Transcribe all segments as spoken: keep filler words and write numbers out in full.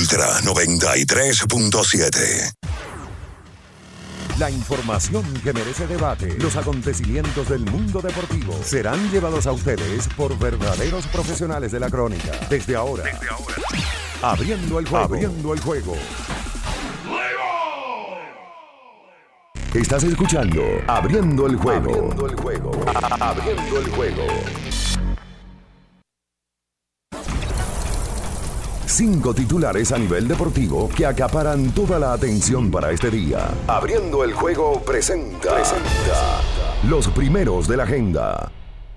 Ultra noventa y tres punto siete. La información que merece debate, los acontecimientos del mundo deportivo serán llevados a ustedes por verdaderos profesionales de la crónica. Desde ahora, Desde ahora. Abriendo el juego. Abriendo el juego. Estás escuchando Abriendo el juego. Abriendo el juego. Abriendo el juego. Cinco titulares a nivel deportivo que acaparan toda la atención para este día. Abriendo el juego presenta, presenta los primeros de la agenda.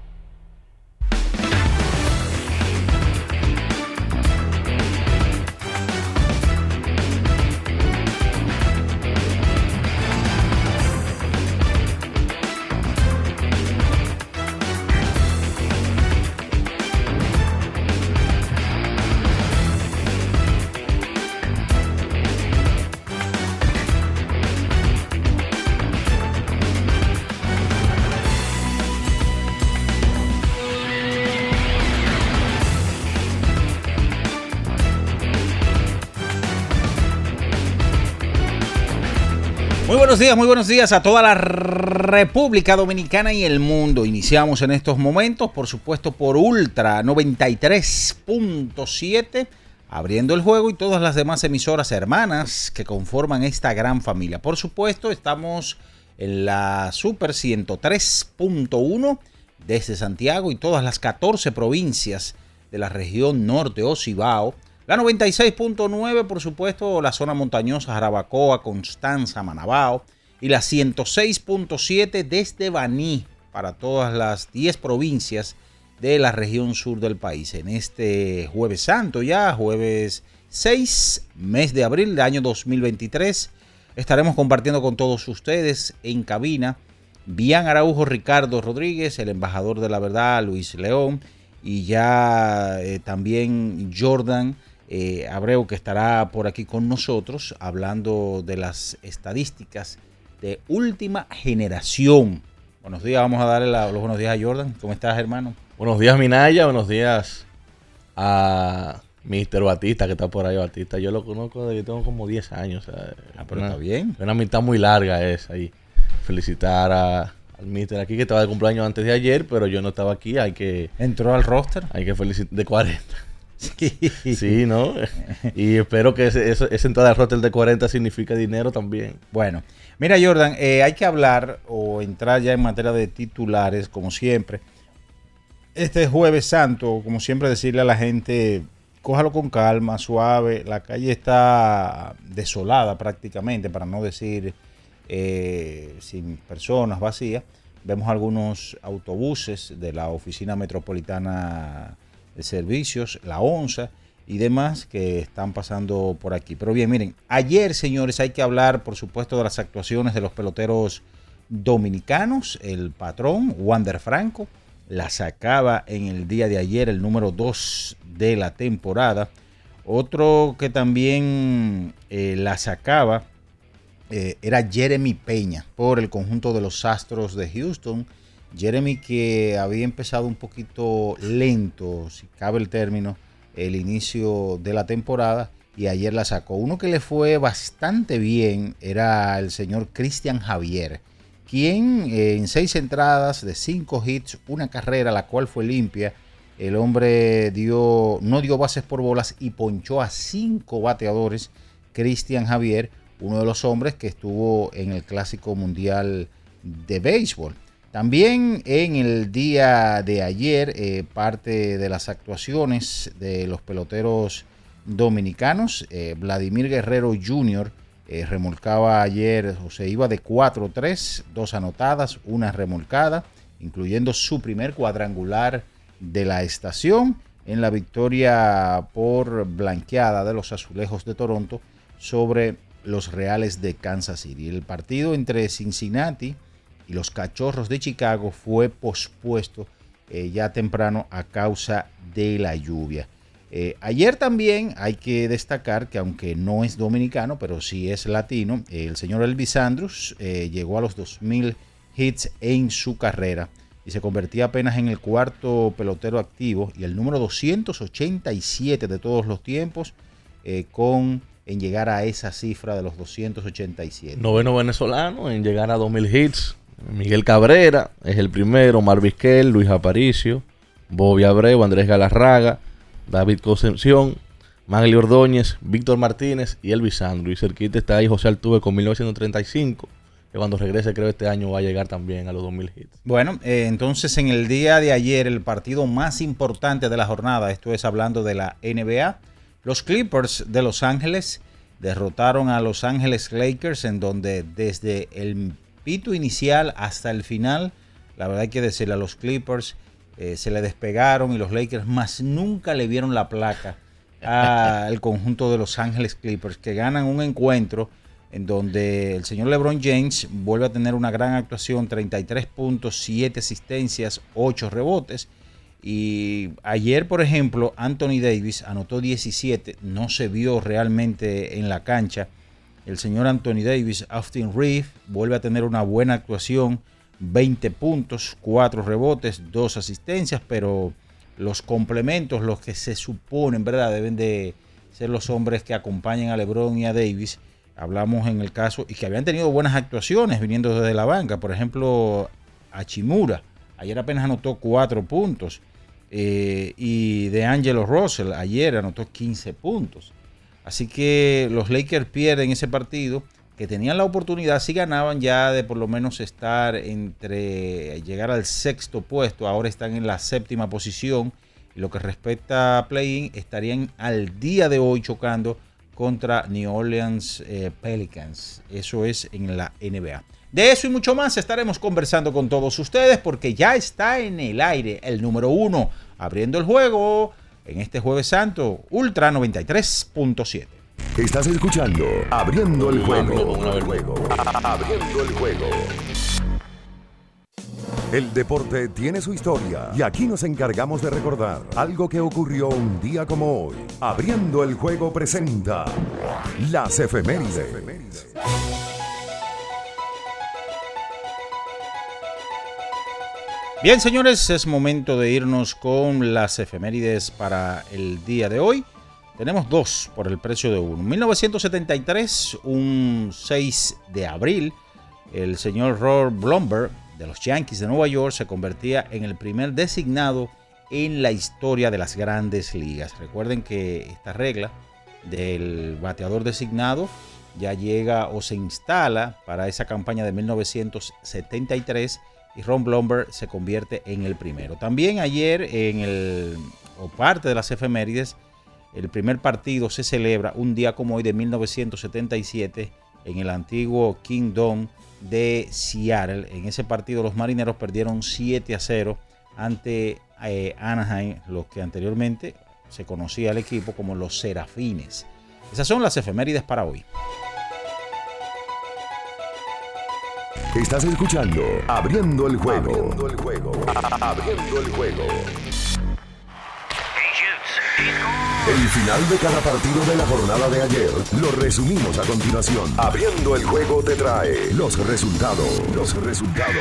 Muy buenos días, muy buenos días a toda la República Dominicana y el mundo. Iniciamos en estos momentos, por supuesto, por Ultra noventa y tres punto siete, abriendo el juego y todas las demás emisoras hermanas que conforman esta gran familia. Por supuesto, estamos en la Super ciento tres punto uno desde Santiago y todas las catorce provincias de la región norte o Cibao. La noventa y seis punto nueve, por supuesto, la zona montañosa Jarabacoa, Constanza, Manabao. Y la ciento seis punto siete desde Baní para todas las diez provincias de la región sur del país. En este jueves santo ya, jueves seis, mes de abril del año dos mil veintitrés, estaremos compartiendo con todos ustedes en cabina Bian Araujo, Ricardo Rodríguez, el embajador de la verdad, Luis León, y ya eh, también Jordan Eh, Abreu, que estará por aquí con nosotros hablando de las estadísticas de última generación. Buenos días, vamos a darle la, los buenos días a Jordan. ¿Cómo estás, hermano? Buenos días, Minaya. Buenos días a mister Batista, que está por ahí, Batista. Yo lo conozco desde que tengo como diez años. O sea, ah, pero una, está bien. Una amistad muy larga esa. Y felicitar a, al mister aquí, que estaba de cumpleaños antes de ayer, pero yo no estaba aquí. Hay que... ¿Entró al roster? Hay que felicitar de cuarenta. Sí, sí, ¿no? Y espero que ese, ese, esa entrada al roster de cuarenta signifique dinero también. Bueno, mira, Jordan, eh, hay que hablar o entrar ya en materia de titulares, como siempre. Este jueves santo, como siempre, decirle a la gente, cójalo con calma, suave. La calle está desolada prácticamente, para no decir eh, sin personas, vacías. Vemos algunos autobuses de la Oficina Metropolitana de Servicios, la ONSA y demás que están pasando por aquí. Pero bien, miren, ayer, señores, hay que hablar, por supuesto, de las actuaciones de los peloteros dominicanos. El patrón, Wander Franco, la sacaba en el día de ayer, el número dos de la temporada. Otro que también eh, la sacaba eh, era Jeremy Peña, por el conjunto de los Astros de Houston. Jeremy, que había empezado un poquito lento, si cabe el término, el inicio de la temporada, y ayer la sacó. Uno que le fue bastante bien era el señor Cristian Javier, quien eh, en seis entradas de cinco hits, una carrera, la cual fue limpia, el hombre dio, no dio bases por bolas y ponchó a cinco bateadores. Cristian Javier, uno de los hombres que estuvo en el Clásico Mundial de Béisbol. También en el día de ayer, eh, parte de las actuaciones de los peloteros dominicanos, eh, Vladimir Guerrero junior eh, remolcaba ayer, o se iba de cuatro tres, dos anotadas, una remolcada, incluyendo su primer cuadrangular de la estación en la victoria por blanqueada de los Azulejos de Toronto sobre los Reales de Kansas City. El partido entre Cincinnati y los Cachorros de Chicago fue pospuesto eh, ya temprano a causa de la lluvia. Eh, ayer también hay que destacar que, aunque no es dominicano, pero sí es latino, eh, el señor Elvis Andrus eh, llegó a los dos mil hits en su carrera y se convertía apenas en el cuarto pelotero activo y el número doscientos ochenta y siete de todos los tiempos eh, con en llegar a esa cifra de los doscientos ochenta y siete. Noveno venezolano en llegar a dos mil hits. Miguel Cabrera es el primero, Omar Vizquel, Luis Aparicio, Bobby Abreu, Andrés Galarraga, David Concepción, Magli Ordóñez, Víctor Martínez y Elvis Sandro. Y cerquita está ahí José Altuve con mil novecientos treinta y cinco, que cuando regrese creo este año va a llegar también a los dos mil hits. Bueno, eh, entonces en el día de ayer el partido más importante de la jornada, esto es hablando de la N B A, los Clippers de Los Ángeles derrotaron a Los Ángeles Lakers, en donde desde el pito inicial hasta el final, la verdad hay que decirle, a los Clippers eh, se le despegaron y los Lakers más nunca le vieron la placa al conjunto de Los Ángeles Clippers, que ganan un encuentro en donde el señor LeBron James vuelve a tener una gran actuación, treinta y tres puntos, siete asistencias, ocho rebotes. Y ayer, por ejemplo, Anthony Davis anotó diecisiete, no se vio realmente en la cancha. El señor Anthony Davis, Austin Reeves, vuelve a tener una buena actuación, veinte puntos, cuatro rebotes, dos asistencias, pero los complementos, los que se suponen, ¿verdad?, deben de ser los hombres que acompañan a LeBron y a Davis. Hablamos en el caso, y que habían tenido buenas actuaciones viniendo desde la banca. Por ejemplo, Hachimura, ayer apenas anotó cuatro puntos. Eh, y DeAngelo Russell ayer anotó quince puntos. Así que los Lakers pierden ese partido, que tenían la oportunidad, si ganaban, ya de por lo menos estar entre llegar al sexto puesto. Ahora están en la séptima posición. Y lo que respecta a play-in, estarían al día de hoy chocando contra New Orleans eh, Pelicans. Eso es en la N B A. De eso y mucho más estaremos conversando con todos ustedes, porque ya está en el aire el número uno, abriendo el juego en este Jueves Santo, Ultra noventa y tres punto siete. Estás escuchando Abriendo el Juego. Abriendo el Juego. El deporte tiene su historia y aquí nos encargamos de recordar algo que ocurrió un día como hoy. Abriendo el Juego presenta las efemérides. Bien, señores, es momento de irnos con las efemérides para el día de hoy. Tenemos dos por el precio de uno. En mil novecientos setenta y tres, un seis de abril, el señor Robert Blomberg de los Yankees de Nueva York se convertía en el primer designado en la historia de las grandes ligas. Recuerden que esta regla del bateador designado ya llega o se instala para esa campaña de mil novecientos setenta y tres, y Ron Blomberg se convierte en el primero. También ayer, en el o parte de las efemérides, el primer partido se celebra un día como hoy de mil novecientos setenta y siete en el antiguo Kingdom de Seattle. En ese partido los Marineros perdieron siete a cero ante eh, Anaheim, los que anteriormente se conocía el equipo como los Serafines. Esas son las efemérides para hoy. Estás escuchando Abriendo el Juego. Abriendo el Juego. Abriendo el Juego. El final de cada partido de la jornada de ayer lo resumimos a continuación. Abriendo el Juego te trae los resultados. Los resultados.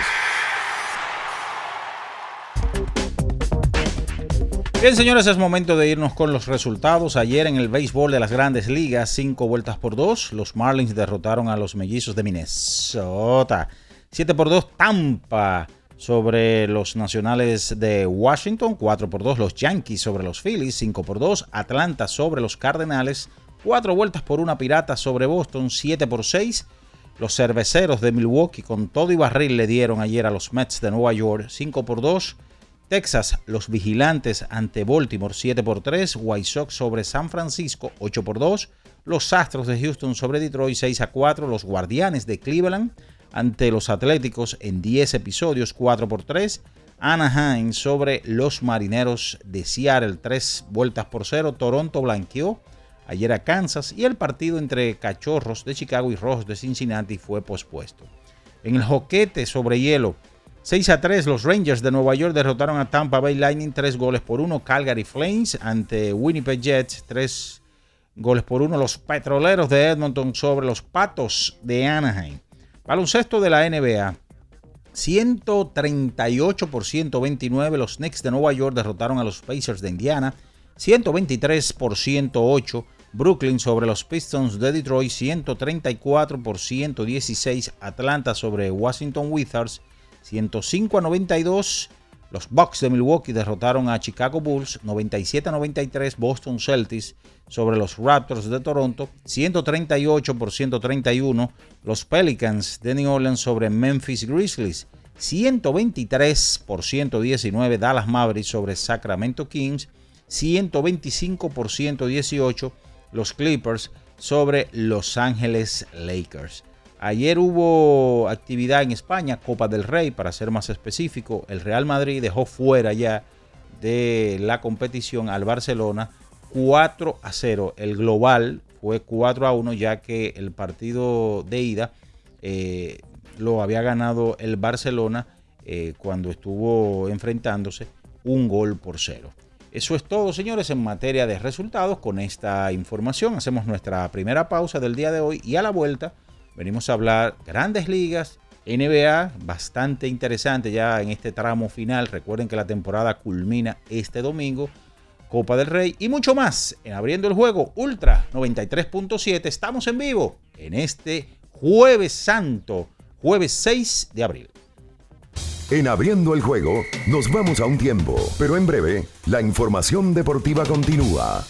Bien, señores, es momento de irnos con los resultados. Ayer en el béisbol de las Grandes Ligas, cinco vueltas por dos, los Marlins derrotaron a los Mellizos de Minnesota. siete por dos, Tampa sobre los Nacionales de Washington. cuatro por dos, los Yankees sobre los Phillies. cinco por dos, Atlanta sobre los Cardenales. cuatro vueltas por una, Piratas sobre Boston. siete por seis, los Cerveceros de Milwaukee con todo y barril le dieron ayer a los Mets de Nueva York. cinco por dos, Texas, los Vigilantes ante Baltimore. siete por tres, White Sox sobre San Francisco. ocho por dos, los Astros de Houston sobre Detroit. seis a cuatro, los Guardianes de Cleveland ante los Atléticos en diez episodios. cuatro por tres, Anaheim sobre los Marineros de Seattle. tres vueltas por cero, Toronto blanqueó ayer a Kansas, y el partido entre Cachorros de Chicago y Rojos de Cincinnati fue pospuesto. En el joquete sobre hielo, seis a tres, los Rangers de Nueva York derrotaron a Tampa Bay Lightning tres goles por uno. Calgary Flames ante Winnipeg Jets tres goles por uno. Los Petroleros de Edmonton sobre los Patos de Anaheim. Baloncesto de la N B A, ciento treinta y ocho por ciento veintinueve, los Knicks de Nueva York derrotaron a los Pacers de Indiana. ciento veintitrés por ciento ocho, Brooklyn sobre los Pistons de Detroit, ciento treinta y cuatro por ciento dieciséis. Atlanta sobre Washington Wizards, ciento cinco a noventa y dos. Los Bucks de Milwaukee derrotaron a Chicago Bulls, noventa y siete a noventa y tres. Boston Celtics sobre los Raptors de Toronto, ciento treinta y ocho por ciento treinta y uno. Los Pelicans de New Orleans sobre Memphis Grizzlies, ciento veintitrés por ciento diecinueve. Dallas Mavericks sobre Sacramento Kings, ciento veinticinco por ciento dieciocho. Los Clippers sobre Los Ángeles Lakers. Ayer hubo actividad en España, Copa del Rey, para ser más específico. El Real Madrid dejó fuera ya de la competición al Barcelona cuatro a cero. El global fue cuatro a uno, ya que el partido de ida eh, lo había ganado el Barcelona eh, cuando estuvo enfrentándose un gol por cero. Eso es todo, señores, en materia de resultados. Con esta información hacemos nuestra primera pausa del día de hoy y a la vuelta venimos a hablar Grandes Ligas, N B A, bastante interesante ya en este tramo final. Recuerden que la temporada culmina este domingo, Copa del Rey y mucho más en Abriendo el Juego Ultra noventa y tres punto siete. Estamos en vivo en este Jueves Santo, jueves seis de abril. En Abriendo el Juego nos vamos a un tiempo, pero en breve la información deportiva continúa.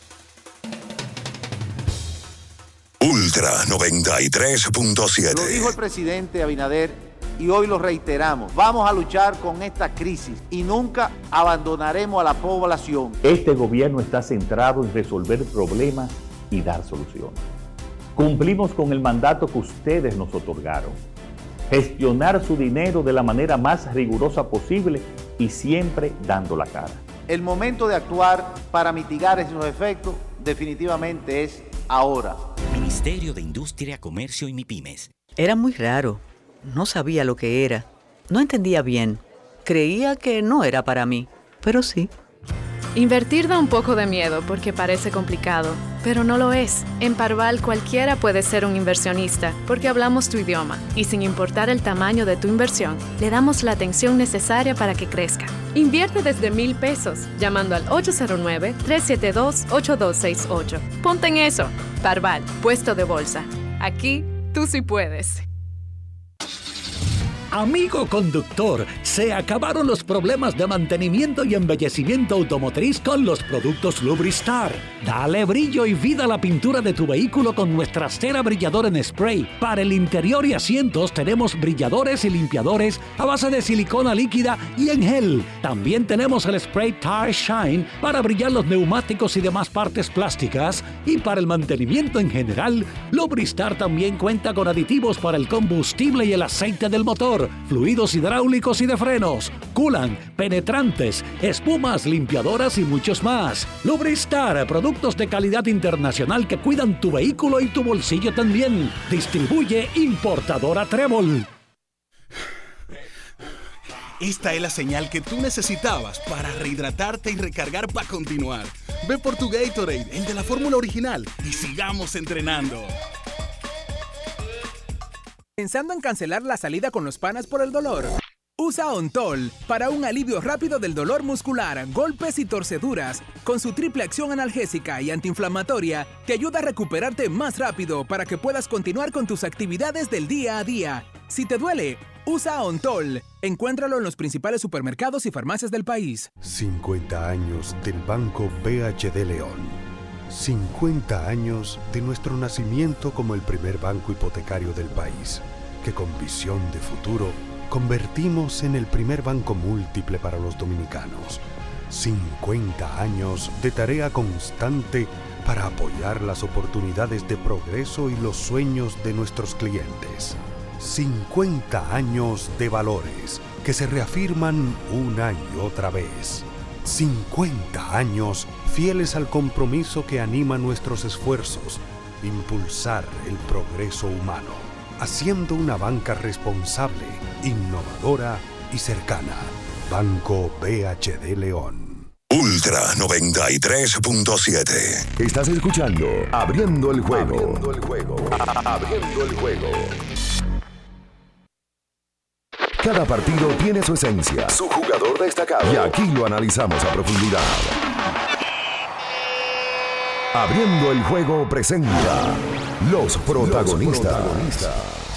Ultra noventa y tres punto siete. Lo dijo el presidente Abinader y hoy lo reiteramos. Vamos a luchar con esta crisis y nunca abandonaremos a la población. Este gobierno está centrado en resolver problemas y dar soluciones. Cumplimos con el mandato que ustedes nos otorgaron. Gestionar su dinero de la manera más rigurosa posible y siempre dando la cara. El momento de actuar para mitigar esos efectos definitivamente es ahora. Ministerio de Industria, Comercio y MIPYMES. Era muy raro. No sabía lo que era. No entendía bien. Creía que no era para mí, pero sí. Invertir da un poco de miedo porque parece complicado, pero no lo es. En Parval cualquiera puede ser un inversionista porque hablamos tu idioma y sin importar el tamaño de tu inversión, le damos la atención necesaria para que crezca. Invierte desde mil pesos llamando al ocho cero nueve, tres siete dos, ocho dos seis ocho. Ponte en eso. Parval, puesto de bolsa. Aquí tú sí puedes. Amigo conductor, se acabaron los problemas de mantenimiento y embellecimiento automotriz con los productos Lubristar. Dale brillo y vida a la pintura de tu vehículo con nuestra cera brilladora en spray. Para el interior y asientos tenemos brilladores y limpiadores a base de silicona líquida y en gel. También tenemos el spray Tire Shine para brillar los neumáticos y demás partes plásticas. Y para el mantenimiento en general, Lubristar también cuenta con aditivos para el combustible y el aceite del motor, fluidos hidráulicos y de frenos, culan, penetrantes, espumas, limpiadoras y muchos más. Lubristar, productos de calidad internacional que cuidan tu vehículo y tu bolsillo también. Distribuye importadora Trébol. Esta es la señal que tú necesitabas para rehidratarte y recargar para continuar. Ve por tu Gatorade, el de la fórmula original, y sigamos entrenando. ¿Pensando en cancelar la salida con los panas por el dolor? Usa Ontol para un alivio rápido del dolor muscular, golpes y torceduras. Con su triple acción analgésica y antiinflamatoria, te ayuda a recuperarte más rápido para que puedas continuar con tus actividades del día a día. Si te duele, usa Ontol. Encuéntralo en los principales supermercados y farmacias del país. cincuenta años del Banco B H D León. cincuenta años de nuestro nacimiento como el primer banco hipotecario del país, que con visión de futuro convertimos en el primer banco múltiple para los dominicanos. cincuenta años de tarea constante para apoyar las oportunidades de progreso y los sueños de nuestros clientes. cincuenta años de valores que se reafirman una y otra vez. cincuenta años fieles al compromiso que anima nuestros esfuerzos, impulsar el progreso humano, haciendo una banca responsable, innovadora y cercana. Banco B H D León. Ultra noventa y tres punto siete. Estás escuchando Abriendo el Juego. Abriendo el Juego. Abriendo el Juego. Cada partido tiene su esencia, su jugador destacado, y aquí lo analizamos a profundidad. Abriendo el juego presenta Los protagonistas. Los protagonistas.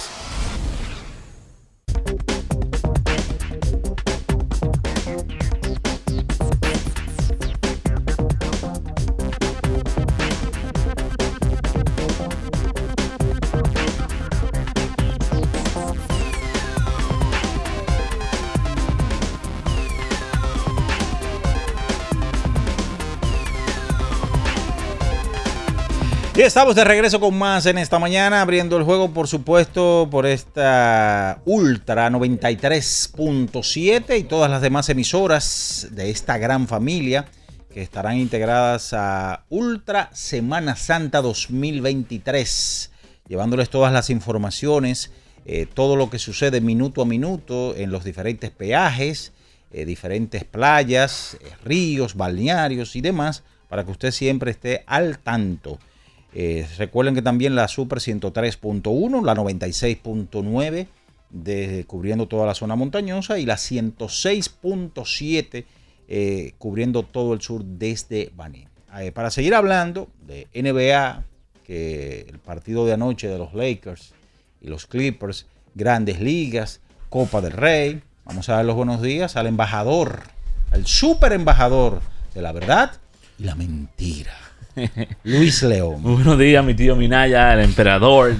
Y estamos de regreso con más en esta mañana, abriendo el juego, por supuesto, por esta Ultra noventa y tres punto siete y todas las demás emisoras de esta gran familia que estarán integradas a Ultra Semana Santa dos mil veintitrés, llevándoles todas las informaciones, eh, todo lo que sucede minuto a minuto en los diferentes peajes, eh, diferentes playas, eh, ríos, balnearios y demás, para que usted siempre esté al tanto. Eh, recuerden que también la Super ciento tres punto uno, la noventa y seis punto nueve de, cubriendo toda la zona montañosa, y la ciento seis punto siete eh, cubriendo todo el sur desde Baní. Eh, para seguir hablando de N B A, que el partido de anoche de los Lakers y los Clippers, Grandes Ligas, Copa del Rey, vamos a dar los buenos días al embajador, al super embajador de la verdad y la mentira, Luis León. Muy buenos días, mi tío Minaya, el emperador,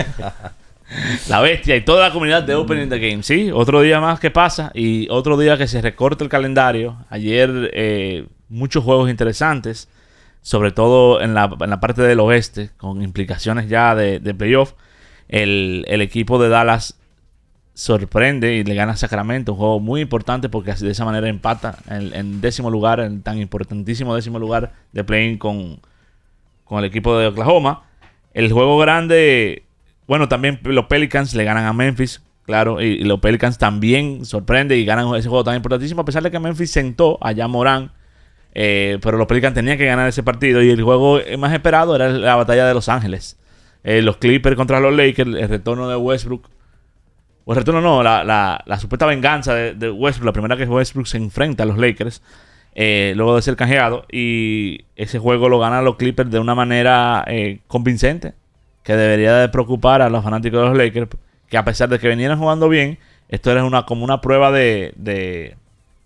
la bestia y toda la comunidad de Opening the Game. Sí, otro día más que pasa y otro día que se recorta el calendario. Ayer eh, muchos juegos interesantes, sobre todo en la, en la parte del oeste, con implicaciones ya de, de playoff. El, el equipo de Dallas sorprende y le gana a Sacramento, un juego muy importante porque así de esa manera empata en, en décimo lugar, en tan importantísimo décimo lugar de play-in con, con el equipo de Oklahoma. El juego grande, bueno, también los Pelicans le ganan a Memphis, claro, y, y los Pelicans también sorprende y ganan ese juego tan importantísimo, a pesar de que Memphis sentó a Ja Morant, eh, pero los Pelicans tenían que ganar ese partido, y el juego más esperado era la batalla de Los Ángeles, eh, los Clippers contra los Lakers, el retorno de Westbrook. O el retorno no, la, la, la supuesta venganza de, de Westbrook, la primera que Westbrook se enfrenta a los Lakers, eh, luego de ser canjeado, y ese juego lo ganan los Clippers de una manera eh, convincente, que debería de preocupar a los fanáticos de los Lakers, que a pesar de que venían jugando bien, esto era una, como una prueba de... de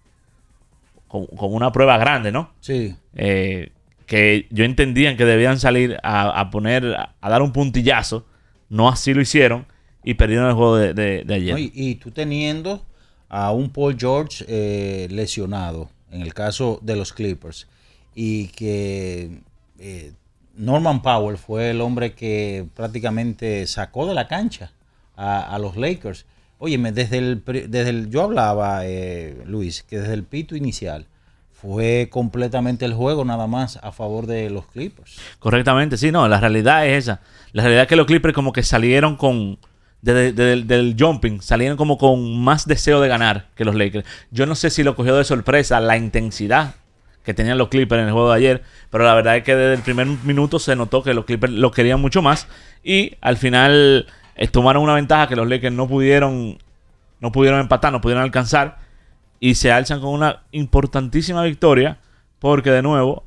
como, como una prueba grande, ¿no? Sí. Eh, que yo entendía que debían salir a, a poner, a, a dar un puntillazo, no así lo hicieron, y perdieron el juego de, de, de ayer. No, y, y tú teniendo a un Paul George eh, lesionado, en el caso de los Clippers, y que eh, Norman Powell fue el hombre que prácticamente sacó de la cancha a, a los Lakers. Óyeme, desde el, desde el yo hablaba, eh, Luis, que desde el pito inicial fue completamente el juego nada más a favor de los Clippers. Correctamente, sí, no, la realidad es esa. La realidad es que los Clippers como que salieron con... Desde, desde el del jumping, salieron como con más deseo de ganar que los Lakers. Yo no sé si lo cogió de sorpresa la intensidad que tenían los Clippers en el juego de ayer, pero la verdad es que desde el primer minuto se notó que los Clippers lo querían mucho más, y al final eh, tomaron una ventaja que los Lakers no pudieron, no pudieron empatar, no pudieron alcanzar, y se alzan con una importantísima victoria, porque de nuevo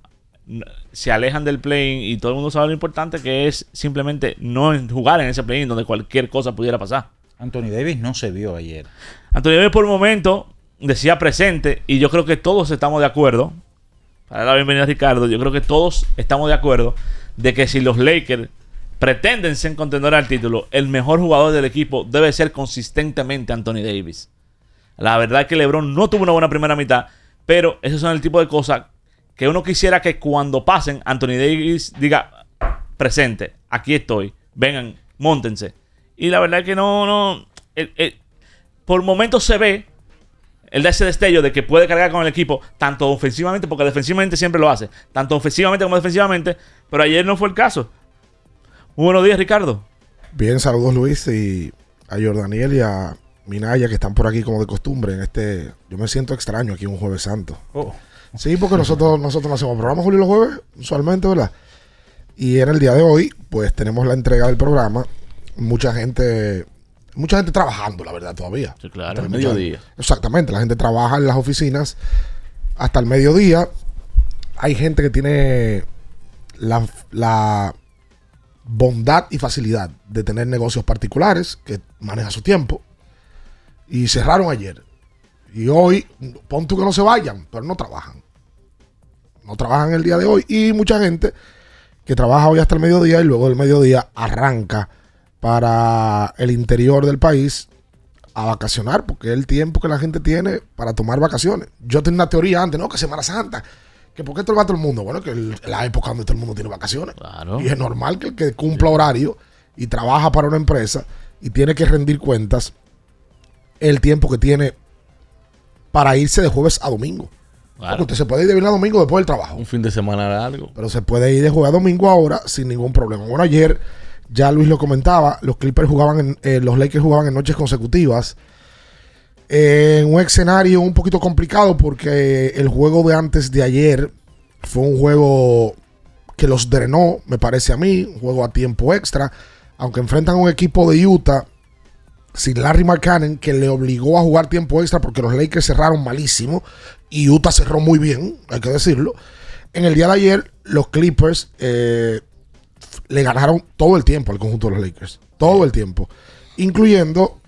se alejan del play-in y todo el mundo sabe lo importante que es simplemente no jugar en ese play-in donde cualquier cosa pudiera pasar. Anthony Davis no se vio ayer. Anthony Davis por el momento decía presente, y yo creo que todos estamos de acuerdo, para dar la bienvenida a Ricardo, yo creo que todos estamos de acuerdo de que si los Lakers pretenden ser contendores al título, el mejor jugador del equipo debe ser consistentemente Anthony Davis. La verdad es que LeBron no tuvo una buena primera mitad, pero esos son el tipo de cosas que uno quisiera que cuando pasen, Anthony Davis diga presente, aquí estoy, vengan, móntense. Y la verdad es que no, no, el, el, por momentos se ve, él da ese destello de que puede cargar con el equipo, tanto ofensivamente, porque defensivamente siempre lo hace, tanto ofensivamente como defensivamente, pero ayer no fue el caso. Muy buenos días, Ricardo. Bien, saludos Luis, y a Jordaniel y a Minaya, que están por aquí como de costumbre en este. Yo me siento extraño aquí un Jueves Santo. Oh. Sí, porque nosotros nosotros no hacemos programa, Julio, los jueves, usualmente, ¿verdad? Y en el día de hoy, pues tenemos la entrega del programa. Mucha gente, mucha gente trabajando, la verdad, todavía. Sí, claro, el mediodía. Exactamente, la gente trabaja en las oficinas hasta el mediodía. Hay gente que tiene la, la bondad y facilidad de tener negocios particulares que manejan su tiempo. Y cerraron ayer. Y hoy, pon tú que no se vayan, pero no trabajan. No trabajan el día de hoy. Y mucha gente que trabaja hoy hasta el mediodía y luego del mediodía arranca para el interior del país a vacacionar, porque es el tiempo que la gente tiene para tomar vacaciones. Yo tenía una teoría antes, ¿no? Que Semana Santa, que ¿por qué esto lo va todo el mundo? Bueno, que es la época donde todo el mundo tiene vacaciones. Claro. Y es normal que el que cumpla horario y trabaja para una empresa y tiene que rendir cuentas, el tiempo que tiene para irse de jueves a domingo. Claro. Porque usted se puede ir de viernes a domingo después del trabajo. Un fin de semana largo. Pero se puede ir de jueves a domingo ahora sin ningún problema. Bueno, ayer ya Luis lo comentaba, los Clippers jugaban, en, eh, los Lakers jugaban en noches consecutivas. Eh, en un escenario un poquito complicado porque el juego de antes de ayer fue un juego que los drenó, me parece a mí, un juego a tiempo extra. Aunque enfrentan a un equipo de Utah sin Larry Markkanen, que le obligó a jugar tiempo extra porque los Lakers cerraron malísimo y Utah cerró muy bien, hay que decirlo. En el día de ayer, los Clippers eh, le ganaron todo el tiempo al conjunto de los Lakers. Todo el tiempo. Incluyendo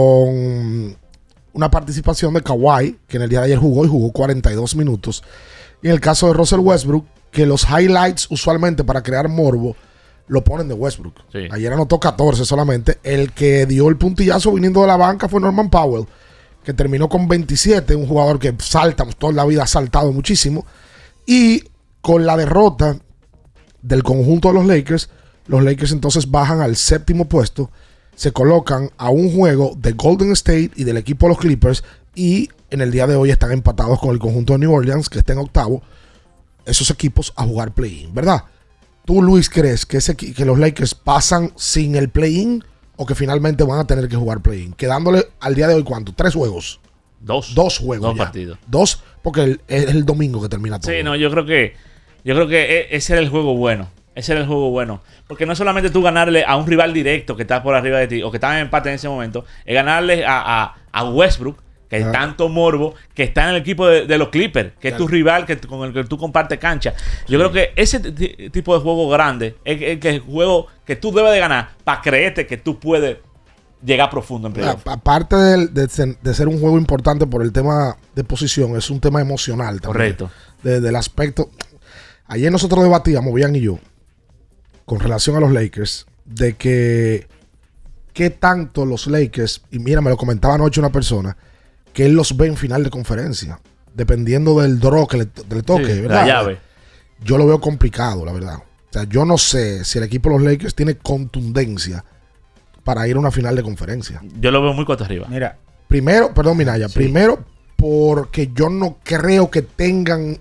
con una participación de Kawhi, que en el día de ayer jugó y jugó cuarenta y dos minutos. Y en el caso de Russell Westbrook, que los highlights usualmente para crear morbo lo ponen de Westbrook. Sí. Ayer anotó catorce solamente. El que dio el puntillazo viniendo de la banca fue Norman Powell, que terminó con veintisiete, un jugador que salta, toda la vida ha saltado muchísimo. Y con la derrota del conjunto de los Lakers, los Lakers entonces bajan al séptimo puesto, se colocan a un juego de Golden State y del equipo de los Clippers, y en el día de hoy están empatados con el conjunto de New Orleans, que está en octavo, esos equipos a jugar play-in, ¿verdad? ¿Tú, Luis, crees que, ese, que los Lakers pasan sin el play-in o que finalmente van a tener que jugar play-in? Quedándole al día de hoy, ¿cuánto? ¿Tres juegos? Dos. Dos juegos. Dos ya. partidos. Dos, porque el, es el domingo que termina todo. Sí, no, yo creo que yo creo que ese era el juego bueno. Ese era el juego bueno. Porque no es solamente tú ganarle a un rival directo que está por arriba de ti o que está en empate en ese momento, es ganarle a, a, a Westbrook, que es tanto morbo, que está en el equipo de, de los Clippers, que es tu rival que, con el que tú compartes cancha. Yo creo que ese t- tipo de juego grande es el, el, el juego que tú debes de ganar para creerte que tú puedes llegar profundo en playoff. Aparte de, de, de ser un juego importante por el tema de posición, es un tema emocional también. Correcto. De, del aspecto. Ayer nosotros debatíamos, Bian y yo, con relación a los Lakers, de que qué tanto los Lakers, y mira, me lo comentaba anoche una persona, que él los ve en final de conferencia, dependiendo del draw que le, le toque, sí, ¿verdad? La llave. Yo lo veo complicado, la verdad. O sea, yo no sé si el equipo de los Lakers tiene contundencia para ir a una final de conferencia. Yo lo veo muy cuesta arriba. Mira. Primero, perdón, Minaya, sí. Primero porque yo no creo que tengan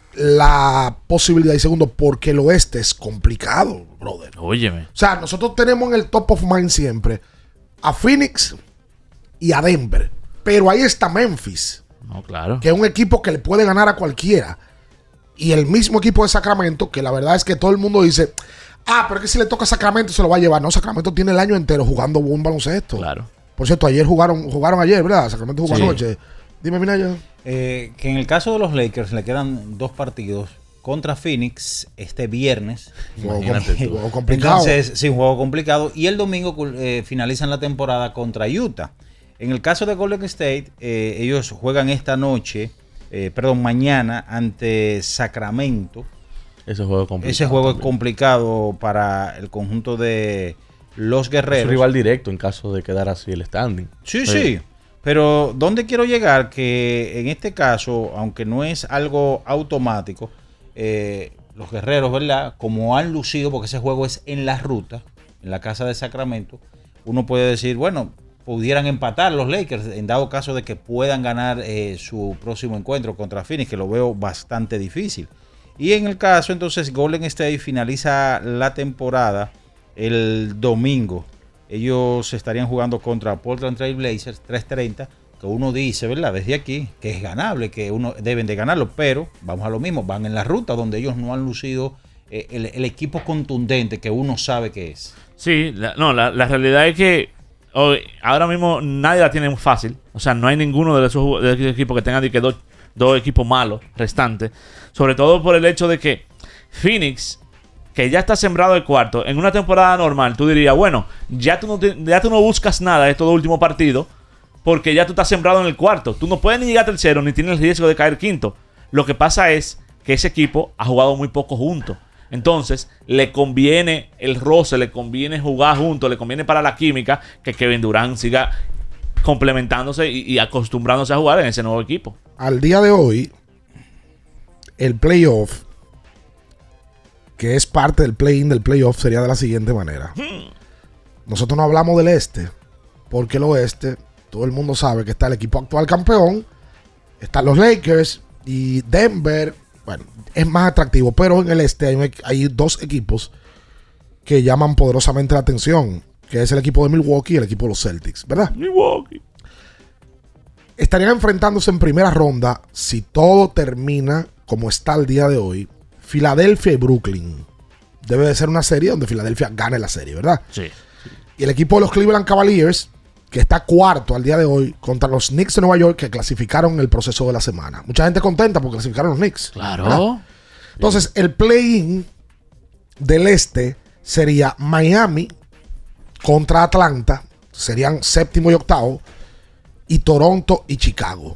la posibilidad, y segundo, porque el oeste es complicado, brother. Óyeme. O sea, nosotros tenemos en el top of mind siempre a Phoenix y a Denver. Pero ahí está Memphis. No, claro. Que es un equipo que le puede ganar a cualquiera. Y el mismo equipo de Sacramento, que la verdad es que todo el mundo dice, ah, pero es que si le toca a Sacramento se lo va a llevar. No, Sacramento tiene el año entero jugando buen baloncesto. Claro. Por cierto, ayer jugaron, jugaron ayer, ¿verdad? Sacramento jugó sí. anoche. Dime, Minaya. Eh, que en el caso de los Lakers le quedan dos partidos contra Phoenix este viernes. Imagínate tú. Juego complicado. Entonces, sí, un juego complicado. Y el domingo eh, finalizan la temporada contra Utah. En el caso de Golden State, eh, ellos juegan esta noche, eh, perdón, mañana ante Sacramento. Ese juego es complicado. Ese juego también es complicado para el conjunto de los guerreros. Es un rival directo en caso de quedar así el standing. Sí, sí, sí. Pero ¿dónde quiero llegar? Que en este caso, aunque no es algo automático, eh, los guerreros, ¿verdad? Como han lucido, porque ese juego es en la ruta, en la casa de Sacramento, uno puede decir, bueno, pudieran empatar los Lakers en dado caso de que puedan ganar eh, su próximo encuentro contra Phoenix, que lo veo bastante difícil. Y en el caso, entonces, Golden State finaliza la temporada el domingo. Ellos estarían jugando contra Portland Trail Blazers tres treinta, que uno dice, ¿verdad? Desde aquí, que es ganable, que uno deben de ganarlo, pero vamos a lo mismo, van en la ruta donde ellos no han lucido eh, el, el equipo contundente que uno sabe que es. Sí, la, no, la, la realidad es que hoy, ahora mismo nadie la tiene fácil. O sea, no hay ninguno de esos, de esos equipos que tengan de que dos, dos equipos malos restantes. Sobre todo por el hecho de que Phoenix que ya está sembrado el cuarto, en una temporada normal, tú dirías, bueno, ya tú no, te, ya tú no buscas nada de estos dos últimos partidos, porque ya tú estás sembrado en el cuarto. Tú no puedes ni llegar tercero, ni tienes el riesgo de caer quinto. Lo que pasa es que ese equipo ha jugado muy poco juntos. Entonces, le conviene el roce, le conviene jugar juntos, le conviene para la química que Kevin Durant siga complementándose y, y acostumbrándose a jugar en ese nuevo equipo. Al día de hoy, el playoff, que es parte del play-in del playoff, sería de la siguiente manera. Nosotros no hablamos del este, porque el oeste, todo el mundo sabe que está el equipo actual campeón, están los Lakers y Denver. Bueno, es más atractivo, pero en el este hay, hay dos equipos que llaman poderosamente la atención, que es el equipo de Milwaukee y el equipo de los Celtics, ¿verdad? Milwaukee. Estarían enfrentándose en primera ronda, si todo termina como está el día de hoy, Filadelfia y Brooklyn. Debe de ser una serie donde Filadelfia gane la serie, ¿verdad? Sí. Y el equipo de los Cleveland Cavaliers, que está cuarto al día de hoy, contra los Knicks de Nueva York, que clasificaron en el proceso de la semana. Mucha gente contenta porque clasificaron los Knicks. Claro. ¿verdad? Entonces, el play-in del este sería Miami contra Atlanta, serían séptimo y octavo, y Toronto y Chicago.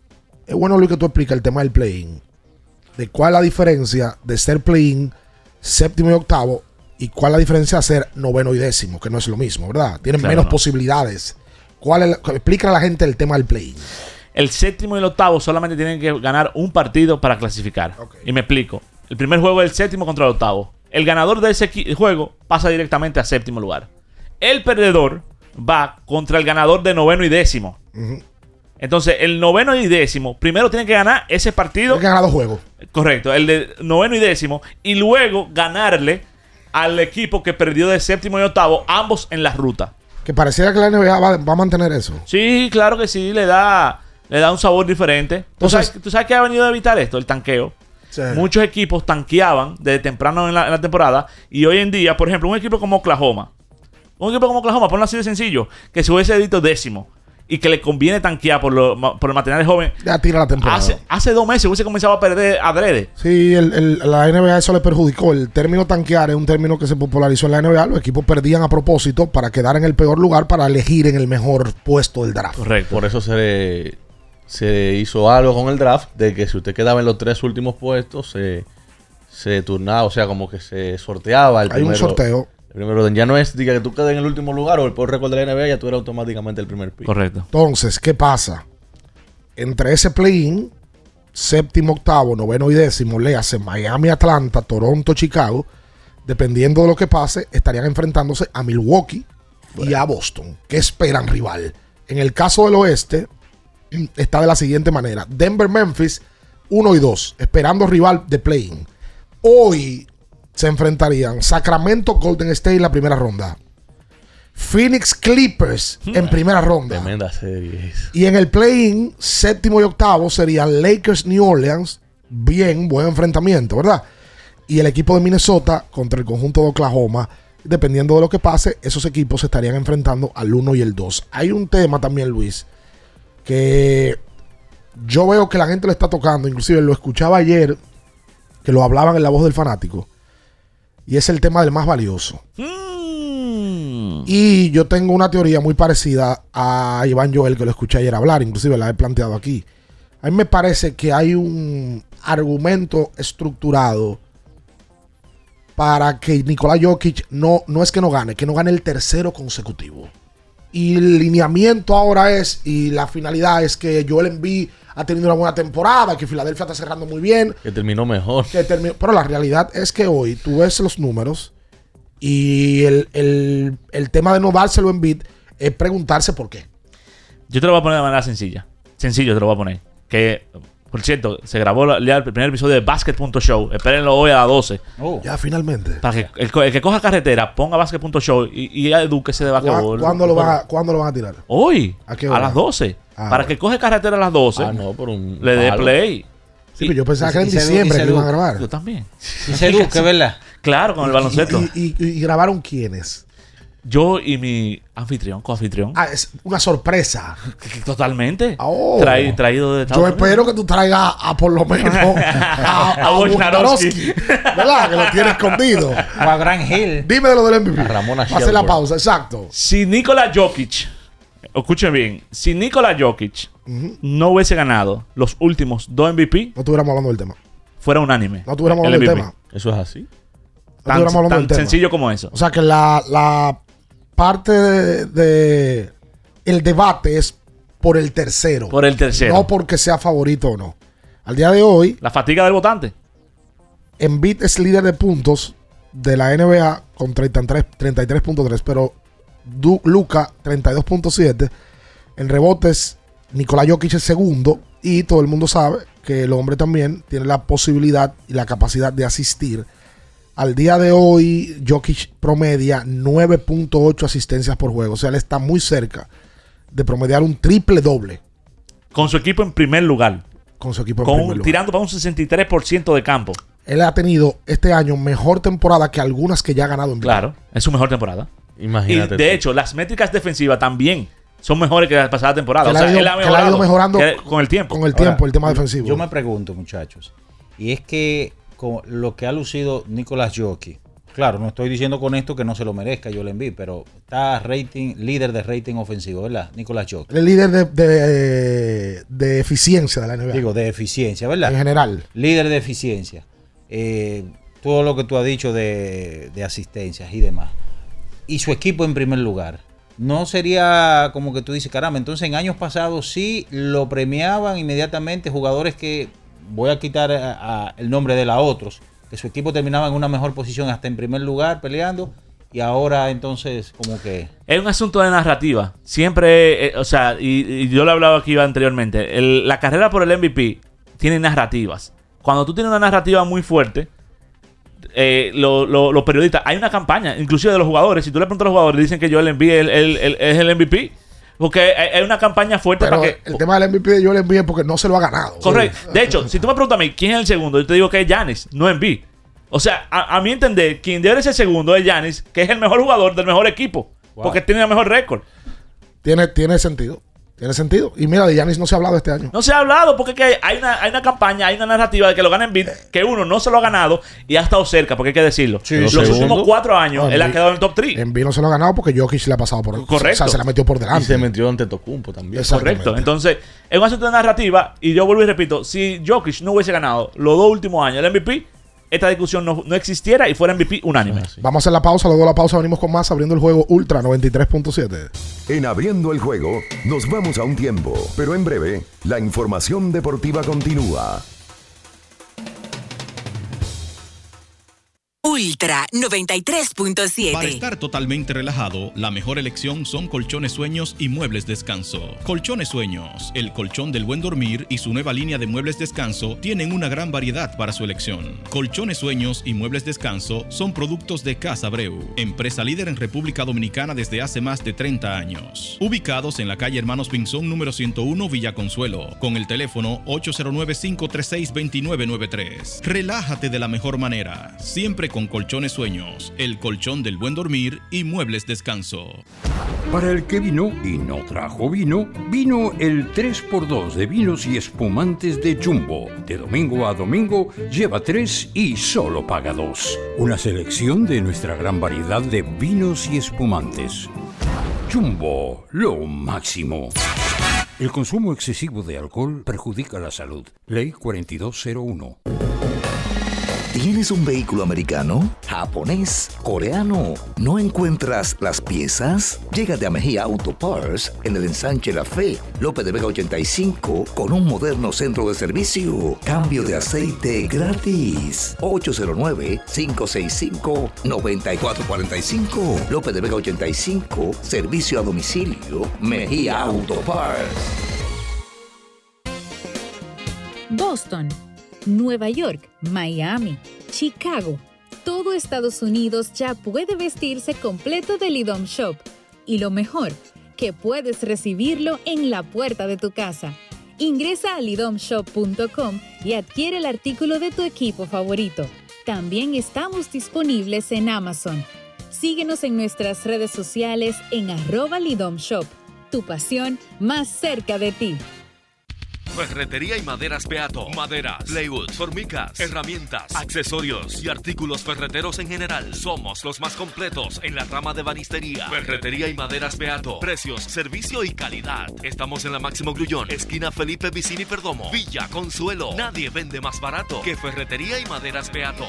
Es bueno, Luis, que tú explicas el tema del play-in. De cuál es la diferencia de ser play-in, séptimo y octavo, y cuál es la diferencia de ser noveno y décimo, que no es lo mismo, ¿verdad? Tienen Claro, menos no. posibilidades. ¿Cuál es la, explica a la gente el tema del play-in. El séptimo y el octavo solamente tienen que ganar un partido para clasificar. Okay. Y me explico. El primer juego es el séptimo contra el octavo. El ganador de ese juego pasa directamente a séptimo lugar. El perdedor va contra el ganador de noveno y décimo. Uh-huh. Entonces, el noveno y décimo primero tienen que ganar ese partido. Tienen que ganar dos juegos. Correcto, el de noveno y décimo. Y luego ganarle al equipo que perdió de séptimo y octavo, ambos en la ruta. Que pareciera que la N B A va, va a mantener eso. Sí, claro que sí, le da, le da un sabor diferente. ¿Tú, Entonces, sabes, ¿Tú sabes qué ha venido a evitar esto? El tanqueo. Sí. Muchos equipos tanqueaban desde temprano en la, en la temporada. Y hoy en día, por ejemplo, un equipo como Oklahoma. Un equipo como Oklahoma, ponlo así de sencillo, que se hubiese edito décimo y que le conviene tanquear por, lo, por el material joven. Ya tira la temporada. Hace, hace dos meses hubiese comenzado a perder adrede. Sí, el, el, la N B A eso le perjudicó. El término tanquear es un término que se popularizó en la N B A. Los equipos perdían a propósito para quedar en el peor lugar para elegir en el mejor puesto del draft. Correcto. Por eso se, se hizo algo con el draft, de que si usted quedaba en los tres últimos puestos, se, se turnaba, o sea, como que se sorteaba el Hay primero. un sorteo. El primer orden. Ya no es diga, que tú quedes en el último lugar o el peor récord de la N B A, ya tú eres automáticamente el primer pick. Correcto. Entonces, ¿qué pasa? Entre ese play-in, séptimo, octavo, noveno y décimo, le hace Miami, Atlanta, Toronto, Chicago. Dependiendo de lo que pase, estarían enfrentándose a Milwaukee bueno. y a Boston, que esperan rival. En el caso del oeste, está de la siguiente manera: Denver, Memphis, uno y dos, esperando rival de play-in. Hoy se enfrentarían Sacramento, Golden State en la primera ronda, Phoenix Clippers en primera ronda. Tremenda serie. Y en el play-in, séptimo y octavo serían Lakers, New Orleans. Bien, buen enfrentamiento, ¿verdad? Y el equipo de Minnesota contra el conjunto de Oklahoma. Dependiendo de lo que pase, esos equipos se estarían enfrentando al uno y el dos. Hay un tema también, Luis, que yo veo que la gente le está tocando. Inclusive lo escuchaba ayer, que lo hablaban en La Voz del Fanático. Y es el tema del más valioso. Mm. Y yo tengo una teoría muy parecida a Iván Joel, que lo escuché ayer hablar. Inclusive la he planteado aquí. A mí me parece que hay un argumento estructurado para que Nikola Jokic no, no es que no gane, que no gane el tercero consecutivo. Y el lineamiento ahora es, y la finalidad es que Joel Embiid ha tenido una buena temporada, que Filadelfia está cerrando muy bien. Que terminó mejor. Que terminó, pero la realidad es que hoy tú ves los números y el, el, el tema de no dárselo a Embiid es preguntarse por qué. Yo te lo voy a poner de manera sencilla. Sencillo te lo voy a poner. Que, por cierto, se grabó ya el primer episodio de Basket punto show. Espérenlo hoy a las doce. Oh. Ya finalmente. Para que el, el que coja carretera ponga Basket punto show y, y edúquese de basquetbol. ¿Cuándo lo, van a, ¿Cuándo lo van a tirar? Hoy. ¿A qué A hora? las doce. Ah, para bueno. que coge carretera a las doce. Ah, no, por un le dé palo. play. Sí, pero yo pensaba que era en se- diciembre y se que lo iban a edu- grabar. Yo también. Y se eduque, ¿verdad? Claro, con el baloncesto. ¿Y, y, y, y grabaron quiénes? Yo y mi anfitrión, coanfitrión. Ah, es una sorpresa. Totalmente. Oh. Traí, traído de Estados Yo Unidos. espero que tú traigas a por lo menos a, a, a Wojnarowski, ¿verdad? Que lo tiene escondido. O a Grant Hill. Dime de lo del M V P. A Ramona Hace la Shelburne. pausa, exacto. Si Nikola Jokic, escuchen bien, si Nikola Jokic uh-huh. no hubiese ganado los últimos dos M V P, no estuviéramos hablando del tema. Fuera unánime. No estuviéramos hablando del tema. ¿Eso es así? No Tan, estuviéramos hablando tan del tema. sencillo como eso. O sea que la, la parte de, de el debate es por el tercero. Por el tercero. No porque sea favorito o no. Al día de hoy, la fatiga del votante. Embiid es líder de puntos de la N B A con treinta y tres punto tres, pero du, Luka treinta y dos punto siete. En rebotes, Nikola Jokic es segundo y todo el mundo sabe que el hombre también tiene la posibilidad y la capacidad de asistir. Al día de hoy, Jokic promedia nueve punto ocho asistencias por juego. O sea, él está muy cerca de promediar un triple doble. Con su equipo en primer lugar. Con su equipo en Con, primer lugar. Tirando para un sesenta y tres por ciento de campo. Él ha tenido este año mejor temporada que algunas que ya ha ganado en vida. Claro, es su mejor temporada. Imagínate. Y de tú. hecho, las métricas defensivas también son mejores que la pasada temporada. Que O sea, la ha ido- él ha que la ha ido mejorado mejorando que- con el tiempo. Con el tiempo, Ahora, el tema yo- defensivo. Yo me pregunto, muchachos, y es que con lo que ha lucido Nicolás Jokic, claro, no estoy diciendo con esto que no se lo merezca, yo le envío, pero está rating, líder de rating ofensivo, ¿verdad? Nicolás Jokic. Él es líder de, de, de eficiencia de la N B A. Digo, de eficiencia, ¿verdad? En general. Líder de eficiencia. Eh, todo lo que tú has dicho de, de asistencias y demás. Y su equipo en primer lugar. No sería como que tú dices, caramba, entonces en años pasados sí lo premiaban inmediatamente jugadores que, voy a quitar a, a el nombre de la otros, que su equipo terminaba en una mejor posición hasta en primer lugar peleando, y ahora entonces como que... Es un asunto de narrativa. Siempre, eh, o sea, y, y yo lo he hablado aquí anteriormente, el- la carrera por el M V P tiene narrativas. Cuando tú tienes una narrativa muy fuerte, eh, lo- lo- los periodistas, hay una campaña, inclusive de los jugadores, si tú le preguntas a los jugadores, dicen que Joel Embiid es el, el- el- es el M V P. Porque hay hay una campaña fuerte Pero para que... el tema del M V P yo le envié porque no se lo ha ganado. Correcto. De hecho, si tú me preguntas a mí quién es el segundo, yo te digo que es Giannis, no Embiid. O sea, a, a mi entender, quien debe ser segundo es Giannis, que es el mejor jugador del mejor equipo. Wow. Porque tiene el mejor récord. Tiene, tiene sentido. Tiene sentido. Y mira, de Giannis no se ha hablado este año. No se ha hablado porque es que hay una, hay una campaña, hay una narrativa de que lo gana Embiid, que uno no se lo ha ganado y ha estado cerca, porque hay que decirlo. Sí, Los segundo. últimos cuatro años, No, él ha Embiid- quedado en el top tres. Embiid no se lo ha ganado porque Jokic le ha pasado por... Correcto. O sea, se la metió por delante. Y se metió ante Tocumpo también. Correcto. Entonces, es un asunto de narrativa. Y yo vuelvo y repito: si Jokic no hubiese ganado los dos últimos años el M V P, esta discusión no, no existiera y fuera M V P unánime. Vamos a hacer la pausa. Luego de la pausa venimos con más abriendo el juego Ultra noventa y tres punto siete. En Abriendo el Juego nos vamos a un tiempo, pero en breve la información deportiva continúa. Ultra noventa y tres punto Para siete. estar totalmente relajado, la mejor elección son Colchones Sueños y Muebles Descanso. Colchones Sueños, el colchón del buen dormir y su nueva línea de muebles descanso tienen una gran variedad para su elección. Colchones Sueños y Muebles Descanso son productos de Casa Abreu, empresa líder en República Dominicana desde hace más de treinta años. Ubicados en la calle Hermanos Pinzón número ciento uno Villa Consuelo, con el teléfono ocho cero nueve, cinco tres seis, dos nueve nueve tres. Relájate de la mejor manera, siempre con Colchones Sueños, el colchón del buen dormir y Muebles Descanso. Para el que vino y no trajo vino, vino el tres por dos de vinos y espumantes de Jumbo. De domingo a domingo, lleva tres y solo paga dos. Una selección de nuestra gran variedad de vinos y espumantes. Jumbo, lo máximo. El consumo excesivo de alcohol perjudica la salud. Ley cuarenta y dos cero uno. ¿Tienes un vehículo americano, japonés, coreano? ¿No encuentras las piezas? Llégate a Mejía Auto Parts en el ensanche La Fe, López de Vega ochenta y cinco, con un moderno centro de servicio. Cambio de aceite gratis. ocho cero nueve, cinco seis cinco, nueve cuatro cuatro cinco. López de Vega ochenta y cinco, servicio a domicilio. Mejía Auto Parts. Boston, Nueva York, Miami, Chicago. Todo Estados Unidos ya puede vestirse completo del IDOM Shop. Y lo mejor, que puedes recibirlo en la puerta de tu casa. Ingresa a lidom shop punto com y adquiere el artículo de tu equipo favorito. También estamos disponibles en Amazon. Síguenos en nuestras redes sociales en arroba Lidom Shop. Tu pasión más cerca de ti. Ferretería y maderas Beato. Maderas, plywood, formicas, herramientas, accesorios y artículos ferreteros en general. Somos los más completos en la rama de banistería. Ferretería y maderas Beato. Precios, servicio y calidad. Estamos en la Máximo Grullón, esquina Felipe Vicini Perdomo, Villa Consuelo. Nadie vende más barato que Ferretería y maderas Beato.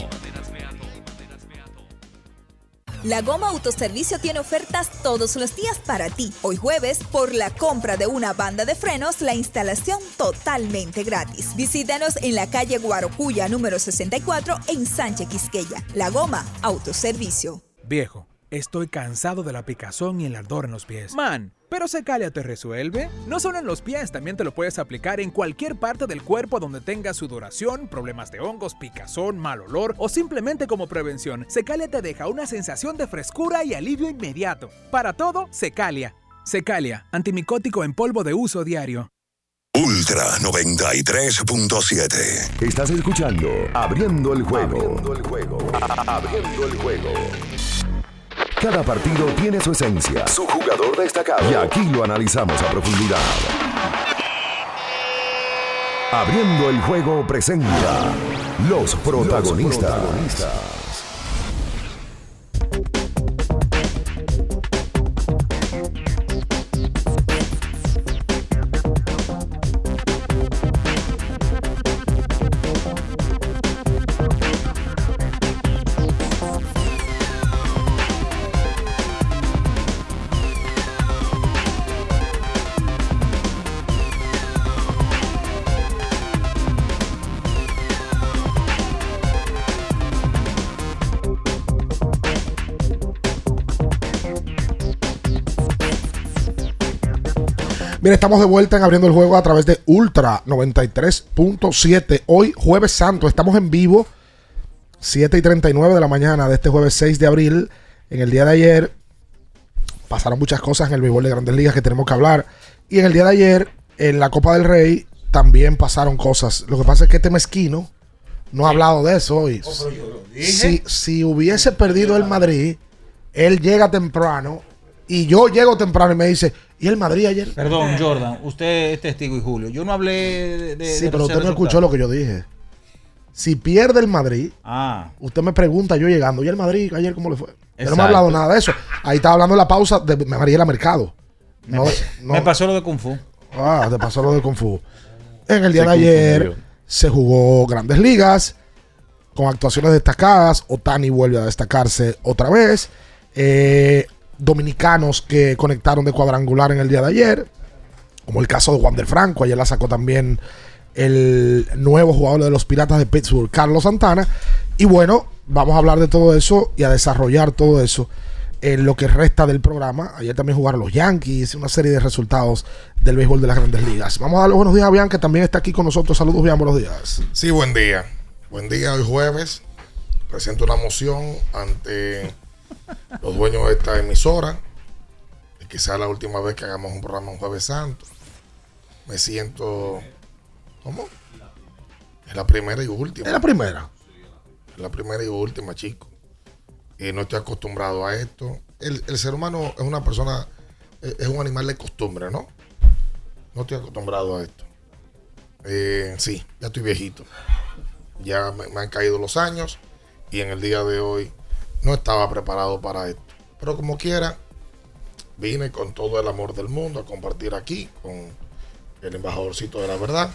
La Goma Autoservicio tiene ofertas todos los días para ti. Hoy jueves, por la compra de una banda de frenos, la instalación totalmente gratis. Visítanos en la calle Guarocuya, número sesenta y cuatro, en Sánchez Quisqueya. La Goma Autoservicio. Viejo, estoy cansado de la picazón y el ardor en los pies. Man, ¿pero Secalia te resuelve? No solo en los pies, también te lo puedes aplicar en cualquier parte del cuerpo donde tengas sudoración, problemas de hongos, picazón, mal olor o simplemente como prevención. Secalia te deja una sensación de frescura y alivio inmediato. Para todo, Secalia. Secalia, antimicótico en polvo de uso diario. Ultra noventa y tres punto siete. Estás escuchando Abriendo el Juego. Abriendo el Juego. Abriendo el Juego. Cada partido tiene su esencia, su jugador destacado. Y aquí lo analizamos a profundidad. Abriendo el Juego presenta Los protagonistas. Los protagonistas. Bien, estamos de vuelta en Abriendo el Juego a través de Ultra noventa y tres punto siete. Hoy, Jueves Santo, estamos en vivo, siete y treinta y nueve de la mañana de este jueves seis de abril. En el día de ayer pasaron muchas cosas en el béisbol de Grandes Ligas que tenemos que hablar. Y en el día de ayer, en la Copa del Rey, también pasaron cosas. Lo que pasa es que este mezquino no ha hablado de eso hoy. Oh, yo lo dije. Si, si hubiese perdido el Madrid, él llega temprano y yo llego temprano y me dice, ¿y el Madrid ayer? Perdón, Jordan, usted es testigo y Julio. Yo no hablé de... de sí, de pero usted no resultado. escuchó lo que yo dije. Si pierde el Madrid, ah. usted me pregunta yo llegando, ¿y el Madrid ayer cómo le fue? Pero no me ha Exacto. hablado nada de eso. Ahí estaba hablando en la pausa de Mariela Mercado. Me, No, pa- no. me pasó lo de Kung Fu. Ah, te pasó lo de Kung Fu. En el día Se de ayer confundió. se jugó Grandes Ligas con actuaciones destacadas. Otani vuelve a destacarse otra vez. Eh, dominicanos que conectaron de cuadrangular en el día de ayer, como el caso de Wander Franco. Ayer la sacó también el nuevo jugador de los Piratas de Pittsburgh, Carlos Santana. Y bueno, vamos a hablar de todo eso y a desarrollar todo eso en lo que resta del programa. Ayer también jugaron los Yankees, una serie de resultados del béisbol de las Grandes Ligas. Vamos a darle buenos días a Bian, que también está aquí con nosotros. Saludos, Bian, buenos días. Sí, buen día. Buen día, hoy jueves. Presento una moción ante los dueños de esta emisora. Y quizá la última vez que hagamos un programa un Jueves Santo. Me siento... ¿Cómo? Es la primera y última. Es la primera. Es la primera y última, chico. Y no estoy acostumbrado a esto. El, el ser humano es una persona, es, es un animal de costumbre, ¿no? No estoy acostumbrado a esto. Eh, sí, ya estoy viejito. Ya me, me han caído los años y en el día de hoy no estaba preparado para esto. Pero como quiera, vine con todo el amor del mundo a compartir aquí con el embajadorcito de la verdad.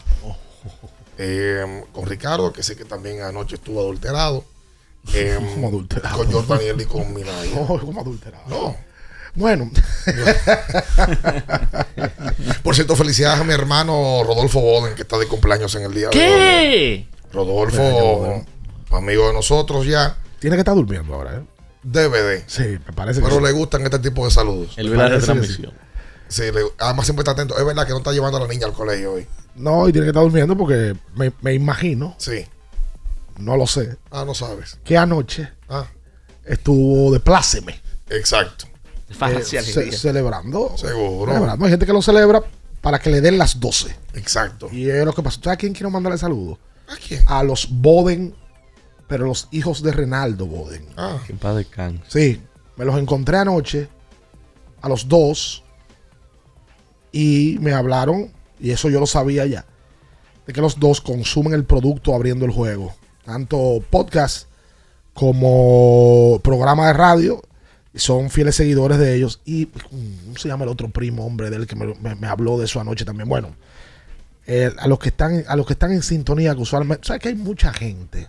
Eh, con Ricardo, que sé que también anoche estuvo adulterado. Eh, ¿Cómo adulterado? Con Jordaniel y con Minaya. No, ¿cómo adulterado? No. Bueno. Por cierto, felicidades a mi hermano Rodolfo Boden, que está de cumpleaños en el día de ¿Qué? hoy. Rodolfo, Boden. amigo de nosotros ya. Tiene que estar durmiendo ahora, ¿eh? D V D. Sí, me parece que Pero sí. le gustan este tipo de saludos. El ve la retransmisión. Sí, le- además siempre está atento. Es verdad que no está llevando a la niña al colegio hoy. No, y tiene que estar durmiendo porque me, me imagino. Sí. No lo sé. Ah, no sabes. Que anoche Ah, estuvo de pláceme. exacto. Eh, ce- celebrando. Seguro. Celebrando. Hay gente que lo celebra para que le den las doce. Exacto. Y es lo que pasó. ¿Sabes a quién quiero mandarle saludos? ¿A quién? A los Boden, pero los hijos de Renaldo Boden. Ah. Que en paz descanse. Sí. Me los encontré anoche a los dos y me hablaron, y eso yo lo sabía ya, de que los dos consumen el producto abriendo el juego. Tanto podcast como programa de radio. Son fieles seguidores de ellos. Y ¿cómo se llama el otro primo, hombre, del que me, me, me habló de eso anoche también? Bueno, eh, a los que están a los que están en sintonía, que usualmente, ¿sabes que hay mucha gente?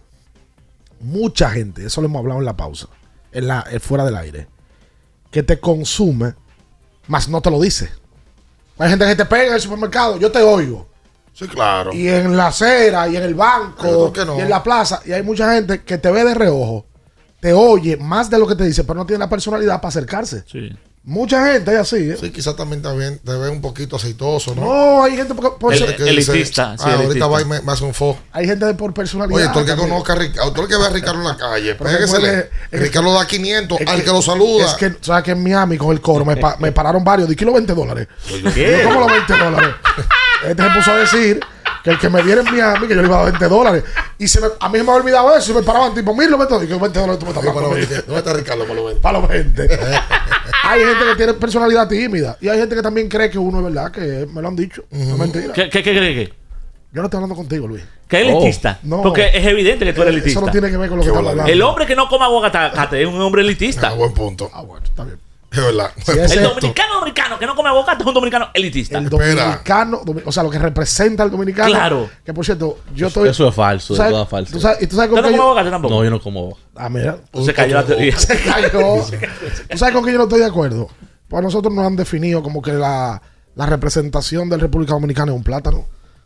Mucha gente, eso lo hemos hablado en la pausa, en la en fuera del aire, que te consume, más no te lo dice. Hay gente que te pega en el supermercado, yo te oigo. Sí, claro. Y en la acera, y en el banco, no. y en la plaza, y hay mucha gente que te ve de reojo, te oye más de lo que te dice, pero no tiene la personalidad para acercarse. Sí. Mucha gente es así, ¿eh? Sí, quizás también, también te ve un poquito aceitoso, ¿no? No, hay gente por, por el, ser- que elitista, dice, sí, ah, elitista. ahorita va y me, me hace un fo. hay gente de por personalidad. Oye, todo el que también. conozca a Ricardo, todo el que ve a Ricardo en la calle, Pero péguesele. puede- es Ricardo da quinientos es al que- que lo saluda. Es que, ¿sabes que en Miami con el coro me, pa- me pararon varios? Di que los veinte dólares. ¿Qué? Yo como los veinte dólares. Este se puso a decir que el que me viera en Miami, que yo le iba a dar veinte dólares. Y se me, a mí se me había olvidado eso y me paraban tipo mil, los veinte dólares. Y que veinte dólares tú me estás Oye, para dando. los veinte. ¿Dónde está Ricardo para los veinte? Para los veinte. Hay gente que tiene personalidad tímida. Y hay gente que también cree que uno es verdad, que me lo han dicho. No es mentira. ¿Qué, qué, qué cree que? Yo no estoy hablando contigo, Luis. Que es elitista. Oh, no. Porque es evidente que tú eres elitista. Eso no tiene que ver con lo que Qué estamos hablando. El hombre que no coma aguacate es un hombre elitista. Ah, buen punto. Ah, bueno, está bien. Es verdad. Sí, Buen ese- El punto. dominicano dominicano que no come aguacate es un dominicano elitista. El Espera. dominicano, domi- o sea, lo que representa al dominicano. Claro. Que por cierto, yo estoy. Eso es falso, ¿tú de sabes- todas falsas. ¿tú sabes- ¿Y tú sabes con ¿Usted no qué come yo- aguacate tampoco? No, yo no como. Ah, mira. Se cayó la teoría. Se cayó. ¿Tú sabes con qué yo no estoy de acuerdo? Pues a nosotros nos han definido como que la, la representación del República Dominicana es un plátano.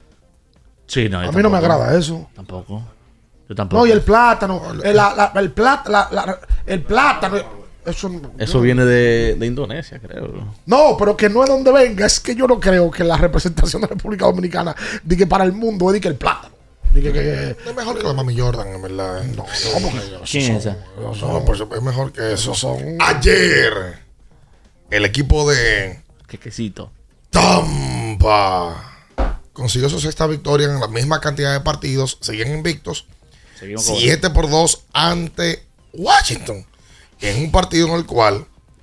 Sí, no, yo A mí no me tampoco. agrada eso. Tampoco. Yo tampoco. No, y el plátano. El, la- la- el, plat- la- la- el plátano. Eso, Eso viene de, de Indonesia, creo. No, pero que no es donde venga. Es que yo no creo que la representación de la República Dominicana diga que para el mundo es de que el plátano. Diga que, Es mejor que la Mami Jordan, en verdad. No, no, porque ¿Quién es esa? no, por eso es mejor que eso. esos son. Ayer, el equipo de Qué quesito. Tampa consiguió su sexta victoria en la misma cantidad de partidos. Seguían invictos. Seguimos con- siete por dos ante Washington. En un partido en el cual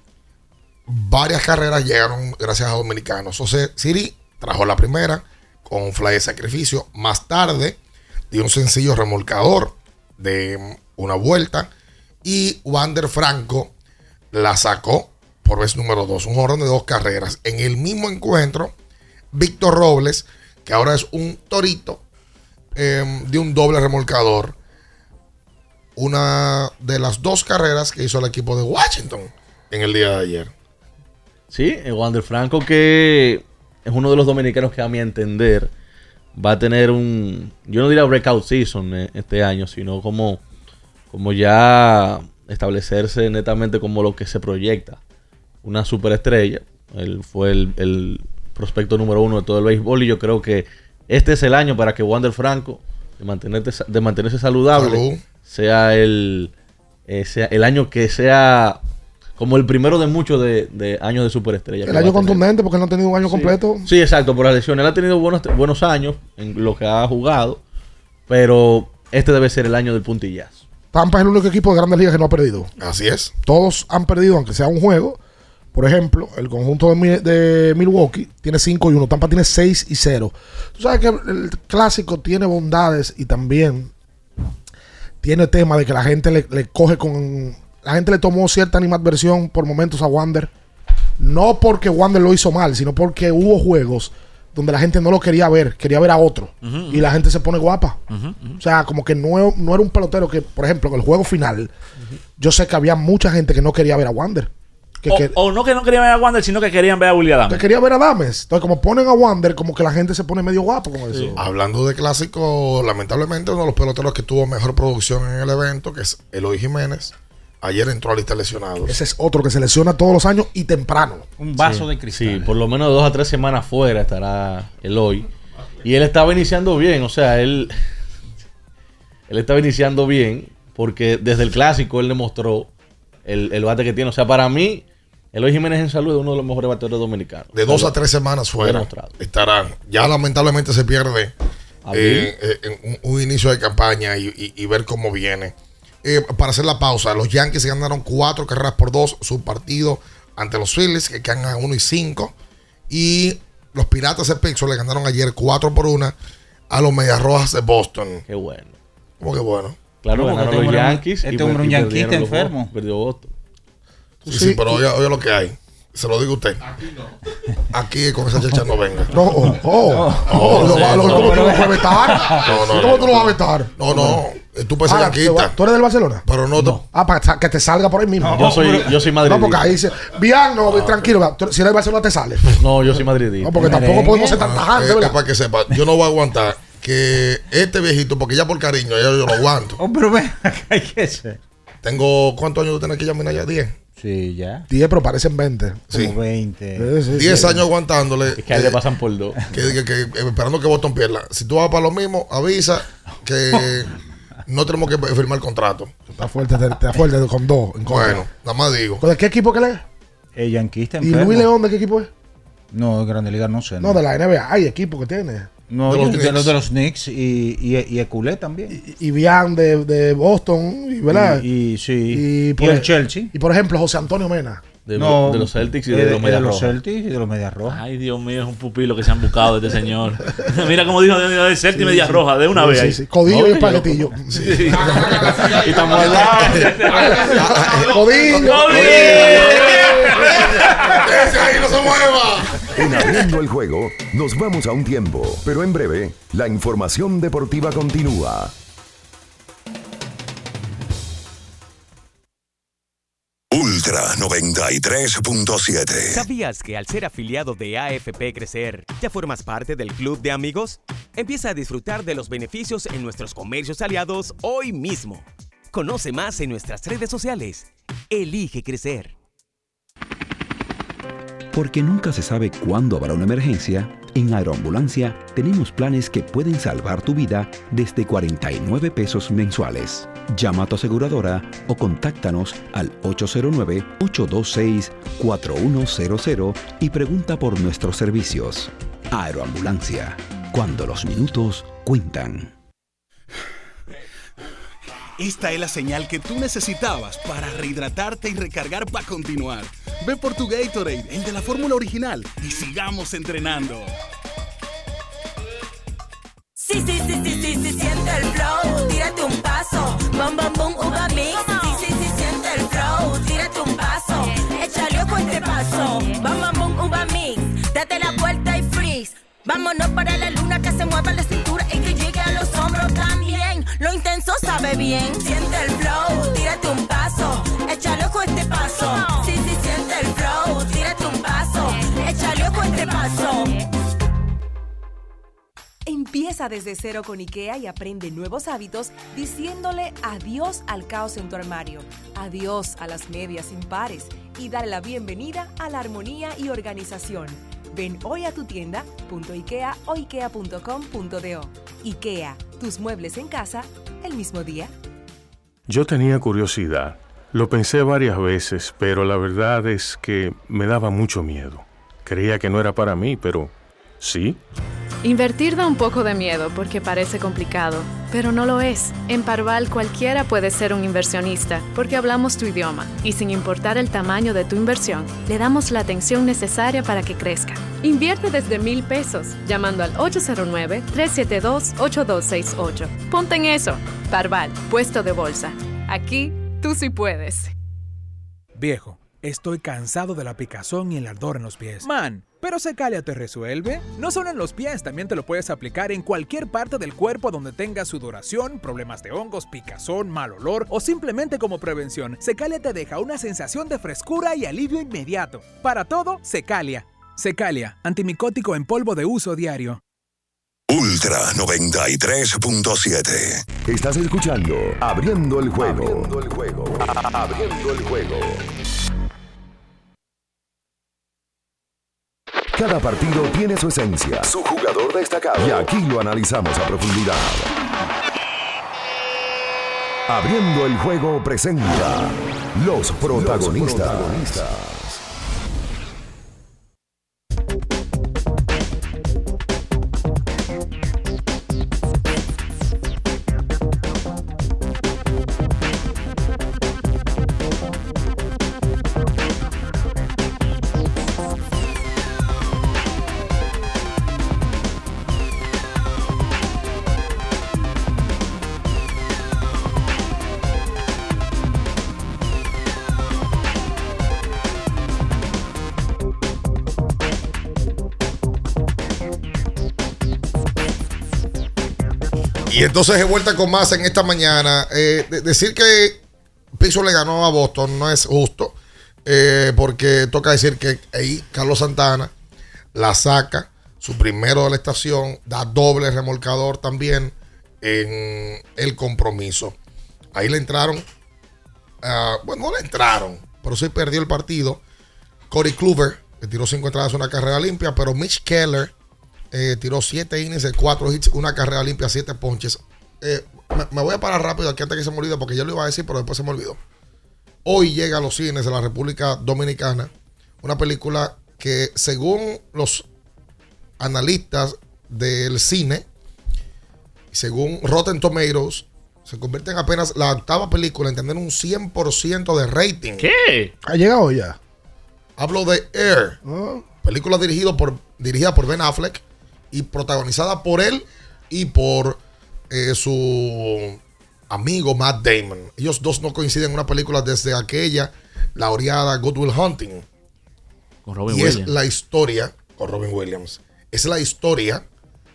varias carreras llegaron gracias a dominicanos. José Siri trajo la primera con un fly de sacrificio. Más tarde dio un sencillo remolcador de una vuelta. Y Wander Franco la sacó por vez número dos. Un jorrón de dos carreras. En el mismo encuentro, Víctor Robles, que ahora es un torito, eh, de un doble remolcador. Una de las dos carreras que hizo el equipo de Washington en el día de ayer. Sí, el Wander Franco, que es uno de los dominicanos que a mi entender va a tener un, yo no diría breakout season eh, este año, sino como, como ya establecerse netamente como lo que se proyecta. Una superestrella. Él fue el, el prospecto número uno de todo el béisbol y yo creo que este es el año para que Wander Franco, de mantenerse, de mantenerse saludable, Salud. sea el, eh, sea el año que sea como el primero de muchos de, de años de superestrella. El que va año a tener. contundente porque no ha tenido un año Sí. completo. Sí, exacto, por la lesión. Él ha tenido buenos, buenos años en lo que ha jugado, pero este debe ser el año del puntillazo. Tampa es el único equipo de Grandes Ligas que no ha perdido. Así es. Todos han perdido, aunque sea un juego. Por ejemplo, el conjunto de, Mi- de Milwaukee tiene cinco y uno. Tampa tiene seis y cero. Tú sabes que el clásico tiene bondades y también tiene tema de que la gente le, le coge con... La gente le tomó cierta animadversión por momentos a Wander. No porque Wander lo hizo mal, sino porque hubo juegos donde la gente no lo quería ver, quería ver a otro. Ujú, ujú. Y la gente se pone guapa. Ujú, ujú. O sea, como que no, no era un pelotero que, por ejemplo, en el juego final, yo sé que había mucha gente que no quería ver a Wander. Que, O, que- o no que no querían ver a Wander, sino que querían ver a William que Adams. quería ver a Dames. Entonces, como ponen a Wander, como que la gente se pone medio guapo con eso. Hablando de clásico, lamentablemente uno de los peloteros que tuvo mejor producción en el evento, que es Eloy Jiménez, ayer entró a lista de lesionados. Ese es otro que se lesiona todos los años y temprano. Un vaso Sí, de cristal. Sí, por lo menos dos a tres semanas fuera estará Eloy. Y él estaba iniciando bien, o sea, él, él estaba iniciando bien porque desde el clásico él demostró el, el bate que tiene. O sea, para mí, Eloy Jiménez en salud es uno de los mejores bateadores dominicanos. De dos a tres semanas fuera Demostrado. estarán. Ya lamentablemente se pierde Abril. eh, eh, en un, un inicio de campaña y, y- y ver cómo viene. eh, para hacer la pausa, los Yankees ganaron cuatro carreras por dos su partido ante los Phillies, que quedan a uno y cinco. Y los Piratas de Pittsburgh le ganaron ayer cuatro por una a los Medias Rojas de Boston. Qué bueno. ¿Cómo que bueno? Claro, No, ganaron este los hombre- Yankees. este y- hombre y un yanquista perdieron los enfermo. Boston, Perdió Boston. Sí, sí, pero oye, oye lo que hay. Se lo digo a usted. Aquí con esa chacha no venga. No, oh, oh, oh, lo va- lo- ¿cómo tú lo vas a vetar? No, no, ¿Cómo no, tú lo vas a vetar? No, no. Tú puedes ser Ah, yanquista. ¿tú eres del Barcelona? Pero no, te- Ah, para que te salga por ahí mismo. Yo soy- yo soy madridista. No, porque ahí dice, bien, no, tranquilo, va, tú- si eres del Barcelona te sale. No, yo soy madridista. No, porque tampoco podemos ser tan Ah, tajantes, eh, ¿verdad? para que sepa, yo no voy a aguantar que este viejito, porque ya por cariño, ya yo lo aguanto. Oh, pero ven, hay que ser. Tengo, ¿cuántos años tú tienes que ya, ya? diez. Sí, ya. diez, pero parecen veinte. Sí. Como veinte. Sí, sí, diez sí. años aguantándole. Es que a él le pasan por dos. Que, que- que- que- esperando que Boston pierda. Si tú vas para lo mismo, avisa que no tenemos que firmar contrato. Está fuerte, está, está fuerte con dos. En contra. Bueno, nada más digo. ¿De qué equipo que le es? El yanquista ¿Y enfermo. Luis León de qué equipo es? No, de Grande Liga no sé. No, de la N B A. Hay equipo que tiene. No, de de, los de Knicks. los de los Knicks y, y, y Eculé también. Y, y Bian de, de Boston, y, ¿verdad? Y, y sí. Y, Y, por, el Chelsea. y por ejemplo, José Antonio Mena. De, No, de los Celtics y de, de, los de Medias los Rojas. Celtics y de los Medias Rojas. Ay, Dios mío, es un pupilo que se han buscado de este señor. Mira cómo dijo de, de Celtic y Medias Rojas, de una Sí, vez sí, ahí. sí. Codillo No, y yo- espaguetillo. Sí. Y estamos al lado. Codillo. ¡Ese ahí no se mueva! En Abriendo el Juego, nos vamos a un tiempo, pero en breve, la información deportiva continúa. Ultra noventa y tres punto siete. ¿Sabías que al ser afiliado de A F P Crecer, ya formas parte del club de amigos? Empieza a disfrutar de los beneficios en nuestros comercios aliados hoy mismo. Conoce más en nuestras redes sociales. Elige crecer. Porque nunca se sabe cuándo habrá una emergencia, en Aeroambulancia tenemos planes que pueden salvar tu vida desde cuarenta y nueve pesos mensuales. Llama a tu aseguradora o contáctanos al ocho cero nueve, ocho dos seis, cuatro uno cero cero y pregunta por nuestros servicios. Aeroambulancia, cuando los minutos cuentan. Esta es la señal que tú necesitabas para rehidratarte y recargar para continuar. Ve por tu Gatorade, el de la fórmula original, y sigamos entrenando. Sí, sí, sí, sí, sí, sí, siente el flow, tírate un paso, bom, bom, bom, uva mix. Sí, sí, sí, siente el flow, tírate un paso, échale ojo a este paso, bom, bom, bom, uva mix. Date la vuelta y freeze, vámonos para la luna, que se mueva la cintura y que llegue a los hombros también. Lo intenso sabe bien, siente el flow, tírate un paso, échale ojo a este paso. Sí, sí, siente el flow, tírate un paso, échale ojo a este paso. Empieza desde cero con IKEA y aprende nuevos hábitos diciéndole adiós al caos en tu armario, adiós a las medias impares y dale la bienvenida a la armonía y organización. Ven hoy a tu tienda punto ikea o ikea punto com punto do. IKEA, tus muebles en casa el mismo día. Yo tenía curiosidad. Lo pensé varias veces, pero la verdad es que me daba mucho miedo. Creía que no era para mí, pero sí. Invertir da un poco de miedo porque parece complicado, pero no lo es. En Parval cualquiera puede ser un inversionista porque hablamos tu idioma y sin importar el tamaño de tu inversión, le damos la atención necesaria para que crezca. Invierte desde mil pesos llamando al ocho cero nueve, tres siete dos, ocho dos seis ocho. Ponte en eso. Parval, puesto de bolsa. Aquí tú sí puedes. Viejo, estoy cansado de la picazón y el ardor en los pies. Man, ¿pero Secalia te resuelve? No solo en los pies, también te lo puedes aplicar en cualquier parte del cuerpo donde tengas sudoración, problemas de hongos, picazón, mal olor o simplemente como prevención. Secalia te deja una sensación de frescura y alivio inmediato. Para todo, Secalia. Secalia, antimicótico en polvo de uso diario. Ultra noventa y tres punto siete. Estás escuchando Abriendo el Juego. Abriendo el Juego. Abriendo el Juego. Cada partido tiene su esencia, su jugador destacado. Y aquí lo analizamos a profundidad. Abriendo el Juego presenta Los protagonistas. Los protagonistas. Y entonces de vuelta con más en esta mañana. Eh, de- decir que Pittsburgh le ganó a Boston no es justo. Eh, porque toca decir que ahí Carlos Santana la saca, su primero de la estación, da doble remolcador también en el compromiso. Ahí le entraron, uh, bueno, no le entraron, pero sí perdió el partido. Corey Kluber, que tiró cinco entradas, una carrera limpia, pero Mitch Keller eh, tiró siete innings de cuatro hits, una carrera limpia, siete ponches. Eh, me, me voy a parar rápido aquí antes que se me olvide, porque yo lo iba a decir, pero después se me olvidó. Hoy llega a los cines de la República Dominicana una película que, según los analistas del cine, según Rotten Tomatoes, se convierte en apenas la octava película en tener un cien por ciento de rating. ¿Qué? ¿Ha llegado ya? Hablo de Air, Oh. película dirigido por, dirigida por Ben Affleck y protagonizada por él y por eh, su amigo Matt Damon. Ellos dos no coinciden en una película desde aquella, la odiada Good Will Hunting. Con Robin y Williams. es la historia, con Robin Williams, es la historia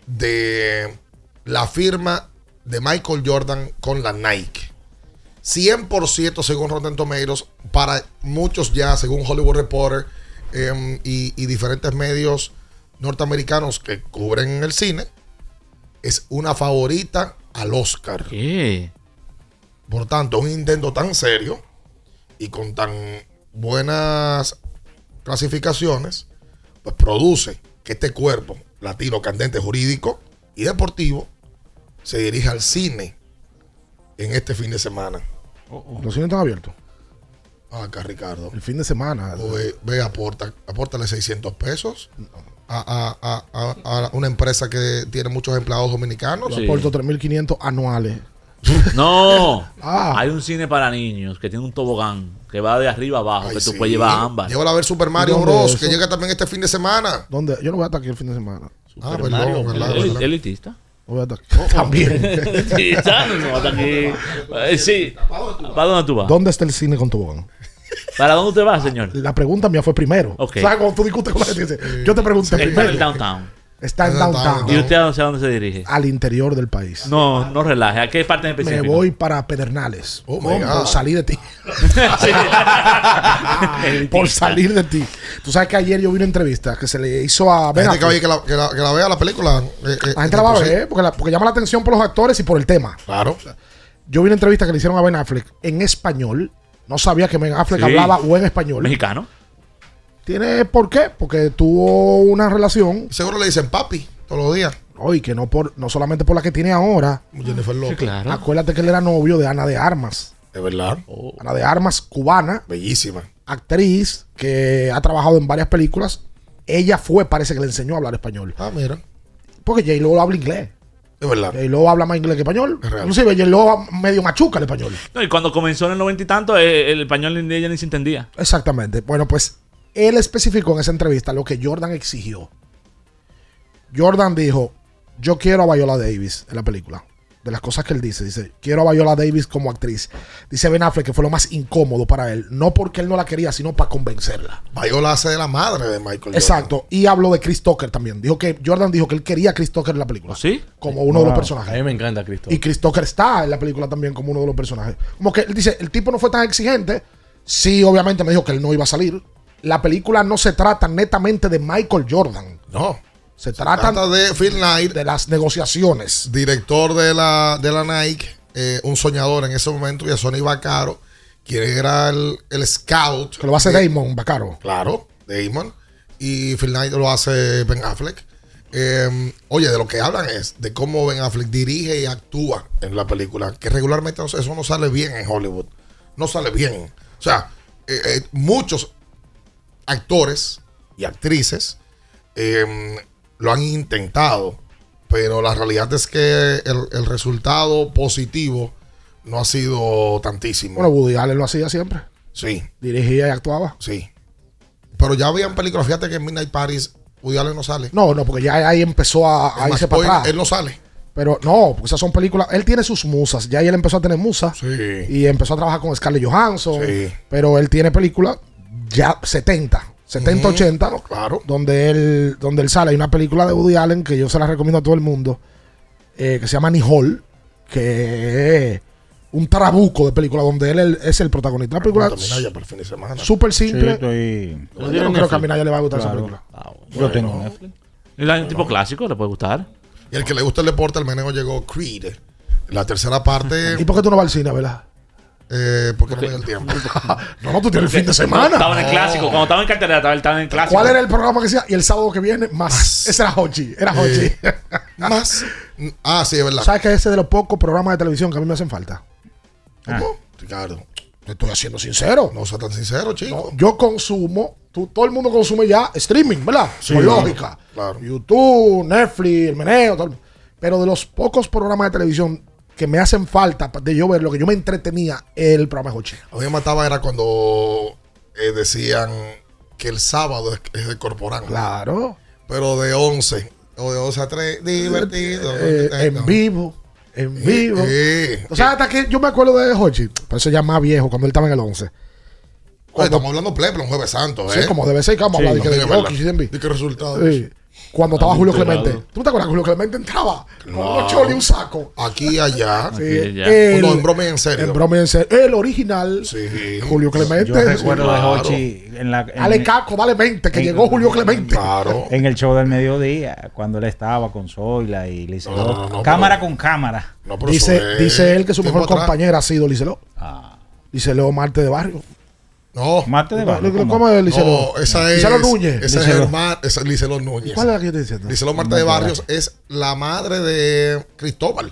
de la firma de Michael Jordan con la Nike. cien por ciento según Rotten Tomatoes, para muchos ya, según Hollywood Reporter eh, y, y diferentes medios norteamericanos que cubren el cine, es una favorita al Oscar. ¿Qué? Por tanto, un intento tan serio y con tan buenas clasificaciones, pues produce que este cuerpo latino, candente, jurídico y deportivo se dirija al cine en este fin de semana. Los cines están abiertos. Ah, acá Ricardo. El fin de semana. Ve, ve aporta, apórtale seiscientos pesos a, a, a, a, a una empresa que tiene muchos empleados dominicanos. Yo aporto tres mil quinientos anuales. No, Ah. hay un cine para niños que tiene un tobogán que va de arriba a abajo, Ay, que tú sí. puedes llevar a ambas. Llévala a ver Super Mario ¿Dónde Bros. es eso? Que llega también este fin de semana. ¿Dónde? Yo no voy a estar aquí el fin de semana. Ah, Super perdón, Mario, verdad, el- verdad. elitista. No voy a estar aquí. También. Elitista, no, hasta aquí. Eh, sí. ¿Para dónde tú vas? ¿Dónde está el cine con tobogán? ¿Para dónde usted va, señor? La pregunta mía fue primero. Ok. ¿Sabes cuando tú discutes con la gente? Dice, yo te pregunté Está en primero. el downtown. Está en downtown. ¿Y usted a dónde, a dónde se dirige? Al interior del país. No, no relaje. ¿A qué parte en Me específico? voy para Pedernales. Oh, por, my por God. salir de ti. Elitista. Por salir de ti. Tú sabes que ayer yo vi una entrevista que se le hizo a Ben La gente que, Affleck. oye, que, la, que, la, que la vea la película. eh, eh, La gente la va a pues sí. ver porque, la- porque llama la atención por los actores y por el tema. Claro. Yo vi una entrevista que le hicieron a Ben Affleck en español. No sabía que Ben Affleck Sí. hablaba buen español. ¿Mexicano? ¿Tiene por qué? Porque tuvo una relación. Seguro le dicen papi todos los días. Hoy que no por no solamente por la que tiene ahora. Jennifer López. Claro. Acuérdate que él era novio de Ana de Armas. De verdad. Ana de Armas, cubana, Bellísima. actriz que ha trabajado en varias películas. Ella fue, parece que le enseñó a hablar español. Ah, mira. Porque J-Lo habla inglés. De verdad. J-Lo habla más inglés que español. Es real. Inclusive J-Lo medio machuca el español. No, y cuando comenzó en el noventa y tanto, eh, el español de ella ni se entendía. Exactamente. Bueno, pues él especificó en esa entrevista lo que Jordan exigió. Jordan dijo, yo quiero a Viola Davis en la película. De las cosas que él dice, dice, quiero a Viola Davis como actriz. Dice Ben Affleck que fue lo más incómodo para él. No porque él no la quería, sino para convencerla. Viola hace de la madre de Michael Jordan. Exacto. Y habló de Chris Tucker también. Dijo que Jordan dijo que él quería a Chris Tucker en la película. ¿Sí? Como uno de los A mí personajes. me encanta Cristo. Y Chris Tucker está en la película también como uno de los personajes. Como que él dice, el tipo no fue tan exigente. Sí, obviamente me dijo que él no iba a salir. La película no se trata netamente de Michael Jordan. No. Se, trata, Trata de Phil Knight, de las negociaciones. director de la, de la Nike, eh, un soñador en ese momento, y a Sonny Vaccaro, quien era el, el scout. Que lo hace de- Damon Vaccaro. Claro, Damon. Y Phil Knight lo hace Ben Affleck. Eh, oye, de lo que hablan es de cómo Ben Affleck dirige y actúa en la película, que regularmente eso no sale bien en Hollywood. No sale bien. O sea, eh, eh, muchos actores y actrices eh, lo han intentado, pero la realidad es que el, el resultado positivo no ha sido tantísimo. Bueno, Woody Allen lo hacía siempre. Sí, Dirigía y actuaba. sí. Pero ya habían películas, fíjate que en Midnight Paris Woody Allen no sale. No, no, porque ya ahí empezó a, a Es irse más, para hoy atrás. él no sale. Pero no, porque esas son películas. Él tiene sus musas. Ya ahí él empezó a tener musas. Sí. Y empezó a trabajar con Scarlett Johansson. Sí. Pero él tiene películas ya setenta, setenta, Ujú. ochenta. No, claro. Donde él, donde él sale. Hay una película de Woody Allen que yo se la recomiendo a todo el mundo. eh, que se llama Annie Hall. que es un trabuco de película donde él el- es el protagonista. Una película Minaya para el fin de semana. súper simple. Sí, estoy- Yo no creo que a Minaya le va a gustar Claro. esa película. Ah, bueno. Yo tengo Netflix. Y la- un tipo clásico, le puede gustar. Y el que le gusta el deporte, al meneo llegó Creed. La tercera parte. ¿Y por qué tú no vas al cine, verdad? Eh, porque no me da el tiempo. No, no, tú tienes el fin de No, semana. estaba en el clásico. Cuando estaba en cartelera, estaba, estaba en el clásico. ¿Cuál era el programa que decía? Y el sábado que viene, más. Ese era Hochi. Era Hochi. Eh, más. Ah, sí, es verdad. ¿Sabes que ese es de los pocos programas de televisión que a mí me hacen falta? ¿Cómo? Ricardo. Te estoy haciendo sincero. No sea tan sincero, chico. No, yo consumo, tú, todo el mundo consume ya streaming, ¿verdad? Sí, Por claro, lógica. claro. YouTube, Netflix, el meneo, todo el- pero de los pocos programas de televisión que me hacen falta de yo ver lo que yo me entretenía, el programa de Hochi. A mí me mataba era cuando eh, decían que el sábado es, es de Corporán. Claro. Pero de once o de once a tres, divertido. Eh, Eh, en no. vivo. En vivo. Eh, O sea, hasta que yo me acuerdo de Hochi, pero eso ya más viejo, cuando él estaba en el once. Oye, estamos hablando pleple, un jueves santo, ¿eh? Sí, como debe ser que vamos a Sí, hablar de que no, de verdad. Jokic y de Embiid. ¿De qué resultados? Sí. Cuando estaba Ah, Julio enterado. Clemente. ¿Tú te acuerdas que Julio Clemente entraba con No. unos cholis y un saco? Aquí y allá. Sí, Aquí y allá. el- No, en broma y en serio. En broma y en serio. El original. Sí. Julio Clemente. Yo recuerdo de claro. Hochi en la. en- Dale caco, dale mente, que en- llegó Julio Clemente. Claro. En el show del mediodía, cuando él estaba con Zoila y Lizeló. No, no, no, cámara pero- con cámara. No, pero Dice, eso es dice él que su tiempo mejor atrás. compañera ha sido Liceló. Ah. Liceló Marte de Barrio. No. Marte de Barrio. ¿Cómo, ¿cómo? es Liceló? No, esa es. Liceló Núñez. Esa es Liceló. hermana. Esa es Liceló Núñez. ¿Cuál es la que yo estoy diciendo? Liceló Marta de Barrios es la madre de Cristóbal.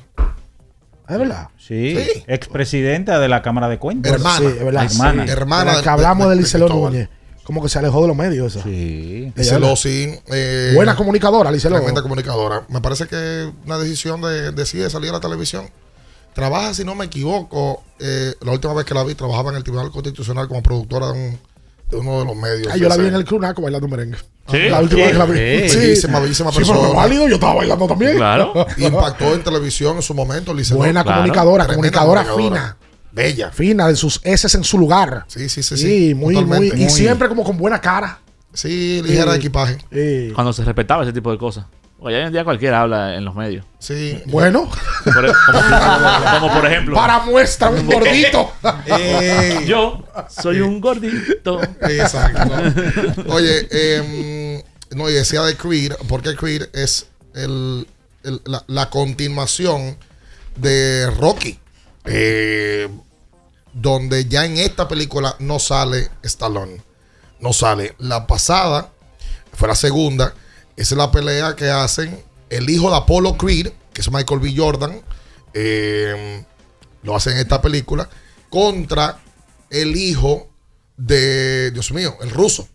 ¿Es verdad? Sí, Sí. expresidenta de la Cámara de Cuentas. Hermana. Sí, es verdad. Hermana. Sí. Hermana De la de- que hablamos de- de de Liceló Cristóbal. Núñez. Como que se alejó de los medios esa. Sí. Liceló, sí. eh, Buena comunicadora, Liceló. Tremenda comunicadora. Me parece que una decisión de, de sí de salir a la televisión. Trabaja, si no me equivoco, eh, la última vez que la vi, trabajaba en el Tribunal Constitucional como productora de, un- de uno de los medios. Ah, yo la vi Ese- en el Clunaco bailando merengue. ¿Sí? La última vez que la vi. Sí. Bellísima, bellísima Sí, pero persona. válido, yo estaba bailando también. Claro. Impactó en televisión en su momento, Liceló. Buena Claro. comunicadora, Tremenda comunicadora, comunicadora. fina. Bella. Fina, de sus S en su lugar. Sí, sí, sí. Sí, sí, muy, muy. totalmente. Y Muy- siempre como con buena cara. Sí, ligera de equipaje. Sí. Cuando se respetaba ese tipo de cosas. Oye, hoy en día cualquiera habla en los medios. Sí. Bueno, Por e- como, como- como por ejemplo. para muestra un gordito. Ey. Yo soy un gordito. Exacto. Oye, eh, no, y decía de Creed, porque Creed es el, el- la, la continuación de Rocky. Eh, donde ya en esta película no sale Stallone. No sale. La pasada fue la segunda. Esa es la pelea que hacen el hijo de Apollo Creed, que es Michael B. Jordan. eh, lo hacen en esta película. Contra el hijo de, Dios mío, el ruso.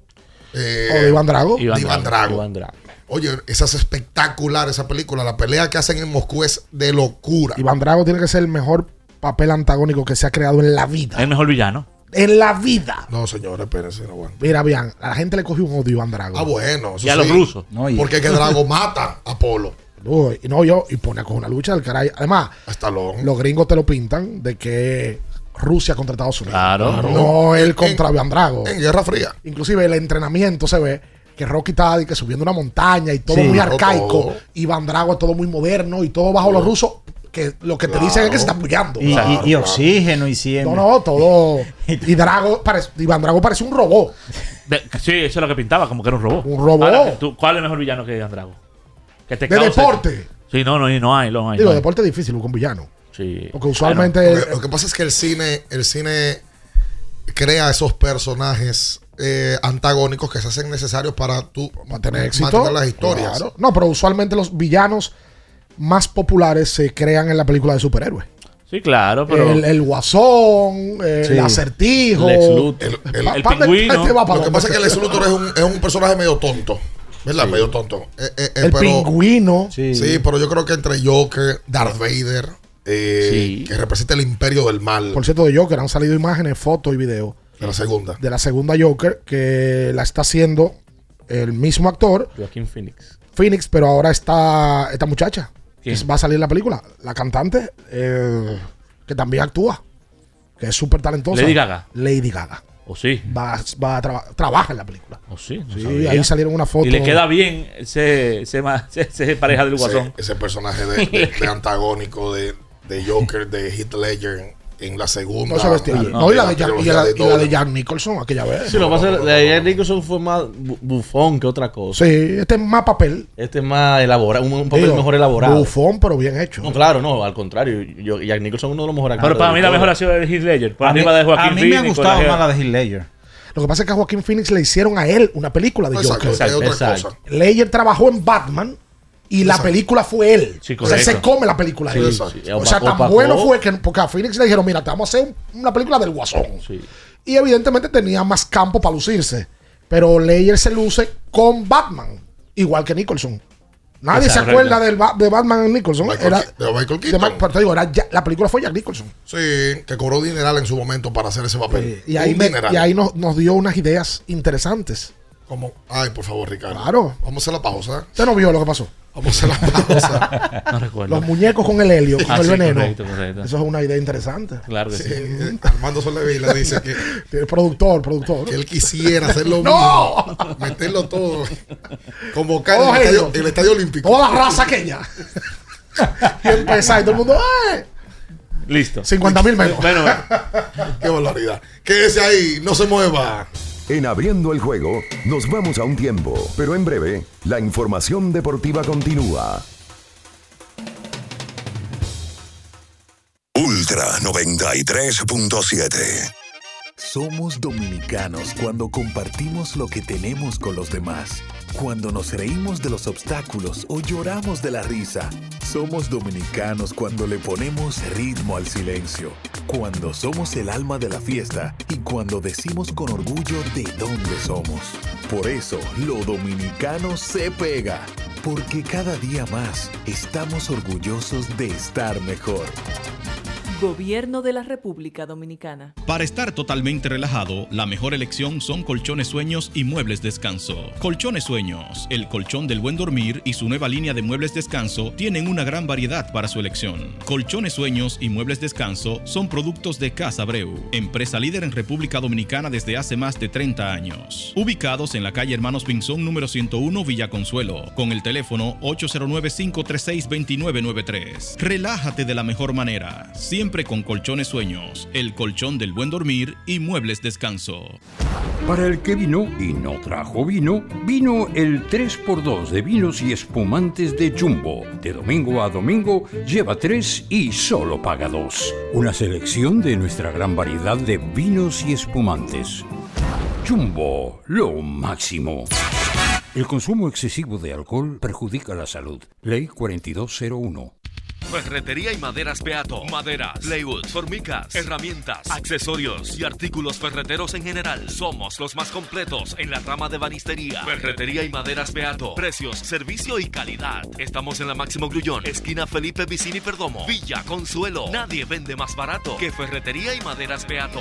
Eh, O de Iván Drago. de Iván Drago. Iván Drago. Oye, esa es espectacular, esa película. La pelea que hacen en Moscú es de locura. Iván Drago tiene que ser el mejor papel antagónico que se ha creado en la vida. El mejor villano. En la vida. No, señores, espérense, no aguanto. Mira, bien, a la gente le cogió un odio a Iván Drago. Ah, bueno. eso Y a los sí. rusos. No, y- Porque que Drago mata a Apolo. Uy, y no, yo, y pone con una lucha del caray. Además, Hasta lo. los gringos te lo pintan de que Rusia contra Estados Unidos. Claro. No él En- contra Iván Drago. En Guerra Fría. Inclusive el entrenamiento se ve que Rocky está de que subiendo una montaña y todo Sí. muy Todo, arcaico. todo. Iván Drago es todo muy moderno y todo bajo los rusos. Que lo que te Claro. dicen es que se están bullando. Y, Claro, y- y claro. oxígeno y siempre. No, no, todo. Y Drago parece, Iván Drago parece un robot. De- sí, eso es lo que pintaba, como que era un robot. Un robot. Ahora, ¿tú- ¿cuál es el mejor villano que Iván Drago? Que te De cause- deporte. Sí, no, no, no hay, no hay. Digo, no hay. deporte es difícil con villano. Sí. Porque usualmente. Porque lo que pasa es que el cine, el cine crea esos personajes eh, antagónicos que se hacen necesarios para tú para tener éxito. mantener las historias. Claro. No, pero usualmente los villanos más populares se crean en la película de superhéroes. Sí, claro, pero. El, el Guasón, el Sí. Acertijo. Lex Luthor. El, el- Pa- el pa- pingüino. este va pa' lo que donde- pasa es que el Lex Luthor es un, es un personaje medio tonto. ¿Verdad? Medio tonto. Eh, eh, eh, El pero, pingüino. Sí. Sí, pero yo creo que entre Joker, Darth Vader, eh, Sí. que representa el imperio del mal Por cierto, de Joker han salido imágenes, fotos y videos de la segunda. de la segunda Joker que la está haciendo el mismo actor, Joaquín Phoenix. Phoenix, pero ahora está esta muchacha ¿Quién? que va a salir en la película, la cantante eh, que también actúa, que es súper talentosa. Lady Gaga. Lady Gaga. O sí. Va, va a traba- trabaja en la película. O sí. No Sí, sabía. ahí salieron una foto. Y le queda bien ese, ese, ma- ese- ese pareja del Ese, guasón. ese personaje de, de- de antagónico, de de Joker de Heath Ledger en la segunda. No se vestía. No, no, y, la de Jack, y, la, y la de Jack Nicholson aquella vez. Sí, lo que pasa es que la de Jack Nicholson fue más bufón que otra cosa. Sí, este es más papel. Este es más elaborado, un, un papel Digo, mejor elaborado. Bufón, pero bien hecho. No, claro, no, al contrario. Yo, Jack Nicholson es uno de los mejores actores. Pero para mí la mejor ha sido la de Heath Ledger. Por a arriba mí, de Joaquín A mí Phoenix, me ha gustado más la de Heath Ledger. Lo que pasa es que a Joaquín Phoenix le hicieron a él una película de exacto, Joker. Exacto, es otra cosa. Ledger trabajó en Batman y exacto. la película fue él. Sí, o sea, se come la película. Sí, él. sí, o sea, tan bueno fue que porque a Phoenix le dijeron, mira, te vamos a hacer una película del Guasón. Sí. Y evidentemente tenía más campo para lucirse. Pero Ledger se luce con Batman, igual que Nicholson. Nadie exacto, se acuerda del ba de Batman y Nicholson. Michael, era, de Michael Keaton. De, pero te digo, era ya, la película fue Jack Nicholson. Sí, que cobró dineral en su momento para hacer ese papel. Sí, y, ahí me, y ahí nos, nos dio unas ideas interesantes. Como, ay, por favor, Ricardo. Claro. Vamos a hacer la pausa. ¿Usted no vio lo que pasó? Vamos a hacer la pausa. No recuerdo. Los muñecos con el helio, con ah, el sí, veneno. Correcto, correcto. Eso es una idea interesante. Claro que sí. sí. Armando Soldevila dice que... El productor, productor. Que él quisiera hacer lo ¡No! mismo. Meterlo todo. Convocar en el estadio, el estadio Olímpico. Toda la raza aquella. Y empezar y todo el mundo... ¡ay! Listo. cincuenta mil menos. Bueno, qué barbaridad. Quédese ahí, no se mueva. En Abriendo el Juego nos vamos a un tiempo, pero en breve la información deportiva continúa. Ultra noventa y tres punto siete. Somos dominicanos cuando compartimos lo que tenemos con los demás. Cuando nos reímos de los obstáculos o lloramos de la risa. Somos dominicanos cuando le ponemos ritmo al silencio. Cuando somos el alma de la fiesta y cuando decimos con orgullo de dónde somos. Por eso, lo dominicano se pega. Porque cada día más estamos orgullosos de estar mejor. Gobierno de la República Dominicana. Para estar totalmente relajado, la mejor elección son Colchones Sueños y Muebles Descanso. Colchones Sueños, el colchón del buen dormir y su nueva línea de muebles descanso tienen una gran variedad para su elección. Colchones Sueños y Muebles Descanso son productos de Casa Abreu, empresa líder en República Dominicana desde hace más de treinta años. Ubicados en la calle Hermanos Pinzón número ciento uno, Villa Consuelo, con el teléfono ocho cero nueve, cinco tres seis, dos nueve nueve tres. Relájate de la mejor manera, siempre con Colchones Sueños, el colchón del buen dormir y Muebles Descanso. Para el que vino y no trajo vino, vino el tres por dos de vinos y espumantes de Jumbo. De domingo a domingo, lleva tres y solo paga dos. Una selección de nuestra gran variedad de vinos y espumantes. Jumbo, lo máximo. El consumo excesivo de alcohol perjudica la salud. Ley cuarenta y dos cero uno. Ferretería y maderas Beato. Maderas, plywood, formicas, herramientas, accesorios y artículos ferreteros en general. Somos los más completos en la rama de banistería. Ferretería y maderas Beato. Precios, servicio y calidad. Estamos en la Máximo Grullón, esquina Felipe Vicini Perdomo, Villa Consuelo. Nadie vende más barato que Ferretería y maderas Beato.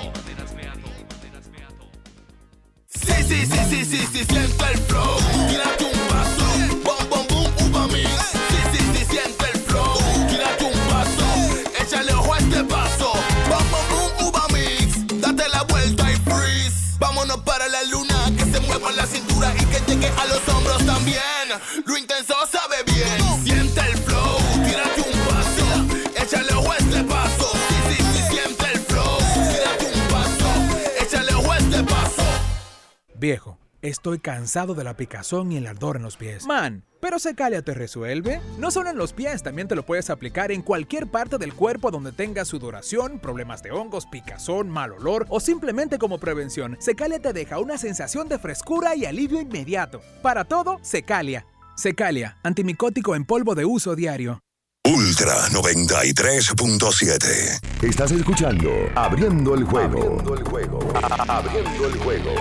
Sí, sí, sí, sí, sí, sí, siente el flow. Tírate un paso. Bom, bom, boom, uva mix. Sí, sí, sí, siente el flow. Tírate un paso. Échale ojo a este paso. Bom, bom, boom, uva mix. Date la vuelta y freeze. Vámonos para la luna. Que se mueva la cintura y que llegue a los hombros también. Lo intenso sabe bien. Siente el flow. Tírate un paso. Échale ojo a este paso. Sí, sí, sí, siente el flow. Tírate un paso. Échale ojo a este paso. Viejo, estoy cansado de la picazón y el ardor en los pies. Man, ¿pero Secalia te resuelve? No solo en los pies, también te lo puedes aplicar en cualquier parte del cuerpo donde tengas sudoración, problemas de hongos, picazón, mal olor o simplemente como prevención. Secalia te deja una sensación de frescura y alivio inmediato. Para todo, Secalia. Secalia, antimicótico en polvo de uso diario. Ultra noventa y tres punto siete. Estás escuchando Abriendo el Juego. Abriendo el Juego. Abriendo el Juego.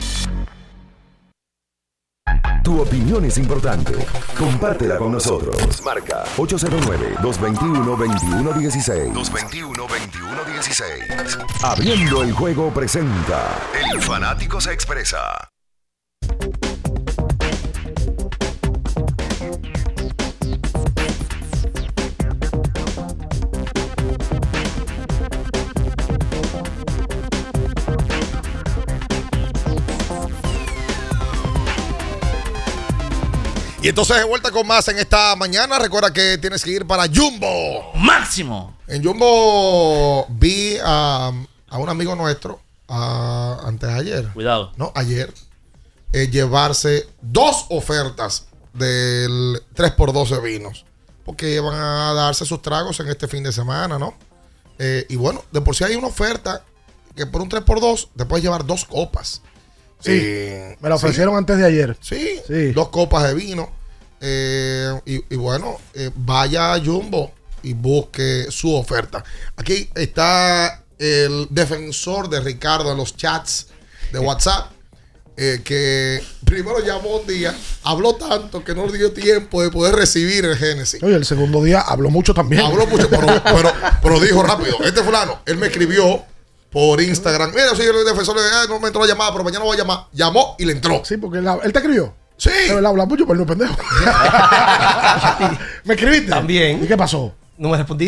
Tu opinión es importante. Compártela con nosotros. Marca ocho cero nueve, dos dos uno, dos uno uno seis. dos dos uno, dos uno uno seis. Abriendo el Juego presenta El Fanático se expresa. Y entonces de vuelta con más en esta mañana. Recuerda que tienes que ir para Jumbo. ¡Máximo! En Jumbo vi a, a un amigo nuestro a, antes de ayer. Cuidado. No, ayer. Eh, llevarse dos ofertas del tres por doce vinos. Porque van a darse sus tragos en este fin de semana, ¿no? Eh, y bueno, de por sí hay una oferta que por un tres por dos te puedes llevar dos copas. Sí, eh, me la ofrecieron sí. antes de ayer. Sí, sí. Dos copas de vino. Eh, y, y bueno, eh, vaya a Jumbo y busque su oferta. Aquí está el defensor de Ricardo en los chats de WhatsApp. Eh, que primero llamó un día, habló tanto que no le dio tiempo de poder recibir el Génesis. Oye, el segundo día habló mucho también. Habló mucho, pero, pero, pero dijo rápido. Este fulano, él me escribió por Instagram. Mira, soy el defensor, eh, no me entró la llamada, pero mañana voy a llamar. Llamó y le entró. Sí, porque él, él te escribió. Sí. Él habla mucho, pero no es pendejo. ¿Me escribiste? También. ¿Y qué pasó? No me respondiste.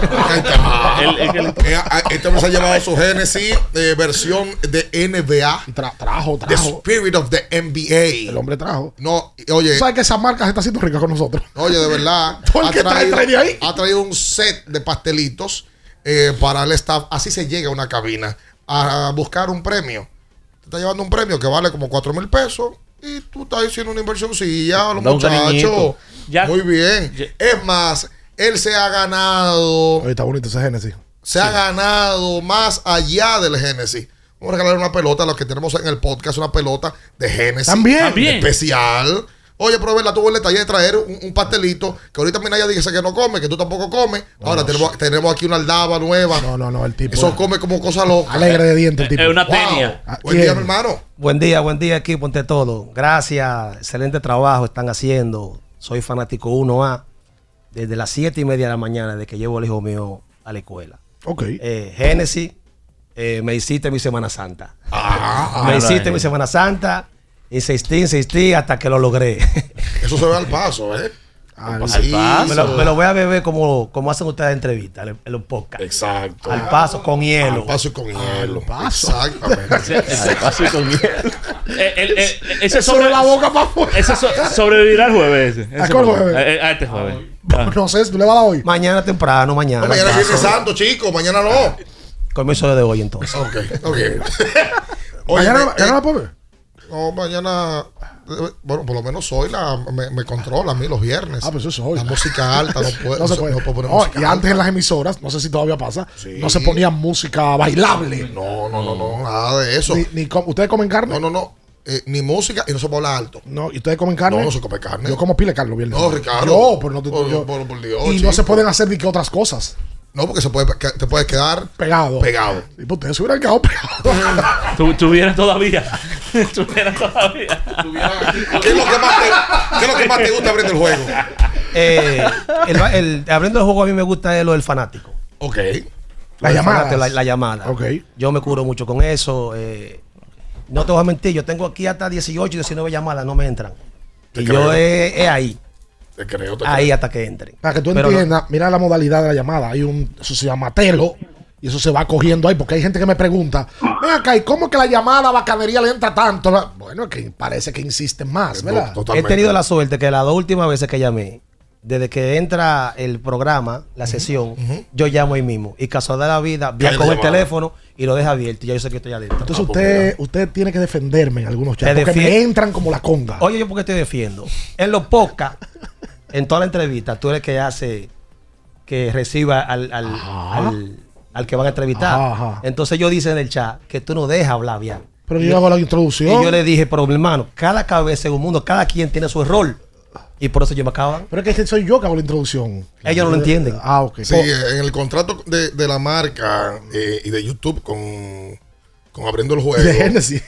Ah, el, el, el, este hombre se ha llevado su Genesis eh, versión de N B A. Tra, trajo, trajo. The Spirit of the N B A. El hombre trajo. No, oye. ¿Sabes que esa marca se está haciendo rica con nosotros? Oye, de verdad. ¿Todo el que trae, trae de ahí? Ha traído un set de pastelitos eh, para el staff. Así se llega a una cabina a buscar un premio. Te está llevando un premio que vale como cuatro mil pesos. Y tú estás haciendo una inversioncilla a los muchachos. Muy bien. Ya. Es más, él se ha ganado. Oye, está bonito ese Génesis. Se sí. ha ganado más allá del Génesis. Vamos a regalar una pelota a los que tenemos en el podcast, una pelota de Génesis. También. También. Especial. Oye, pero verla, tuvo el detalle de traer un, un pastelito que ahorita Minaya dice que no come, que tú tampoco comes. No, Ahora no, tenemos, sí. tenemos aquí una aldaba nueva. No, no, no, el tipo. Eso come como cosa loca. Alegre de dientes el tipo. Es una tenia. Wow. Buen día, mi hermano. Buen día, buen día, equipo, ante todo. Gracias, excelente trabajo están haciendo. Soy fanático uno A. Desde las siete y media de la mañana, de que llevo al hijo mío a la escuela. Ok. Eh, Génesis, eh, me hiciste mi Semana Santa. Ah, me hiciste mi Semana Santa. Insistí, insistí hasta que lo logré. Eso se ve al paso, ¿eh? Al, al paso. Me lo, me lo voy a beber como, como hacen ustedes entrevistas en los podcasts. Exacto. Al paso con hielo. Al paso y con hielo. Al paso. Exactamente. Al paso y con hielo. Eh, el, el, ese sobre, sobre la boca para afuera. Ese so, sobrevivirá el jueves. Ese. ¿A cuál jueves? A, a este jueves. Ah. No sé, ¿tú le vas a dar hoy? Mañana temprano, mañana. No, mañana es Viernes Santo, chico. Mañana no. Comienzo de hoy entonces. Ok, ok. Oye, ¿Mañana, me, ¿mañana eh, la puedo ver? No, mañana. Bueno, por lo menos hoy la, me, me controla a mí los viernes. Ah, pues eso es hoy. La música alta no puede. No se puede. No puede poner oh, música y alta. antes en las emisoras, no sé si todavía pasa, sí. no se ponía música bailable. No, no, no, no, nada de eso. Ni, ni com- ¿Ustedes comen carne? No, no, no. Eh, ni música y no se puede hablar alto. No, ¿y ustedes comen carne? No, no se come carne. Yo como pile de carne los viernes. No, Ricardo. Yo, pero no te, por, yo, por, por Dios, y chico. no se pueden hacer ni que otras cosas. No, porque se puede, te puedes quedar pegado. Pegado. Y pues ustedes se hubieran quedado pegados. Tu, tuvieras todavía. Tuvieras todavía. ¿Qué es lo que más te, qué es lo que más te gusta abriendo el juego? Eh, el, el, abriendo el juego a mí me gusta lo del fanático. Ok. La llamada. La, la llamada. Ok. Yo me curo mucho con eso. Eh, no te voy a mentir, yo tengo aquí hasta dieciocho y diecinueve llamadas, no me entran. Te y creo. yo es, es ahí. Te creo, te ahí creo. hasta que entren. Para que tú Pero entiendas, no. mira la modalidad de la llamada. Hay un, eso se llama telo. Y eso se va cogiendo ahí, porque hay gente que me pregunta, ven acá, ¿y cómo que la llamada a bacanería le entra tanto? Bueno, que parece que insisten más, ¿verdad? He tenido la suerte que las dos últimas veces que llamé, desde que entra el programa, la sesión, uh-huh. yo llamo ahí mismo. Y casualidad de la vida, viene con el teléfono y lo deja abierto y ya yo sé que estoy adentro. Entonces usted, usted tiene que defenderme en algunos chats, porque me entran como la conga. Oye, ¿yo por qué te defiendo? En los podcasts, en toda la entrevista, tú eres el que hace que reciba al, al, al, al que van a entrevistar. Ajá, ajá. Entonces yo dice en el chat que tú no dejas hablar bien. Pero yo, yo hago la introducción. Y yo le dije, pero mi hermano, cada cabeza en un mundo, cada quien tiene su rol. Y por eso yo me acaban. Pero es que soy yo que hago la introducción. Ellos no lo entienden. Ah, ok. Sí, en el contrato de, de la marca eh, y de YouTube con, con Abriendo el Juego. De Génesis.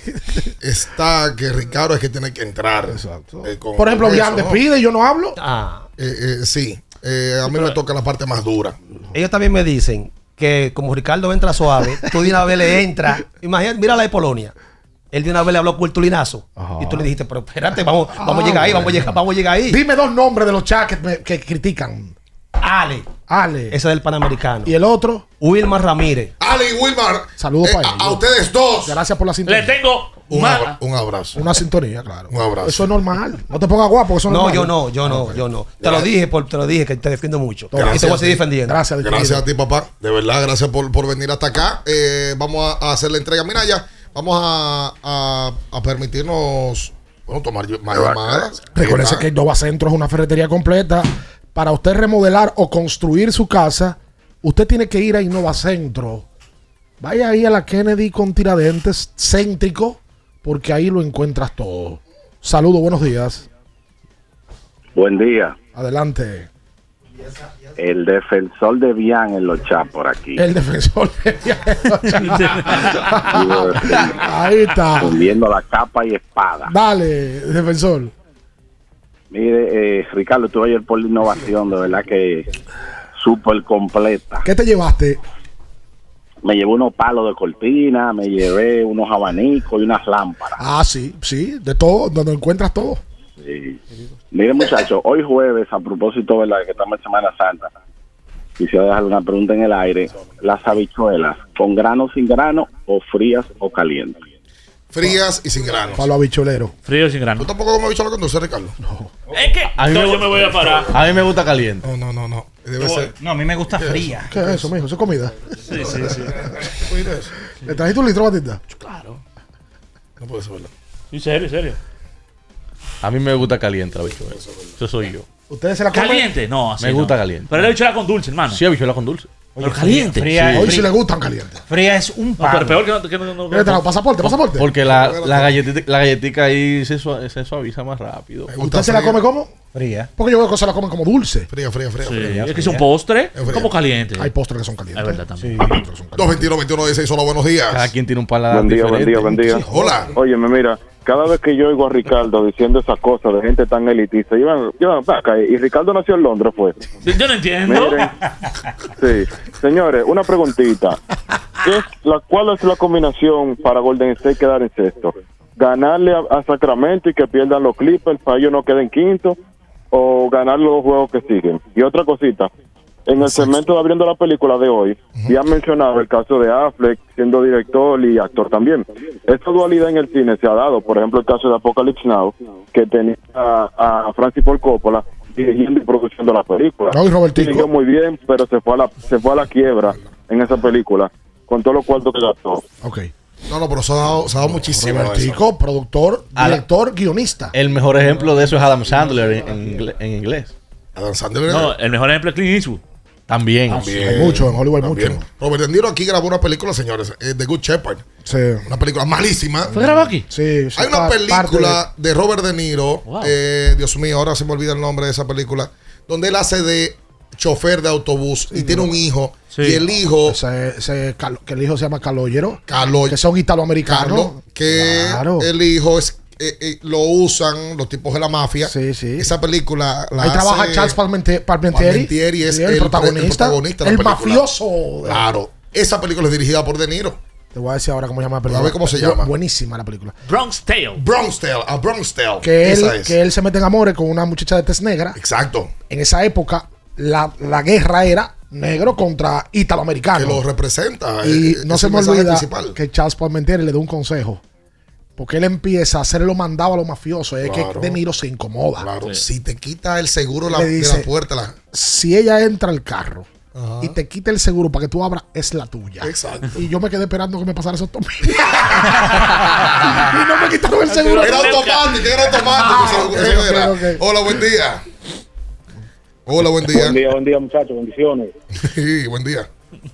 Está que Ricardo es que tiene que entrar. Exacto. Eh, con, por ejemplo, Bian despide y yo no hablo. Ah. Eh, eh, sí. Eh, a mí me toca la parte más dura. Ellos también me dicen que como Ricardo entra suave, tú de una vez le entras. Imagínate, mira la de Polonia. Él de una vez le habló por el tulinazo. Ajá. Y tú le dijiste, pero espérate, vamos, vamos ah, a llegar ahí, vamos a llegar, vamos a llegar ahí. Dime dos nombres de los chats que, me, que critican. Ale. Ale. Ese es del Panamericano. ¿Y el otro? Wilmar Ramírez. Ale y Wilmar. Saludos eh, para a, ellos. a ustedes dos. Gracias por la sintonía. Le tengo Un, más. abra- un abrazo. Una sintonía, claro. Un abrazo. Eso es normal. No te pongas guapo, eso es No, normal. yo no, yo no, yo no. Te lo dije, por, te lo dije que te defiendo mucho. Gracias y te voy a seguir ti. defendiendo. Gracias, Gracias a ti, papá. De verdad, gracias por, por venir hasta acá. Eh, vamos a, a hacer la entrega. Mira, ya vamos a, a, a permitirnos bueno, tomar ll- más llamadas. Recuérdese que Innova Centro es una ferretería completa. Para usted remodelar o construir su casa, usted tiene que ir a Innova Centro. Vaya ahí a la Kennedy con Tiradentes, céntrico, porque ahí lo encuentras todo. Saludos, buenos días. Buen día. Adelante. El defensor de Bian en los chats por aquí. El defensor de Ahí está. Fundiendo la capa y espada. Dale, defensor. Mire, eh, Ricardo, estuve ayer por la innovación, de verdad que súper completa. ¿Qué te llevaste? Me llevé unos palos de cortina, me llevé unos abanicos y unas lámparas. Ah, sí, sí, de todo, donde encuentras todo. Sí. Mire, muchachos, hoy jueves, a propósito, ¿verdad?, que estamos en Semana Santa, quisiera dejar una pregunta en el aire. Las habichuelas, ¿con grano, sin grano, o frías o calientes? Frías y sin granos. Para los habichueleros. Frío sin grano. ¿Tú tampoco comes habichuela con dulce, Ricardo? No. Es que A mí no, me yo gu- me voy a parar. A mí me gusta caliente. No, no, no, no. Debe ser. No, a mí me gusta ¿Qué es fría. ¿Qué es eso, mijo? ¿Eso es comida? Sí, sí, sí. ¿Qué es eso? ¿Le trajiste un litro, Batista? Claro. No puede ser verdad. Sí, serio, serio. A mí me gusta caliente la habichuela. Eso soy yo. ¿Ustedes se la comen? Caliente, no, así Me no. gusta caliente. Pero la habichuela con dulce, hermano. Sí, habichuela con dulce. Pero caliente. Fría, Sí. Hoy sí fría, le gustan calientes. fría es un No, palo. pero peor que no. Que no, no, ¿Qué te trajo? ¿Pasaporte? ¿Pasaporte? Porque la, la, galletita, la galletica ahí se, sua- se suaviza más rápido. Me gusta ¿Usted se la fría. come como? Fría. Porque yo veo que se la comen como dulce. Fría, fría, fría. Sí, fría. es que es un postre fría. como caliente. Hay postres que son calientes. Es verdad también. dos veintiuno, veintiuno dieciséis, hola, buenos días. Cada quien tiene un paladar Buen día, buen diferente. día, buen día. Sí, hola. Óyeme, mira, cada vez que yo oigo a Ricardo diciendo esas cosas de gente tan elitista, yo, yo, yo, ven acá, y Ricardo nació en Londres, fue. Yo no entiendo. Miren, sí. Señores, una preguntita. ¿Qué es la, ¿Cuál es la combinación para Golden State quedar en sexto? ¿Ganarle a, a Sacramento y que pierdan los Clippers para ellos no queden quinto? ¿O ganar los dos juegos que siguen? Y otra cosita, en el segmento de abriendo la película de hoy, ya han mencionado el caso de Affleck siendo director y actor también. Esta dualidad en el cine se ha dado, por ejemplo, el caso de Apocalypse Now, que tenía a, a Francis Ford Coppola dirigiendo y produciendo la película. No, y Robertico. Dirigió muy bien, pero se fue a la se fue a la quiebra en esa película, con todos los cuartos que gastó. Ok. No, no, pero se ha dado, se ha dado muchísimo. Robertico, productor, A la- director, guionista. El mejor ejemplo de eso es Adam Sandler en, en ingle- en inglés. Adam Sandler. No, el mejor ejemplo es Clint Eastwood. También. También. Hay mucho, en Hollywood hay También. mucho. Robert De Niro aquí grabó una película, señores, eh, The Good Shepherd. Sí. Una película malísima. ¿Fue grabado aquí? Sí, sí, Hay una pa- película de... Robert De Niro, Wow. eh, Dios mío, ahora se me olvida el nombre de esa película, donde él hace de chofer de autobús y tiene un hijo. Sí. Y el hijo, Ese- ese Cal- que el hijo se llama Caloyero. Calo- Que son italoamericanos. Carlos, que Claro. el hijo es, eh, eh, lo usan los tipos de la mafia. Sí, sí. Esa película la Ahí hace trabaja Charles Palmente- Palmentieri. Palmentieri es Sí, el, el, protagonista. el protagonista de El, la película. mafioso. Claro. Esa película es dirigida por De Niro. Te voy a decir ahora cómo se llama la A película. ver cómo se Bu- llama. Buenísima la película. Bronx Tale. Bronx Tale, a Bronx Tale. Que él, Esa es. que él se mete en amores con una muchacha de tez negra. Exacto. En esa época, la, la guerra era negro contra italoamericano. Que lo representa. Y eh, no es se el me mensaje olvida principal. que Charles Palmentieri le da un consejo. Porque él empieza a hacerle lo mandado a los mafiosos. Es Claro. que De Niro se incomoda. Claro, si te quita el seguro la- Le de dice, la puerta, la- Si ella entra al carro Ajá. y te quita el seguro para que tú abras, es la tuya. Exacto. Y yo me quedé esperando que me pasara eso también. Y no me quitaron el seguro. Era automático, era automático. ese- ese ok, era. ok. Hola, buen día. Hola, buen día. Buen día, buen día, muchachos. Bendiciones. Sí, buen día.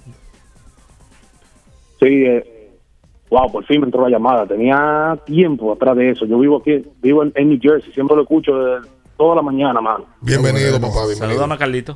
Sí, eh, wow, por fin me entró la llamada. Tenía tiempo atrás de eso. Yo vivo aquí, vivo en, en New Jersey. Siempre lo escucho de toda la mañana, mano. Bienvenido, papá. Bienvenido. Saludame a Carlito.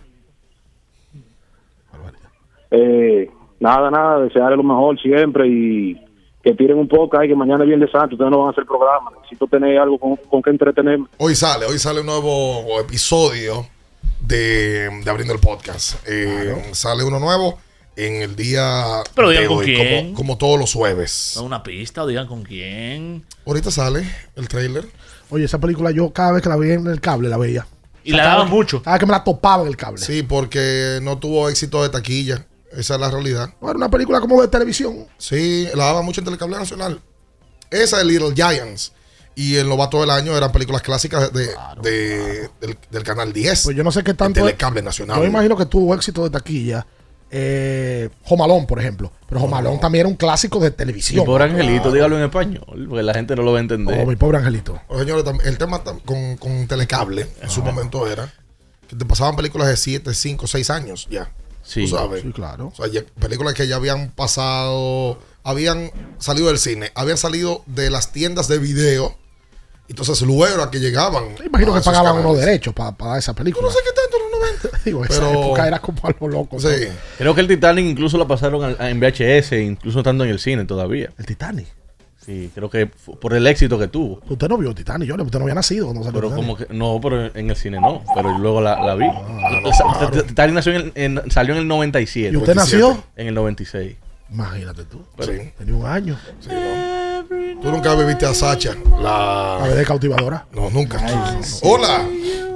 Eh, nada, nada, desearle lo mejor siempre y que tiren un poco ahí, que mañana es Viernes Santo, ustedes no van a hacer programa. Necesito tener algo con, con que entretenerme. Hoy sale, hoy sale un nuevo episodio de, de Abriendo el Podcast. Eh, Sale uno nuevo en el día Pero digan de con hoy, quién. Como, como todos los jueves. Una pista o digan con quién. Ahorita sale el trailer. Oye, esa película yo cada vez que la veía en el cable la veía. Y la daban mucho. Ah, que me la topaba en el cable. Sí, porque no tuvo éxito de taquilla. Esa es la realidad. No, era una película como de televisión. Sí, la daban mucho en Telecable Nacional. Esa de Little Giants y El Novato del Año eran películas clásicas de, claro, de, claro. Del, del Canal diez. Pues yo no sé qué tanto. Telecable Nacional. Yo me imagino que tuvo éxito de taquilla. Eh, Home Alone, por ejemplo. Pero Home Alone no. también era un clásico de televisión. Mi pobre angelito, claro. dígalo en español, porque la gente no lo va a entender. Oh, mi pobre angelito. Pues, señores, el tema con, con Telecable en su momento era que te pasaban películas de siete, cinco, seis años ya. Sí, ¿tú sabes? Sí, claro. O sea, ya, películas que ya habían pasado, habían salido del cine, habían salido de las tiendas de video. Entonces luego era que llegaban. Me imagino que pagaban canales. unos derechos para pa esa película. No sé qué tanto en los noventa. Digo, esa pero época era como algo loco. Sí. ¿no? Creo que el Titanic incluso la pasaron en V H S, incluso estando en el cine todavía. ¿El Titanic? Sí, creo que por el éxito que tuvo. Usted no vio el Titanic, yo, usted no había nacido cuando salió. Pero como que, no, pero en el cine no, pero luego la, la vi. Ah, no, claro. Titanic nació en, en, salió en el noventa y siete. ¿Y usted nació? En el noventa y seis. Imagínate tú. Pero, sí. Tenía un año. Sí, ¿no? Tú nunca viviste a Sacha, la... la bebé cautivadora. No, nunca. Ay, no, no. Hola.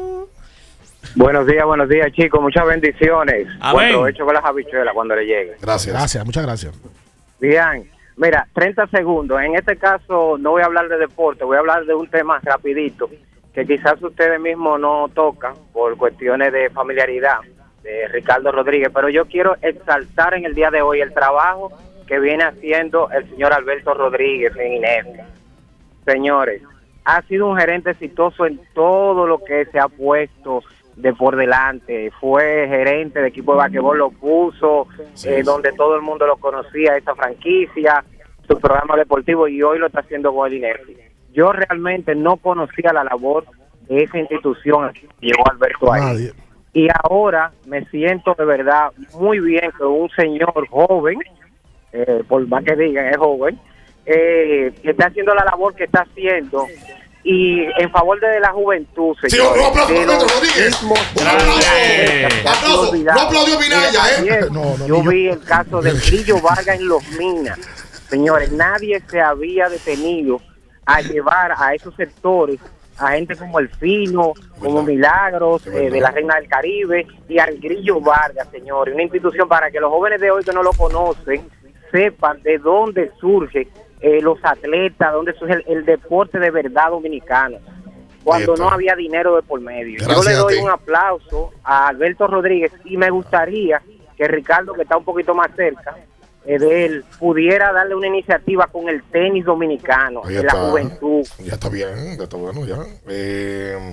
Buenos días, buenos días, chicos. Muchas bendiciones. Amén. Buen provecho con las habichuelas cuando le lleguen. Gracias. Gracias, muchas gracias. Bien. Mira, treinta segundos. En este caso no voy a hablar de deporte, voy a hablar de un tema rapidito que quizás ustedes mismos no tocan por cuestiones de familiaridad de Ricardo Rodríguez, pero yo quiero exaltar en el día de hoy el trabajo que viene haciendo el señor Alberto Rodríguez en INEF. Señores, ha sido un gerente exitoso en todo lo que se ha puesto de por delante. Fue gerente de equipo de basquetbol, lo puso sí, eh, sí. donde todo el mundo lo conocía, esa franquicia, su programa deportivo, y hoy lo está haciendo con el INEF. Yo realmente no conocía la labor de esa institución que llegó Alberto ahí. Nadie. Y ahora me siento de verdad muy bien que un señor joven, eh, por más que digan es joven, eh, que está haciendo la labor que está haciendo y en favor de la juventud, señor. Sí, un aplauso para Alberto Rodríguez. Un aplauso. No aplaudió Minaya, ¿eh? No, no, yo vi el caso del Grillo Vargas en Los Minas. Señores, nadie se había detenido a llevar a esos sectores a gente como El Fino, como Milagros, eh, de la Reina del Caribe, y al Grillo Vargas, señores. Una institución para que los jóvenes de hoy que no lo conocen sepan de dónde surge eh, los atletas, dónde surge el, el deporte de verdad dominicano, cuando no había dinero de por medio. Gracias. Yo le doy un aplauso a Alberto Rodríguez y me gustaría que Ricardo, que está un poquito más cerca eh, de él, pudiera darle una iniciativa con el tenis dominicano, de la juventud. Ya está bien, ya está bueno, ya. Eh...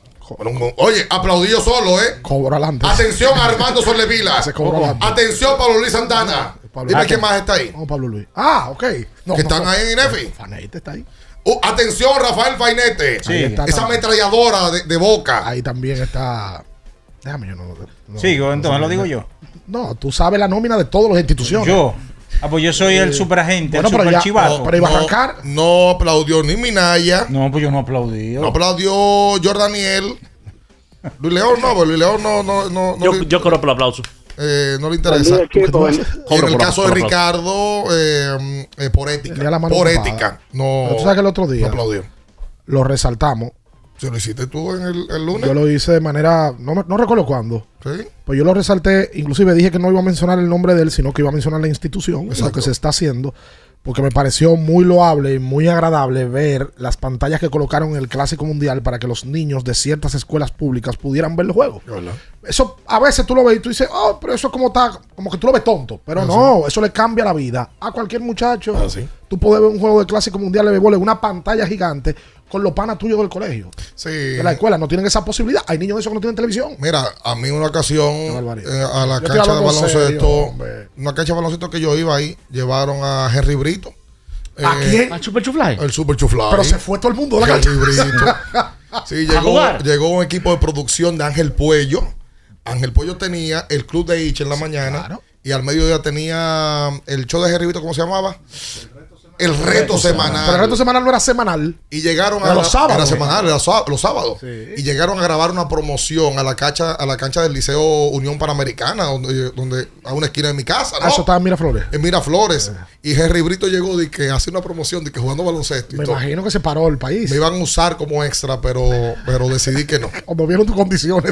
Oye, aplaudido solo, ¿eh? Cobra adelante. Atención, Armando Sollevila. Atención, Pablo Luis Santana. Pablo Dime Luis. quién más está ahí. Vamos, Pablo Luis. Ah, ok. No, que no, están no, ahí en INEFI. Fanete está ahí. Uh, atención, Rafael Fainete. Sí, está, esa está, ametralladora de, de Boca. Ahí también está. Déjame, yo no. no Sigo, entonces no lo digo yo. No, tú sabes la nómina de todas las instituciones. Yo. Ah, pues yo soy el superagente, bueno, el super chivato. No, pero iba a no, arrancar. No aplaudió ni Minaya. No, pues yo no aplaudí. No aplaudió Jordaniel. Luis León no, pues Luis León no, no, no, no yo, le, yo corro por el aplauso. Eh, no le interesa. Día, chico, en el por, caso por, de por, Ricardo, eh, eh, por ética. La por ética. No. Pero tú sabes que el otro día no aplaudió. Lo resaltamos. ¿Se lo hiciste tú en el, el lunes? Yo lo hice de manera, no, me, no recuerdo cuándo. ¿Sí? Pues yo lo resalté, inclusive dije que no iba a mencionar el nombre de él, sino que iba a mencionar la institución, Exacto. lo que se está haciendo, porque me pareció muy loable y muy agradable ver las pantallas que colocaron en el Clásico Mundial para que los niños de ciertas escuelas públicas pudieran ver el juego. Hola. Eso a veces tú lo ves y tú dices, oh, pero eso es como está, como que tú lo ves tonto. Pero ah, no, sí. Eso le cambia la vida a cualquier muchacho. Ah, sí. Tú puedes ver un juego de Clásico Mundial de béisbol en una pantalla gigante con los panas tuyos del colegio. Sí. De la escuela no tienen esa posibilidad. Hay niños de esos que no tienen televisión. Mira, a mí una ocasión eh, a la yo cancha de baloncesto, serio, una cancha de baloncesto que yo iba ahí, llevaron a Henry Brito. ¿A eh, quién? ¿Al Super Chuflay? El Super Chuflay. Pero se fue todo el mundo de la Henry cancha. Brito. Sí, llegó, llegó un equipo de producción de Ángel Puello. Ángel Puello tenía el club de Iche en la mañana. Claro. Y al mediodía tenía el show de Henry Brito, ¿cómo se llamaba? el reto semanal. Pero el reto semanal no era semanal. Y llegaron Era a los sábados. Era semanal, era los sábados. Los sábados. Sí. Y llegaron a grabar una promoción a la cancha, a la cancha del Liceo Unión Panamericana, donde, donde a una esquina de mi casa, ¿no? Ah, eso estaba en Miraflores. En Miraflores. Y Henry Brito llegó de que hacía una promoción de que jugando baloncesto. Y Me todo. imagino que se paró el país. Me iban a usar como extra, pero, pero decidí que no. Cuando vieron tus condiciones.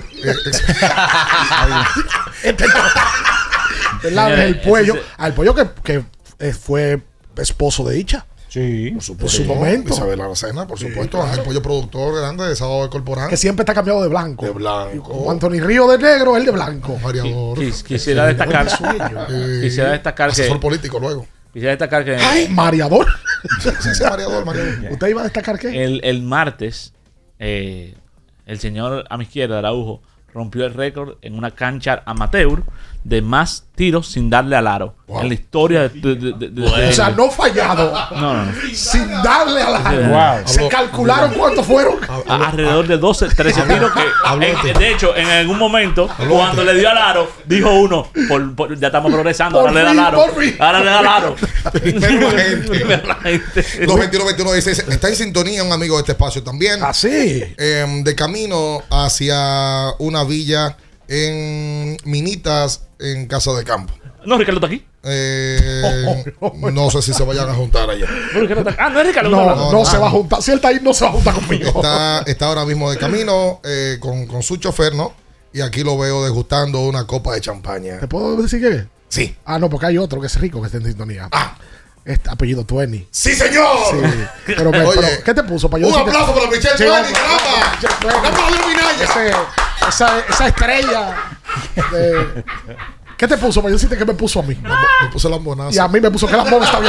Este no. ¿Verdad? El pollo. Al pollo que, que eh, fue esposo de Icha. Sí. Por supuesto. En su momento. Isabel Aracena, por Sí, supuesto. claro. El pollo productor grande de Sábado de Corporán. Que siempre está cambiado de blanco. De blanco. Como Anthony Río de negro, él de blanco. Variador. Quis- quisiera destacar Eh, quisiera destacar que asesor político luego. quisiera destacar que Ay, mareador. Sí, sí, mareador, mareador. ¿Usted iba a destacar qué? el, el martes eh, el señor a mi izquierda, Araujo, rompió el récord en una cancha amateur de más tiros sin darle al aro. Wow. En la historia de... de- de- de- de- O sea, no fallado. No, no, no. Sin darle a la. Wow. Se calcularon cuántos fueron. A- alrededor de doce, trece tiros que Habló en- de ti. de hecho en algún momento Habló cuando de ti. le dio al aro dijo uno por- por- ya estamos progresando, Por ahora le da al fin, aro, por fin. ahora le da al aro. Primero la gente. Primero la gente. dos veintiuno veintiuno dice, está en sintonía un amigo de este espacio también. Ah, sí. Eh, de camino hacia una villa en Minitas, en Casa de Campo. No, Ricardo está aquí. Eh, no sé si se vayan a juntar allá. No, Ricardo está aquí. Ah, no es Ricardo. No, no, no, no, se no. va a juntar. Si él está ahí, no se va a juntar conmigo. Está, está ahora mismo de camino eh, con, con su chofer, ¿no? Y aquí lo veo degustando una copa de champaña. ¿Te puedo decir qué? Sí. Ah, no, porque hay otro que es rico que está en sintonía. Ah. Este apellido Tueni. ¡Sí, señor! Sí. Pero, me- Oye, pero, ¿qué te puso? Para yo un decirte- aplauso para Michelle Sí, Tueni, un- caramba. Michelle Tueni. Un aplauso a Minaya. Ese- esa, esa estrella. de- ¿Qué te puso? Para yo decirte que me puso a mí. Me puse la Y a monaza. mí me puso que la moda está bien.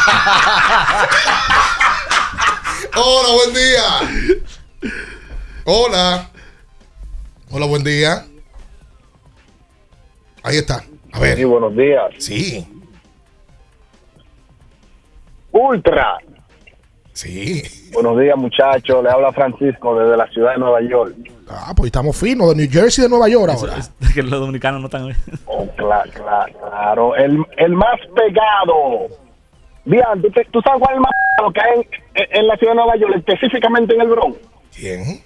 Hola, buen día. Hola. Hola, buen día. Ahí está. A ver. Sí, buenos días. Sí. Ultra. Sí. Buenos días, muchachos. Le habla Francisco desde la ciudad de Nueva York. Ah, pues estamos finos. De New Jersey de Nueva York ahora. Es que los dominicanos no están. Oh, claro, claro, claro. El, el más pegado. Bien, ¿tú, te- tú sabes cuál es el más pegado que hay en, en la ciudad de Nueva York, específicamente en el Bronx? ¿Quién?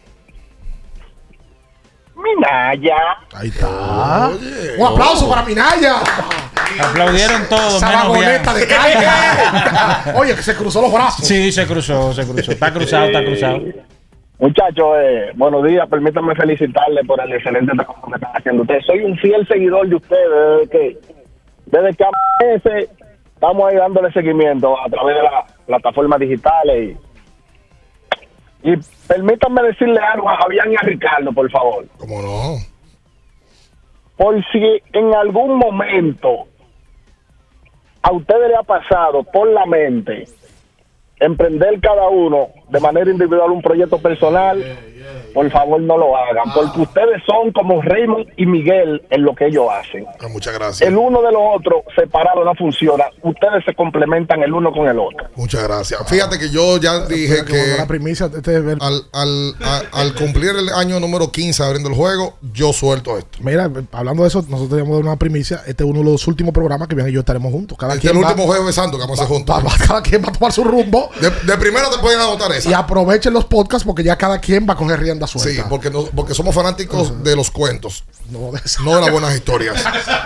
Minaya. Ahí está. Un aplauso para Minaya. Aplaudieron todos, Esa menos vagoneta Bian. de carga. Oye, que se cruzó los brazos. Sí, se cruzó, se cruzó. Está cruzado, está cruzado. Muchachos, eh, buenos días. Permítanme felicitarle por el excelente trabajo que están haciendo ustedes. Soy un fiel seguidor de ustedes desde que, desde que amanece, estamos ahí dándole seguimiento a través de las plataformas digitales. Y, y permítanme decirle algo a Javián y a Ricardo, por favor. ¿Cómo no? Por si en algún momento a ustedes le ha pasado por la mente emprender cada uno de manera individual un proyecto personal, por favor no lo hagan, porque ustedes son como Raymond y Miguel en lo que ellos hacen. Ah, muchas gracias. El uno de los otros separado no funciona, ustedes se complementan el uno con el otro. Muchas gracias. Fíjate que yo ya dije que La primicia. Este, al, al, a- al cumplir el año número quince abriendo el juego, yo suelto esto. Mira, hablando de eso, nosotros tenemos una primicia. Este es uno de los últimos programas que bien y yo estaremos juntos. Cada Este es quien el va- último jueves santo que vamos a hacer juntos. va- va- cada quien va a tomar su rumbo. De, de primero te pueden anotar esa. Y aprovechen los podcasts porque ya cada quien va a coger rienda suelta. Sí, porque, no, porque somos fanáticos de los cuentos, No, de eso. no de las buenas historias.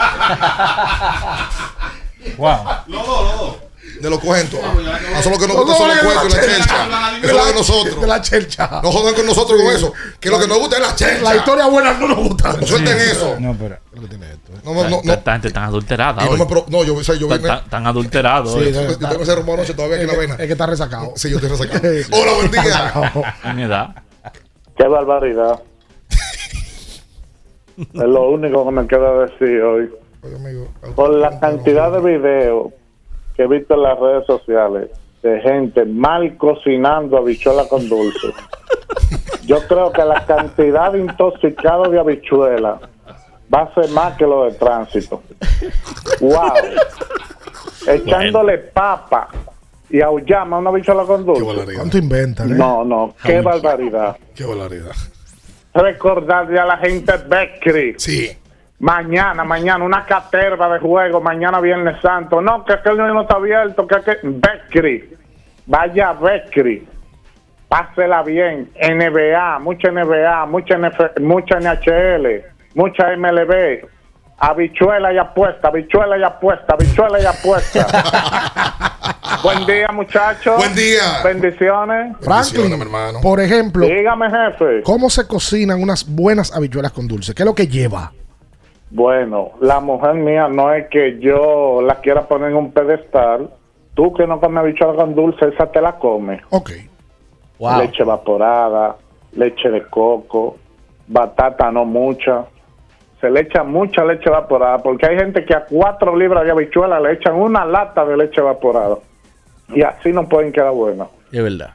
Wow. De los cuentos. A eso lo que nos No, gusta son no, los de la cuentos y la chelcha. chelcha. De Eso la- es de nosotros. De la chelcha. No jodan con nosotros con eso. Que lo que nos gusta es la chelcha. La historia buena no nos gusta. Suelten eso. No, pero. No, no, no, no. Esta gente tan adulterada. Y no, hoy. me pro- no, yo, o sea, yo Tan- vine. tan, tan adulterado. Sí, hoy. yo yo tengo ese rumbo anoche todavía aquí en Es la que, vena. es que está resacado. Sí, yo estoy resacado. Hola, buen día. A mi edad. Qué barbaridad. Es lo único que me queda decir hoy. Oye, amigo, Por la cantidad de videos que he visto en las redes sociales de gente mal cocinando habichuela con dulce, yo creo que la cantidad de intoxicados de habichuela va a ser más que lo de tránsito. ¡Wow! Echándole papa y auyama a una habichuela con Qué dulce. barbaridad. ¿Cuánto inventan? Eh? No, no, qué barbaridad. Qué barbaridad. Recordarle a la gente Becri Sí. Mañana, mañana, una caterva de juego, mañana Viernes Santo. No, que aquel no está abierto, que que Becri. Vaya Becri. Pásela bien. N B A, mucha N B A, mucha N F, mucha N H L, mucha M L B. Habichuela y apuesta, habichuela y apuesta, habichuela y apuesta. Buen día, muchachos. Buen día. Bendiciones. Franklin, por ejemplo, dígame, jefe. ¿Cómo se cocinan unas buenas habichuelas con dulce? ¿Qué es lo que lleva? Bueno, la mujer mía no es que yo la quiera poner en un pedestal. Tú que no comes habichuela con dulce, esa te la comes. Ok. Wow. Leche evaporada, leche de coco, batata no mucha. Se le echa mucha leche evaporada, porque hay gente que a cuatro libras de habichuela le echan una lata de leche evaporada. Y así no pueden quedar buenas. Es verdad.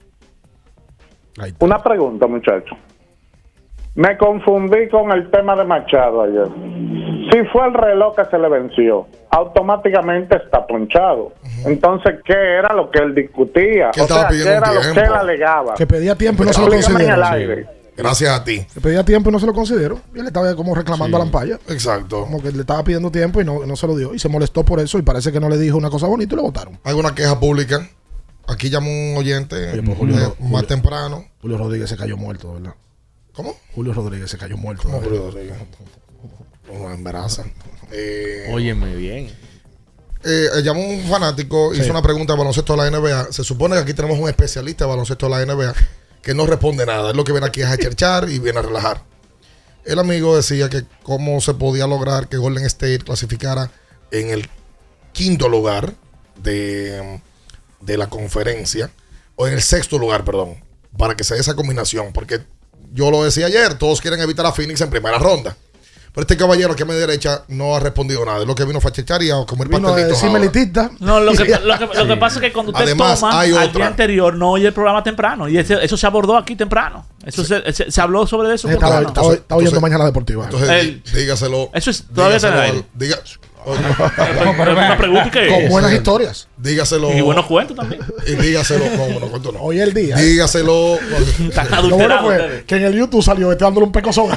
Una pregunta, muchachos. Me confundí con el tema de Machado ayer. Si fue el reloj que se le venció, automáticamente está ponchado. Entonces, ¿qué era lo que él discutía? O sea, ¿qué era lo que él alegaba? Que pedía tiempo y no se lo Explícame en el consideró. aire. Gracias a ti. Que pedía tiempo y no se lo consideró. Y él estaba como reclamando Sí. a Lampaya. Exacto. Como que le estaba pidiendo tiempo y no, no se lo dio. Y se molestó por eso y parece que no le dijo una cosa bonita y lo votaron. Hay una queja pública. Aquí llamó un oyente Oye, pues, Julio, eh, Julio- más temprano. Julio Rodríguez se cayó muerto, ¿verdad? ¿Cómo? Julio Rodríguez se cayó muerto. ¿Cómo ¿verdad? Julio Rodríguez? Una embaraza. Eh, Óyeme bien. eh, eh, llamó un fanático, Sí. hizo una pregunta de baloncesto de la N B A. Se supone que aquí tenemos un especialista de baloncesto de la N B A que no responde nada. Es lo que viene aquí es a cherchar y viene a relajar. El amigo decía que cómo se podía lograr que Golden State clasificara en el quinto lugar de, de la conferencia, o en el sexto lugar, perdón, para que se dé esa combinación. Porque yo lo decía ayer, todos quieren evitar a Phoenix en primera ronda. Pero este caballero aquí a mi derecha no ha respondido nada. Es lo que vino fue a chechar y a comer Vino a pastelitos decirme ahora. elitista. No, lo que, lo que, lo que pasa es que cuando usted Además, toma hay al otra. día anterior, no oye el programa temprano. Y ese- eso se abordó aquí temprano. Eso se, se, se habló sobre eso. Estaba, temprano. estaba- estaba oyendo Mañana Deportiva. Entonces, El- dí- dígaselo. Eso es- todavía está en el dígaselo aire. al- diga- Pero una pregunta que Con es. buenas historias. Dígaselo. Y buenos cuentos también. Y dígaselo. No, bueno, cuento no. Hoy el día. ¿eh? Dígaselo. Están Lo bueno adulterados fue ustedes. que en el YouTube salió este dándole un pecozón.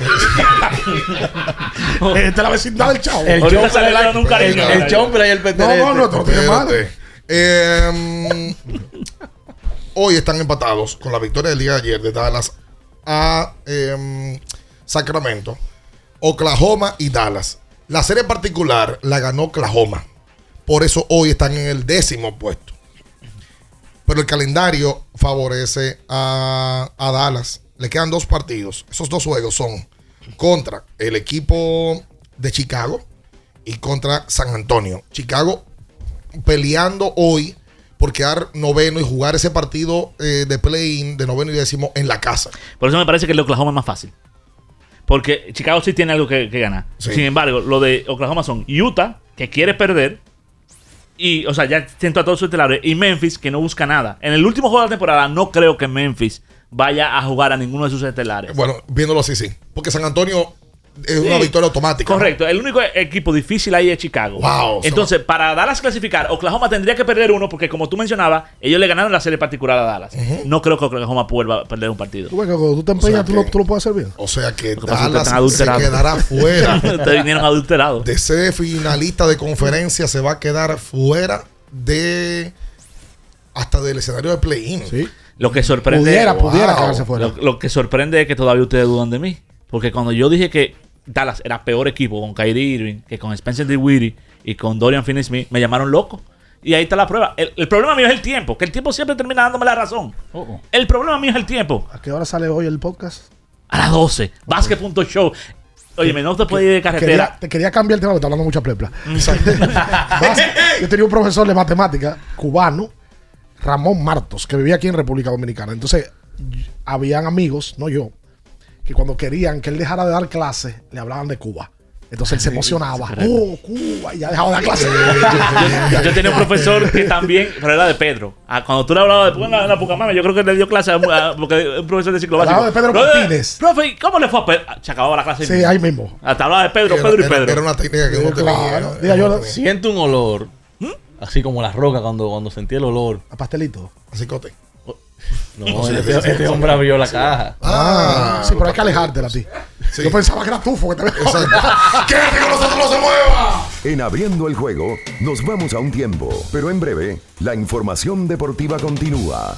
Este es la vecindad del chavo. El Ahorita chomper, sale dando un cariño. El- el chomper y el peterete. No, no, no, no tiene madre. Espérate. Eh, hoy están empatados con la victoria del día de ayer de Dallas a eh, Sacramento, Oklahoma y Dallas. La serie particular la ganó Oklahoma. Por eso hoy están en el décimo puesto. Pero el calendario favorece a, a Dallas. Le quedan dos partidos. Esos dos juegos son contra el equipo de Chicago y contra San Antonio. Chicago peleando hoy por quedar noveno y jugar ese partido eh, de play-in de noveno y décimo en la casa. Por eso me parece que el de Oklahoma es más fácil. Porque Chicago sí tiene algo que, que ganar. Sí. Sin embargo, lo de Oklahoma son Utah, que quiere perder. Y, o sea, ya siento a todos sus estelares. Y Memphis, que no busca nada. En el último juego de la temporada, no creo que Memphis vaya a jugar a ninguno de sus estelares. Bueno, viéndolo así, sí. Porque San Antonio es una Sí. victoria automática. Correcto. El único equipo difícil ahí es Chicago. Wow, Entonces, para Dallas clasificar, Oklahoma tendría que perder uno, porque como tú mencionabas, ellos le ganaron la serie particular a Dallas. No creo que Oklahoma vuelva a perder un partido. Tú ves que cuando tú te empeñas, tú, lo, tú lo puedes hacer bien. O sea que Lo que pasa es que Dallas están se adulterados. quedará fuera. Ustedes vinieron adulterados. De ser finalista de conferencia, se va a quedar fuera de hasta del escenario de play-in. Sí. Lo que sorprende Pudiera, pudiera Wow. quedarse fuera. Lo, lo que sorprende es que todavía ustedes dudan de mí. Porque cuando yo dije que Dallas era peor equipo con Kyrie Irving que con Spencer Dinwiddie y con Dorian Finney-Smith, me llamaron loco. Y ahí está la prueba. El, el problema mío es el tiempo. Que el tiempo siempre termina dándome la razón. Oh, El problema mío es el tiempo. ¿A qué hora sale hoy el podcast? A las doce. Basket punto show. Oye, no te puedes ir de carretera. Quería, te quería cambiar el tema porque está hablando mucha plepla. Yo tenía un profesor de matemática cubano, Ramón Martos, que vivía aquí en República Dominicana. Entonces, y- habían amigos, no yo, que cuando querían que él dejara de dar clases, le hablaban de Cuba. Entonces él se emocionaba. Oh, Cuba, y ya dejaba de dar clases. Yo, yo tenía un profesor que también, pero era de Pedro. Ah, cuando tú le hablabas de Pedro, la, la Pucamama, yo creo que le dio clase a, a- porque un profesor de ciclo básico. Hablaba de Pedro Profe, Martínez. Profe, ¿y ¿cómo le fue a Pedro? Ah, se acababa la clase. Sí, ahí mismo. Hasta hablaba de Pedro, Era- Pedro y era- Pedro. Era una técnica que Sí, no tenía. claro. Diga yo, Siento un olor, así como la roca cuando, cuando sentí el olor. a pastelito. Así cote. No, este, este hombre abrió la caja. Ah, sí, pero hay que alejártela a ti. Sí. Yo pensaba que era tufo que te veía. ¡Quédate con nosotros, no se mueva! En Abriendo el Juego nos vamos a un tiempo, pero en breve la información deportiva continúa.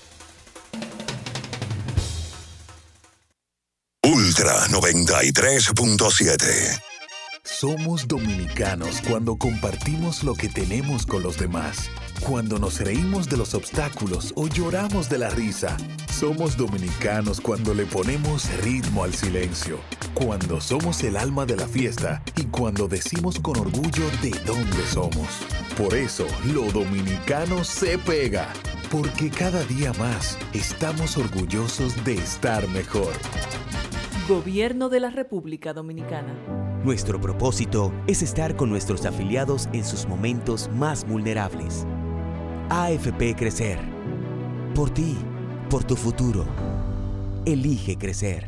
Ultra noventa y tres punto siete. Somos dominicanos cuando compartimos lo que tenemos con los demás. Cuando nos reímos de los obstáculos o lloramos de la risa. Somos dominicanos cuando le ponemos ritmo al silencio. Cuando somos el alma de la fiesta y cuando decimos con orgullo de dónde somos. Por eso, lo dominicano se pega. Porque cada día más estamos orgullosos de estar mejor. Gobierno de la República Dominicana. Nuestro propósito es estar con nuestros afiliados en sus momentos más vulnerables. A F P Crecer. Por ti, por tu futuro. Elige crecer.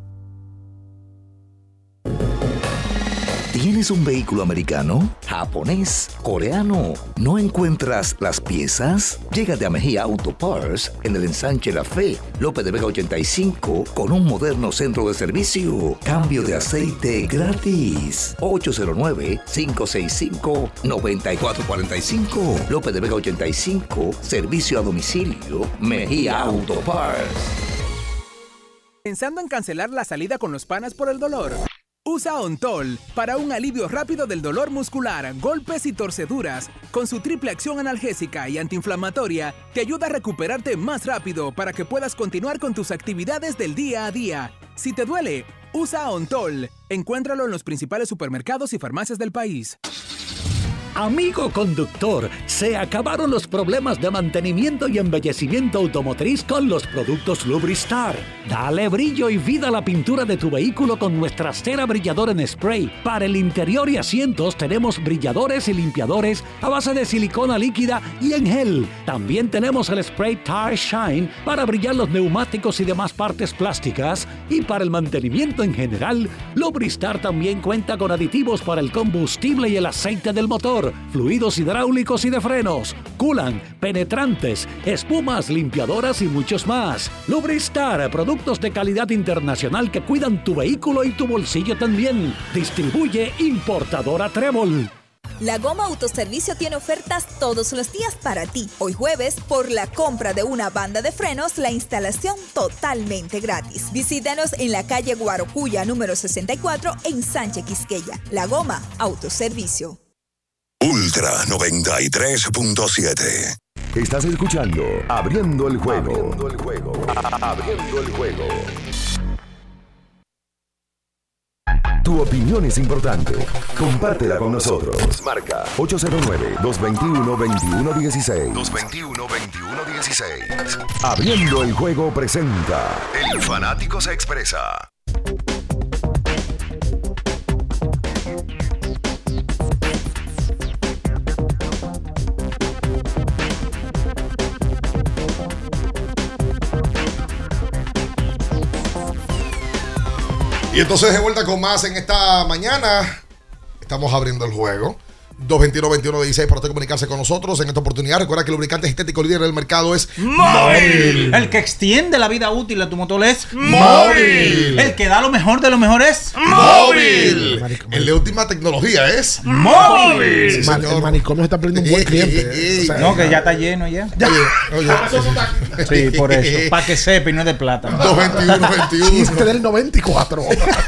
¿Tienes un vehículo americano, japonés, coreano? ¿No encuentras las piezas? Llégate a Mejía Auto Parts en el ensanche La Fe, López de Vega ochenta y cinco, con un moderno centro de servicio. Cambio de aceite gratis. ocho cero nueve, cinco seis cinco, nueve cuatro cuatro cinco. López de Vega ochenta y cinco, servicio a domicilio. Mejía Auto Parts. ¿Pensando en cancelar la salida con los panas por el dolor? Usa Ontol para un alivio rápido del dolor muscular, golpes y torceduras. Con su triple acción analgésica y antiinflamatoria, te ayuda a recuperarte más rápido para que puedas continuar con tus actividades del día a día. Si te duele, usa Ontol. Encuéntralo en los principales supermercados y farmacias del país. Amigo conductor, se acabaron los problemas de mantenimiento y embellecimiento automotriz con los productos Lubristar. Dale brillo y vida a la pintura de tu vehículo con nuestra cera brilladora en spray. Para el interior y asientos tenemos brilladores y limpiadores a base de silicona líquida y en gel. También tenemos el spray Tire Shine para brillar los neumáticos y demás partes plásticas. Y para el mantenimiento en general, Lubristar también cuenta con aditivos para el combustible y el aceite del motor, fluidos hidráulicos y de frenos, culan, penetrantes, espumas, limpiadoras y muchos más. Lubristar, productos de calidad internacional que cuidan tu vehículo y tu bolsillo también. Distribuye importadora Trébol. La Goma Autoservicio tiene ofertas todos los días para ti. Hoy jueves, por la compra de una banda de frenos, la instalación totalmente gratis. Visítanos en la calle Guarocuya, número sesenta y cuatro, en Sánchez Quisqueya. La Goma Autoservicio. Ultra noventa y tres punto siete. Estás escuchando Abriendo el Juego. Abriendo el Juego. Abriendo el Juego. Tu opinión es importante. Compártela con nosotros. Marca ocho cero nueve, dos dos uno, dos uno uno seis. dos dos uno, dos uno uno seis. Abriendo el Juego presenta El fanático se expresa. Y entonces de vuelta con más en esta mañana. Estamos abriendo el juego. dos dos uno, dos uno uno seis para usted comunicarse con nosotros en esta oportunidad. Recuerda que el lubricante estético líder del mercado es Móvil. El que extiende la vida útil de tu motor es Móvil. El que da lo mejor de lo mejor es Móvil. El de última tecnología es Móvil. Sí, Man- el manicomio está perdiendo un buen cliente. O sea, No, que ya está lleno ya. Oye, oye. Sí, por eso. Para que sepa y no es de plata. dos dos uno, veintiuno. Chiste del noventa y cuatro.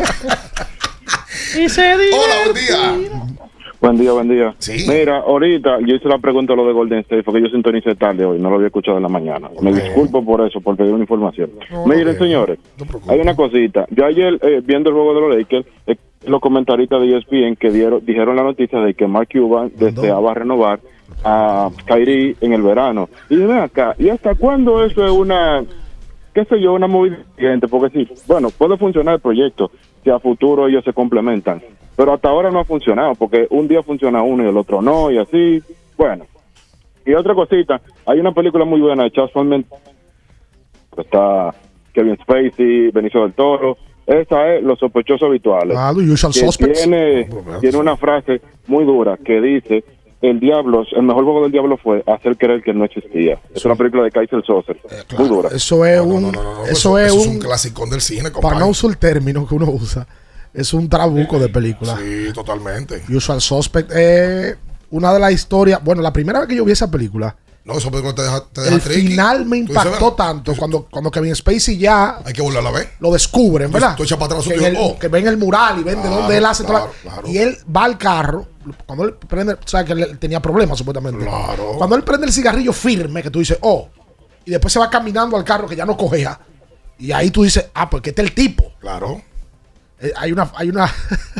Y se Hola, buen día. Buen día, buen día. Sí. Mira, ahorita yo hice la pregunta a lo de Golden State porque yo sintonicé tarde hoy, no lo había escuchado en la mañana. Me disculpo por eso, por pedir una información. No, Miren, ok. señores, No preocupes. hay una cosita. Yo ayer, eh, viendo el juego de los Lakers, eh, los comentaristas de E S P N que dieron, dijeron la noticia de que Mark Cuban deseaba renovar a Kyrie en el verano. Y ven acá, ¿y hasta cuándo eso es una, qué sé yo, una movida inteligente? Porque sí, bueno, puede funcionar el proyecto si a futuro ellos se complementan. Pero hasta ahora no ha funcionado, porque un día funciona uno y el otro no, y así, bueno. Y otra cosita, hay una película muy buena de Charles Frontman, está Kevin Spacey, Benicio del Toro, esa es Los Sospechosos Habituales. Ah, The Usual que Suspects. tiene, tiene una frase muy dura que dice El Diablo, el mejor juego del Diablo fue hacer creer que no existía. Es una película de Kaiser Soze. Eh, claro. Muy dura. Eso es un. No, no, no, no, eso, eso, es, eso un, es un clasicón del cine, compadre. Para no usar el término que uno usa, es un trabuco de película. Sí, totalmente. Usual Suspect es una de las historias. Bueno, la primera vez que yo vi esa película. No, esa película te deja, te deja El tricky. final me Tú dices, impactó "Ven". tanto cuando, cuando Kevin Spacey ya. Hay que volverla a ver. Lo descubren, ¿verdad? Tú echas para atrás que, y en el- oh. que ven el mural y ven de Claro, dónde él hace toda la- claro, claro. Y él va al carro. Cuando él prende, o sea, que él tenía problemas supuestamente. Claro. Cuando él prende el cigarrillo firme, que tú dices, oh, y después se va caminando al carro que ya no cogea. Y ahí tú dices, ah, pues que este es el tipo. Claro. Eh, hay una, hay una,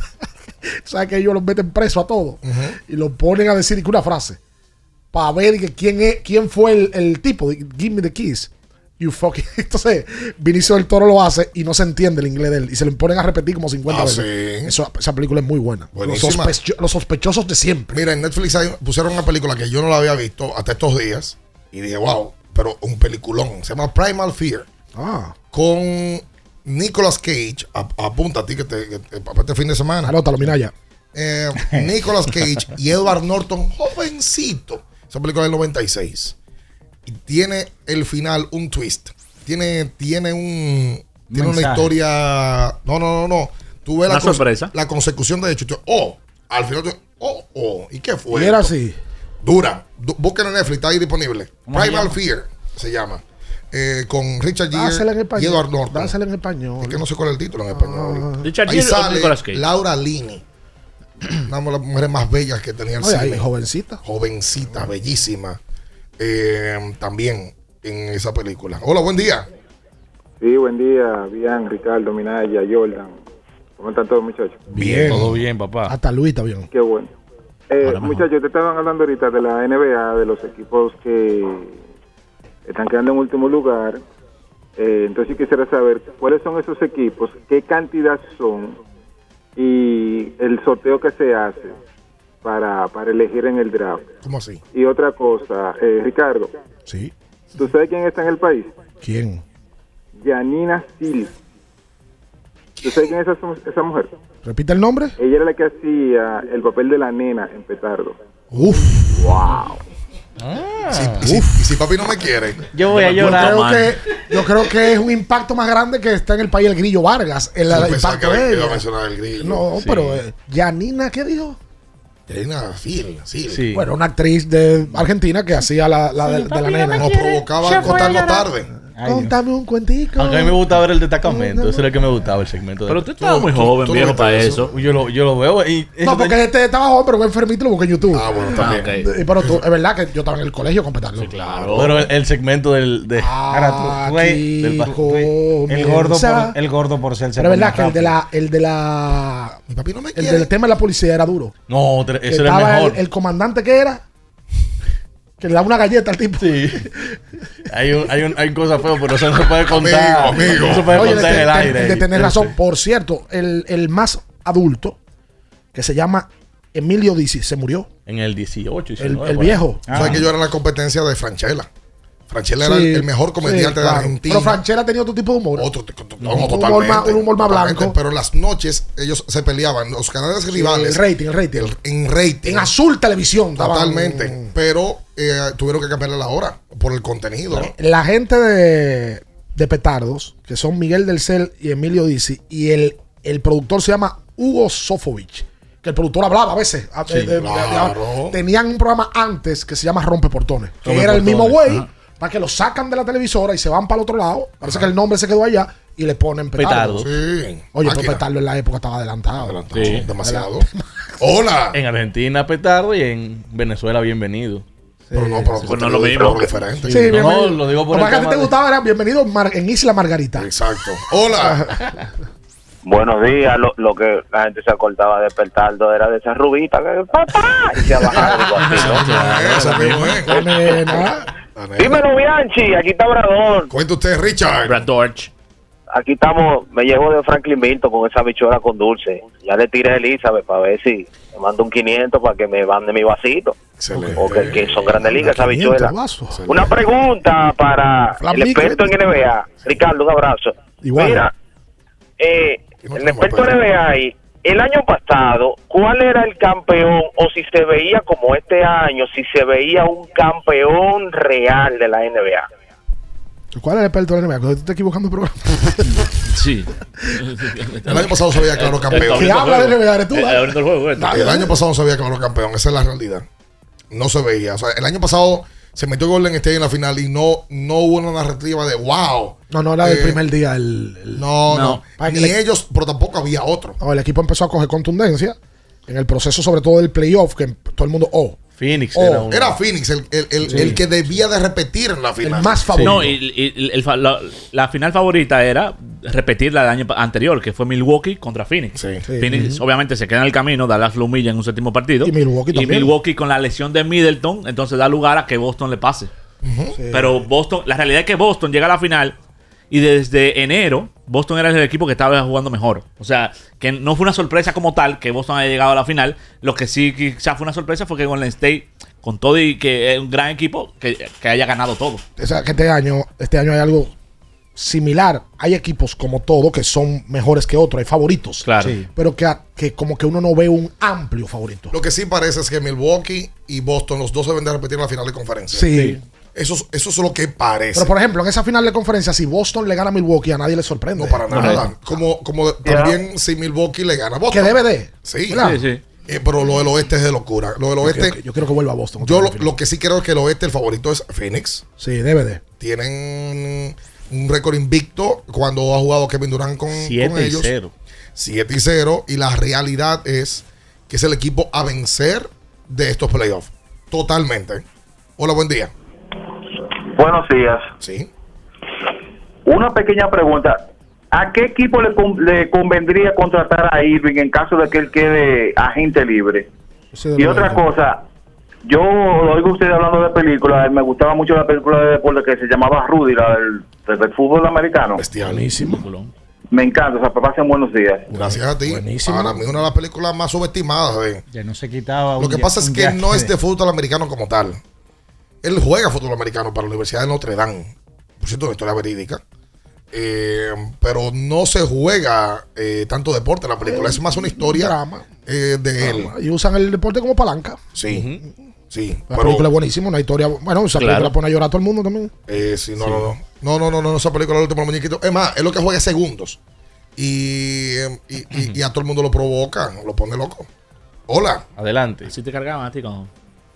sabes que ellos los meten preso a todos y los ponen a decir que una frase para ver que quién es, quién fue el, el tipo. Give me the keys. You fucking. Entonces, Vinicio del Toro lo hace y no se entiende el inglés de él y se lo ponen a repetir como cincuenta Ah, veces. sí. Eso, esa película es muy buena. Los, Buenísima. sospecho- los sospechosos de siempre. Mira, en Netflix hay- pusieron una película que yo no la había visto hasta estos días. Y dije, wow, pero un peliculón. Se llama Primal Fear. Ah. Con Nicolas Cage. A- apunta a ti que te, que te- para este fin de semana. Anótalo, Minaya. Eh, Nicolas Cage y Edward Norton, jovencito. Esa película del noventa y seis. Y tiene el final un twist. Tiene, tiene un. Tiene una Mensaje. historia. No, no, no, no. Tú ves Una la, conse- sorpresa. la consecución de hechos. Tú- Oh, al final tú. Oh, oh. ¿Y qué fue? Y era esto? así. Dura. Du- Busquen en Netflix, está ahí disponible. ¿Cómo se Primal llama? Fear se llama. Eh, con Richard Dásela en Gere y español. Edward Norton. Dásela en español. Es que no sé cuál es el título en español. Richard Ahí Gere o sale Nicolas Cage. Laura Linney. Una de las mujeres más bellas que tenía el Oye, ahí, cine. jovencita. Jovencita, bellísima. Eh, también en esa película. Hola, buen día. Sí, buen día, bien, Ricardo, Minaya, Jordan. ¿Cómo están todos, muchachos? Bien. Todo bien, papá. Hasta Luis está bien. Qué bueno. Eh, muchachos, te estaban hablando ahorita de la N B A, de los equipos que están quedando en último lugar. Eh, entonces yo quisiera saber cuáles son esos equipos, qué cantidad son y el sorteo que se hace para, para elegir en el draft. ¿Cómo así? Y otra cosa, eh, Ricardo. Sí. ¿Tú sabes quién está en el país? ¿Quién? Yanina Sil. ¿Tú sabes quién es esa, esa mujer? Repite el nombre. Ella era la que hacía el papel de la nena en Petardo. Uf. Wow. Si, y, si, y si papi no me quiere. Yo voy a Yo llorar. creo, que, yo creo que es un impacto más grande que está en el país el Grillo Vargas. El, Yo el pensaba impacto que de iba a ella. mencionar el Grillo. No, Sí. pero eh, Yanina, ¿qué dijo? Yanina Sil, Sil. Sí. Bueno, una actriz de Argentina que hacía la, la de, de la nena. Nos provocaba a contarlo tarde. Ay, no. Contame un cuentico. Aunque a mí me gustaba ver el destacamento. Eso era el que me gustaba, el segmento. de- Pero tú estabas muy tú- joven, tú no viejo, viste para eso. eso. Yo lo, yo lo veo y... No, porque este estaba joven, pero fue enfermito y lo busqué en YouTube. Ah, bueno, Ah, también. ok. Y pero tú, es verdad que yo estaba en el colegio con Petardo. Sí, claro. Pero el, el segmento del... De, Ahora tú, güey, del pa- el gordo comienza. por, el gordo por ser Pero es verdad que el de la, el de la, Mi papi no me el quiere. del tema de la policía era duro. No, tre- Que ese era el estaba mejor. el, el comandante que era, que le daba una galleta al tipo. Sí. Hay, un, hay, un, hay cosas feas, pero eso no se puede contar. Amigo, amigo. No se puede Oye, de, contar en el de- aire. de tener razón. Por cierto, el, el más adulto, que se llama Emilio Dizzi, se murió. En el dieciocho, El, diecinueve, el por ahí. viejo. Tú sabes que yo era en la competencia de Franchella. Franchella era Sí, el, el mejor comediante sí, de claro. Argentina. Pero Franchella tenía otro tipo de humor. Otro, t- t- no, Un humor totalmente, más- un humor más totalmente, blanco. Pero las noches ellos se peleaban. Los canales Sí, rivales. el rating, el rating. el- en rating. En Azul Televisión. daban- Totalmente. Pero eh, tuvieron que cambiarle la hora por el contenido. ¿no? La gente de, de Petardos, que son Miguel del Cel y Emilio Dizzi, y el, el productor se llama Hugo Sofovich, que el productor hablaba a veces. a- Sí, de- de- de- claro. tenían un programa antes que se llama Rompe Portones, que Rompe era el mismo Portones, güey, ajá. para que lo sacan de la televisora y se van para el otro lado. Parece que el nombre se quedó allá y le ponen Petardo. Petardo. Sí. Oye, pero Máquina. Petardo en la época estaba adelantado. Adelantado, Sí. demasiado. Hola. En Argentina, Petardo, y en Venezuela, Bienvenido. Pero no, pero Pues no es lo mismo. pero diferente. Sí, No, bienvenido. no, lo digo por Lo el que a ti tema te de- gustaba era Bienvenido Mar- en Isla Margarita. Exacto. Hola. Buenos días, lo, lo que la gente se acordaba de Petardo era de esa rubita que papá y se bajaba algo así, ¿no? Esa mismo es. La nena. La nena. Dímelo, Bianchi, aquí está Bradón. Cuenta usted, Richard. Brad Dorch. Aquí estamos, me llevo de Franklin Milton con esa bichuela con dulce. Ya le tiré a Elizabeth para ver si me mando un quinientos para que me mande mi vasito. Excelente. Porque que son grandes ligas esa quinientos bichuela. vasos. Una pregunta para Flambique. el experto en N B A. Ricardo, un abrazo. Igual. Mira, eh, No el tenemos experto en N B A ahí, el año pasado, ¿cuál era el campeón o si se veía como este año, si se veía un campeón real de la N B A? ¿Cuál es el experto de la N B A? ¿Tú estás equivocando el programa? Sí. El año pasado se veía claro campeón. ¿Qué habla de N B A? ¿Eres tú? El, el año pasado no se veía claro campeón. Esa es la realidad. No se veía. O sea, el año pasado se metió Golden State en la final y no, no hubo una narrativa de wow. No, no era del Eh, primer día. El, el- No, no. Para que Ni le- ellos, pero tampoco había otro. No, el equipo empezó a coger contundencia en el proceso, sobre todo del playoff, que todo el mundo, oh. Phoenix Oh, era uno. Era Phoenix el, el, el, Sí. el que debía de repetir en la final. más favorito. No, y, y- y el fa- la, la final favorita era repetir la del año pa- anterior, que fue Milwaukee contra Phoenix. Phoenix Ujú. obviamente se queda en el camino, Dallas lo humilla en un séptimo partido. Y Milwaukee también. Milwaukee con la lesión de Middleton, entonces da lugar a que Boston le pase. Sí. Pero Boston, la realidad es que Boston llega a la final y desde enero Boston era el equipo que estaba jugando mejor. O sea, que no fue una sorpresa como tal que Boston haya llegado a la final. Lo que sí quizás fue una sorpresa fue que Golden State, con todo y que es un gran equipo, que, que haya ganado todo. O sea, que este año, este año hay algo similar. Hay equipos como todo que son mejores que otros, hay favoritos. Claro. Sí. Pero que, que como que uno no ve un amplio favorito. Lo que sí parece es que Milwaukee y Boston, los dos deben de repetir la final de conferencia. Sí. Eso, es- eso es lo que parece. Pero por ejemplo, en esa final de conferencia, si Boston le gana a Milwaukee, a nadie le sorprende. No, para nada. Como, como también si Milwaukee le gana a Boston. Que debe de. Sí. ¿Verdad? Sí, sí. Eh, pero lo del oeste es de locura. Lo del Yo oeste. creo que- yo creo que vuelva a Boston. Yo lo, lo que sí creo es que el oeste, el favorito es Phoenix. Sí, debe de. Tienen un récord invicto cuando ha jugado Kevin Durant con, siete con y ellos. cero. siete y cero. Y la realidad es que es el equipo a vencer de estos playoffs. Totalmente. Hola, buen día. Buenos días. Sí. Una pequeña pregunta. ¿A qué equipo le, con- le convendría contratar a Irving en caso de que él quede agente libre? Y otra cosa, yo lo oigo usted hablando de películas, me gustaba mucho la película de deporte que se llamaba Rudy, la del, del- del fútbol americano. Bestialísimo. Me encanta, o sea, pasen buenos días. Gracias a ti. Para mí, una de las películas más subestimadas. ¿ven? Ya no se quitaba. Lo un que ya- pasa es un que jaque no es de fútbol americano como tal. Él juega fútbol americano para la Universidad de Notre Dame. Por cierto, una historia verídica. Eh, pero no se juega eh, tanto deporte en la película. Es más una historia Drama. eh, de él. Y usan el deporte como palanca. Sí. Sí. La pero- película es buenísima, una historia. Bueno, esa Claro. película pone a llorar a todo el mundo también. Eh, sí, no, no, no. No, no, no, no, esa película del último muñequito. Es más, es lo que juega segundos. Y, eh, y, y- y a todo el mundo lo provoca, lo pone loco. Hola. Adelante. Si te cargaban a ti con...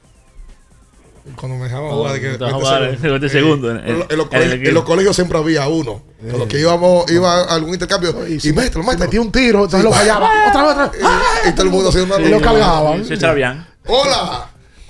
Cuando me dejaban Oh, jugar de que te vas a jugar veinte segundos en- En, los- en los en el colegios- equipo. en los colegios siempre había uno. Con los que íbamos, iba a algún intercambio. Y, si mételo, mételo. metía un tiro, entonces lo fallaba. Otra vez, otra vez. Y, y todo el mundo haciendo una Y lo cargaban. Se echaba bien. Hola.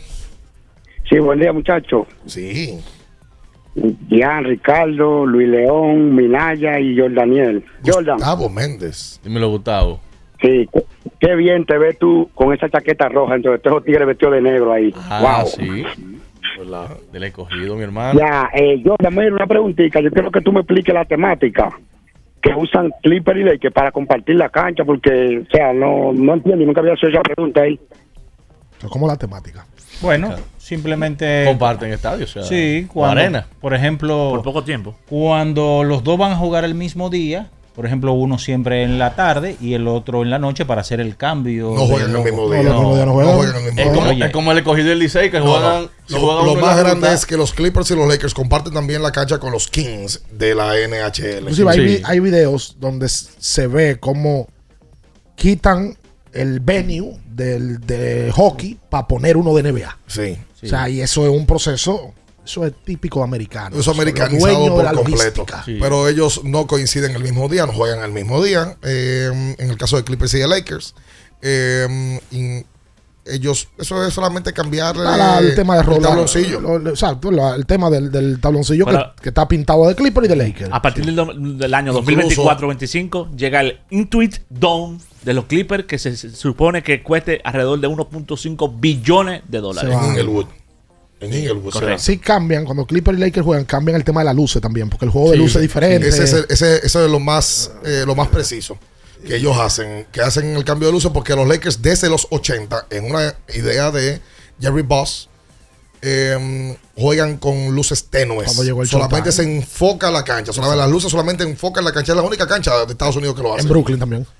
Sí, buen día, muchachos. Sí. Gian, Ricardo, Luis León, Minaya y Jordaniel. Jordan. Gustavo Méndez. Dímelo, Gustavo. Sí, qué- qué bien te ves tú con esa chaqueta roja entre estos tigres vestidos de negro ahí. Ah, wow. sí. ¿Verdad? Del escogido, mi hermano. Ya, eh, Jordan, mira, una preguntita. Yo quiero que tú me expliques la temática que usan Clipper y Lakers para compartir la cancha, porque, o sea, no, no entiendo, nunca había hecho esa pregunta ahí. ¿Cómo la temática? Bueno, simplemente Comparten estadios, o sea, sí, o cuando, arena. por ejemplo, Por poco tiempo. cuando los dos van a jugar el mismo día, por ejemplo, uno siempre en la tarde y el otro en la noche para hacer el cambio. No juegan de el mismo logo. día. No, los mismos días no juegan. No juegan el mismo Es día. como, Oye. es como el escogido del Licey que No, juegan. no. se Lo, juegan lo uno en más la grande ruta. es que los Clippers y los Lakers comparten también la cancha con los Kings de la N H L. Inclusive hay, Sí. vi- hay videos donde s- se ve cómo quitan el venue del, de hockey para poner uno de N B A. Sí. O sea, y eso es un proceso, eso es típico americano. Eso Son los americanizado dueños de por la completo. logística. Pero ellos no coinciden el mismo día, no juegan el mismo día. Eh, en el caso de Clippers y de Lakers. Eh, y ellos, eso es solamente cambiar Ah, la- el tema de el rolar, tabloncillo. lo- lo- exacto, la- el tema del, del tabloncillo que, Para- que está pintado de Clipper y de Lakers. A partir del, do- del año Incluso- dos mil veinticuatro veinticinco llega el Intuit Dome de los Clippers que se, se supone que cueste alrededor de uno punto cinco billones de dólares. Se va. En Inglewood. En Inglewood. Correcto. será. Sí cambian, cuando Clipper y Lakers juegan, cambian el tema de las luces también, porque el juego de Sí, luces es diferente. Ese es, el- ese, ese es lo más eh, lo más preciso que ellos hacen, que hacen el cambio de luces, porque los Lakers desde los ochenta, en una idea de Jerry Buss, eh, juegan con luces tenues. Cuando llegó el Solamente Showtime. se enfoca la cancha. Solamente, las luces solamente enfocan la cancha. Es la única cancha de Estados Unidos que lo hace. En Brooklyn también.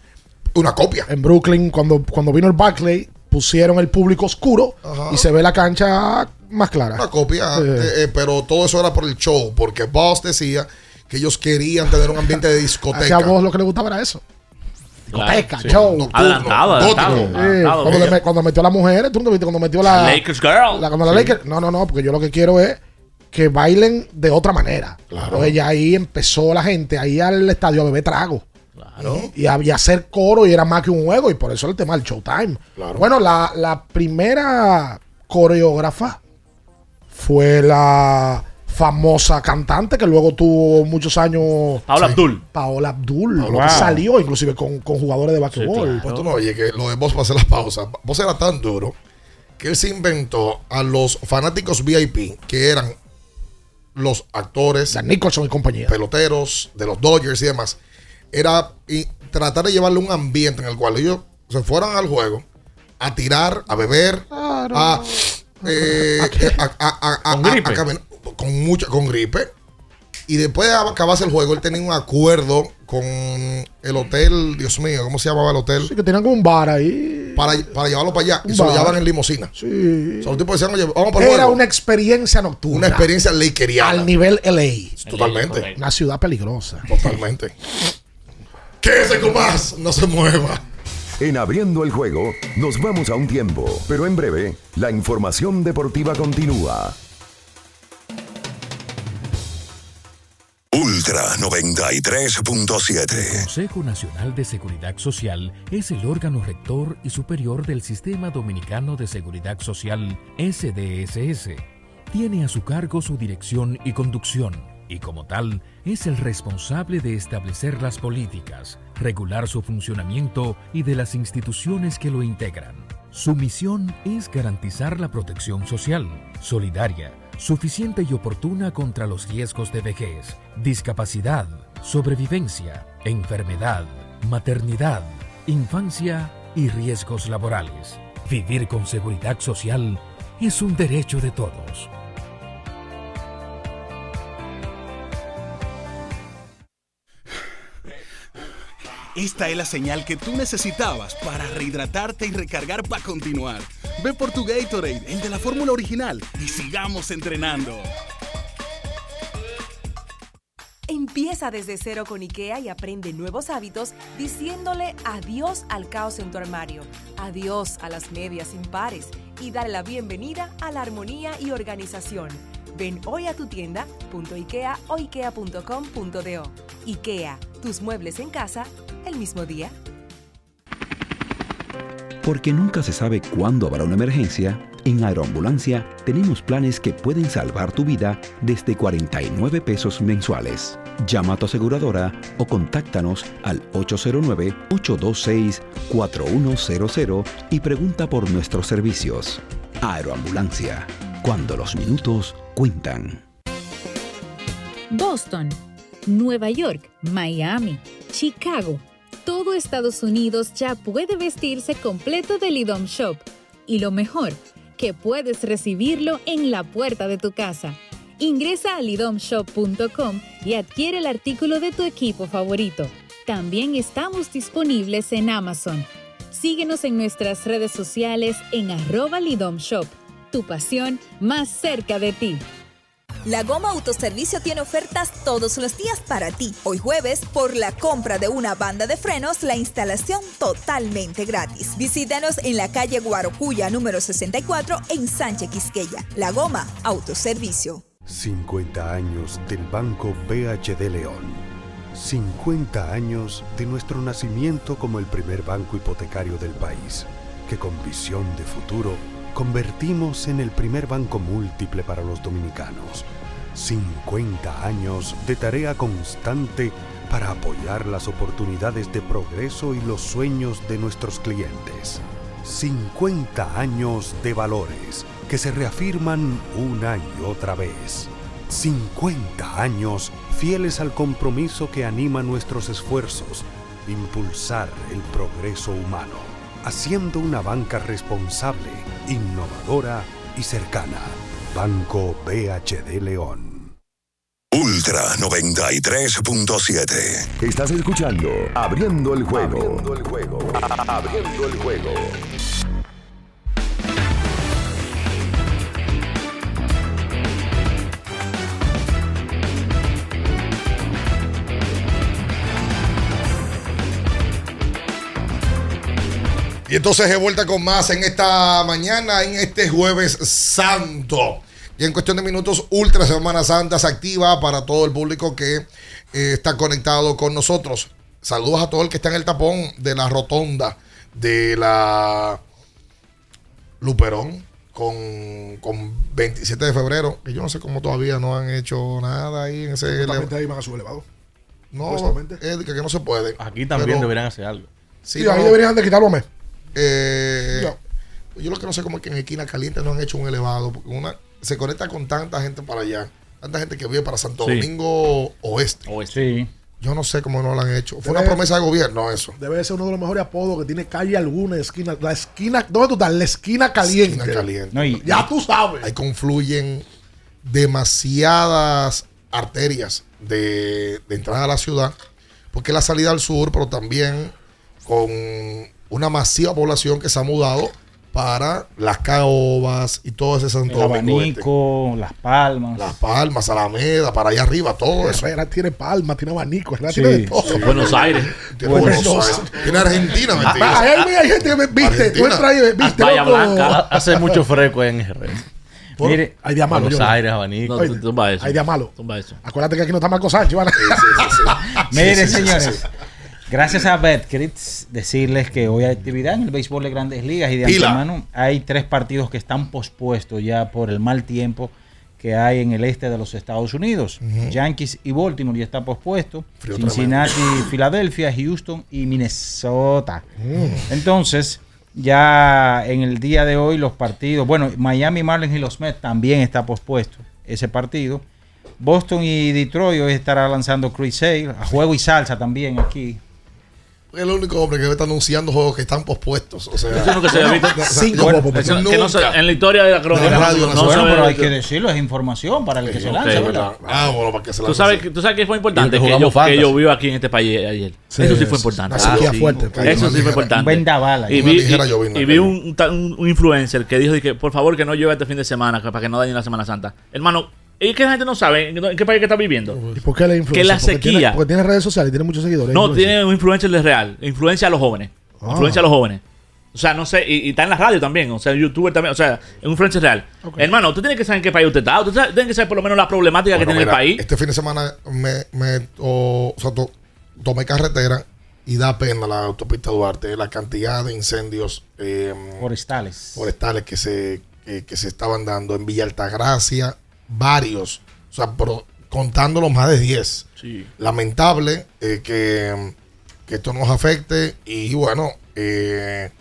una copia. En Brooklyn, cuando, cuando vino el Barclay, pusieron el público oscuro. Ajá. Y se ve la cancha más clara. Una copia, sí. eh, eh, pero todo eso era por el show, porque Boss decía que ellos querían tener un ambiente de discoteca. A Boss lo que le gustaba era eso. Discoteca, claro, sí. show. Nocturno, adelantado, adelantado, Sí. adelantado. Cuando, le, cuando metió a las mujeres, tú no te viste, cuando metió la... Lakers Girl. La, cuando la Sí. Lakers, no, no, no, porque yo lo que quiero es que bailen de otra manera. Claro. Entonces ya ahí empezó la gente ahí al estadio a beber trago. Claro. Y a, y a hacer coro, y era más que un juego, y por eso el tema del Showtime. Claro. Bueno, la, la primera coreógrafa fue la famosa cantante que luego tuvo muchos años. Paola sí. Abdul. Paola Abdul. Wow. Lo que salió inclusive con, con jugadores de basquetbol. Sí, claro. Pues tú no oye que lo de Boss para hacer las pausas. Boss era tan duro que él se inventó a los fanáticos V I P, que eran los actores, Dan Nicholson y compañía, peloteros de los Dodgers y demás. Era y tratar de llevarle un ambiente en el cual ellos se fueran al juego a tirar, a beber, claro. a, eh, a, a, a, a, con gripe. A, a, a, con mucha con gripe. Y después de acabarse el juego, él tenía un acuerdo con el hotel, Dios mío, ¿cómo se llamaba el hotel? Sí, que tenían como un bar ahí. Para, para llevarlo para allá. Un y se lo bar. llevaban en limusina. Sí. O sea, los tipos decían, oye, vamos para el Era juego. una experiencia nocturna. Una experiencia lakeriana. Al nivel L A. Totalmente. Una ciudad peligrosa. Totalmente. Quédese con más. No se mueva. En Abriendo el Juego, nos vamos a un tiempo, pero en breve, la información deportiva continúa. Ultra noventa y tres punto siete. El Consejo Nacional de Seguridad Social es el órgano rector y superior del Sistema Dominicano de Seguridad Social, S D S S. Tiene a su cargo su dirección y conducción, y como tal, es el responsable de establecer las políticas, regular su funcionamiento y de las instituciones que lo integran. Su misión es garantizar la protección social, solidaria, suficiente y oportuna contra los riesgos de vejez, discapacidad, sobrevivencia, enfermedad, maternidad, infancia y riesgos laborales. Vivir con seguridad social es un derecho de todos. Esta es la señal que tú necesitabas para rehidratarte y recargar para continuar. Ve por tu Gatorade, el de la fórmula original, y sigamos entrenando. Empieza desde cero con IKEA y aprende nuevos hábitos diciéndole adiós al caos en tu armario, adiós a las medias impares y dale la bienvenida a la armonía y organización. Ven hoy a tu tienda punto ikea o ikea punto com punto do. IKEA, tus muebles en casa el mismo día. Porque nunca se sabe cuándo habrá una emergencia, en Aeroambulancia tenemos planes que pueden salvar tu vida desde cuarenta y nueve pesos mensuales. Llama a tu aseguradora o contáctanos al ocho cero nueve, ocho dos seis, cuatro uno cero cero y pregunta por nuestros servicios. Aeroambulancia, cuando los minutos cuentan. Boston, Nueva York, Miami, Chicago. Todo Estados Unidos ya puede vestirse completo del IDOM Shop. Y lo mejor, que puedes recibirlo en la puerta de tu casa. Ingresa a lidom shop punto com y adquiere el artículo de tu equipo favorito. También estamos disponibles en Amazon. Síguenos en nuestras redes sociales en arroba Lidom Shop. Tu pasión más cerca de ti. La Goma Autoservicio tiene ofertas todos los días para ti. Hoy jueves, por la compra de una banda de frenos, la instalación totalmente gratis. Visítanos en la calle Guarocuya número sesenta y cuatro en Sánchez Quisqueya. La Goma Autoservicio. cincuenta años del Banco B H D León. cincuenta años de nuestro nacimiento como el primer banco hipotecario del país, que con visión de futuro convertimos en el primer banco múltiple para los dominicanos. cincuenta años de tarea constante para apoyar las oportunidades de progreso y los sueños de nuestros clientes. cincuenta años de valores que se reafirman una y otra vez. cincuenta años fieles al compromiso que anima nuestros esfuerzos, impulsar el progreso humano, haciendo una banca responsable, innovadora y cercana. Banco B H D León. Ultra noventa y tres punto siete. Estás escuchando Abriendo el juego. Abriendo el juego. Abriendo el juego. Y entonces de vuelta con más en esta mañana, en este Jueves Santo. Y en cuestión de minutos, Ultra Semana Santa se activa para todo el público que eh, está conectado con nosotros. Saludos a todo el que está en el tapón de la rotonda de la Luperón con, con veintisiete de febrero. Que yo no sé cómo todavía no han hecho nada ahí en ese elevado. Ahí van a su elevado. No, es que, que no se puede. Aquí también pero, deberían hacer algo. Sí, sí no, ahí deberían de quitarlo a mes. Eh, yo lo que no sé cómo es que en Esquina Caliente no han hecho un elevado, porque una se conecta con tanta gente para allá, tanta gente que vive para Santo sí. Domingo Oeste. Oeste. Sí. Yo no sé cómo no lo han hecho. Fue debe, una promesa de gobierno eso. Debe ser uno de los mejores apodos que tiene calle alguna, esquina, la esquina, ¿dónde tú estás? La esquina caliente. Esquina caliente. No, y, ya y, tú sabes. Ahí confluyen demasiadas arterias de, de entrada a la ciudad, porque es la salida al sur, pero también con una masiva población que se ha mudado para Las Caobas y todo ese Santo Domingo. El abanico, este. Las Palmas. Las Palmas, Alameda, para allá arriba, todo eso. Herrera tiene Palmas, tiene abanico, Herrera sí, tiene de todo. Sí. Buenos Aires. Tiene Buenos, Buenos Aires. Aires. Tiene Argentina, mentira. Ah, ahí hay gente que viste, tú entras ahí, viste. Bahía Blanca. Hace mucho fresco en Herrera. Por, Mire, hay día malo. Buenos Aires, abanico. No, tumba eso. Hay día malo. Tumba eso. Acuérdate que aquí no está Marco Sánchez, ¿vale? Sí, sí, sí, sí. Mire, sí, sí, señores. Sí, sí. Gracias a Betcris, decirles que hoy hay actividad en el béisbol de Grandes Ligas y de Pila. antemano hay tres partidos que están pospuestos ya por el mal tiempo que hay en el este de los Estados Unidos. Uh-huh. Yankees y Baltimore ya está pospuesto. Frío Cincinnati, tremendo. Filadelfia, Houston y Minnesota. Uh-huh. Entonces, ya en el día de hoy los partidos, bueno, Miami Marlins y los Mets también está pospuesto ese partido. Boston y Detroit hoy estará lanzando Chris Sale, a juego y salsa también aquí. Es el único hombre que está anunciando juegos que están pospuestos. O sea, eso nunca se había visto. Cinco bueno, juegos eso, que no se, en la historia de la crónica. De la radio, no, no bueno, pero hay que decirlo, es información para el que sí, se okay, lanza. ¿verdad? Ah, bueno, para que se lance. ¿Tú sabes, tú sabes que fue importante que, que, yo, que yo vivo aquí en este país ayer. Sí, eso sí fue importante. Ah, sí, fuerte, eso sí fue importante. Vendaval. Y vi, y, y vi un, un, un influencer que dijo que por favor que no llueva este fin de semana para que no dañe la Semana Santa. Hermano, es que la gente no sabe en qué país que está viviendo. ¿Y por qué la influencia? Que la porque sequía. Tiene, porque tiene redes sociales y tiene muchos seguidores. No, tiene un influencer de real. Influencia a los jóvenes. Ah. Influencia a los jóvenes. O sea, no sé. Y, y está en la radio también. O sea, youtuber también. O sea, es un influencer real. Okay. Hermano, usted tiene que saber en qué país usted está. Usted tiene que saber por lo menos la problemática bueno, que tiene mira, el país. Este fin de semana me, me o, o sea, to, tomé carretera y da pena la autopista Duarte. La cantidad de incendios eh, forestales. Forestales que se, que, que se estaban dando en Villa Altagracia. Varios. O sea, pero, contándolo más de diez. Sí. Lamentable eh, que, que esto nos afecte. Y bueno, eh,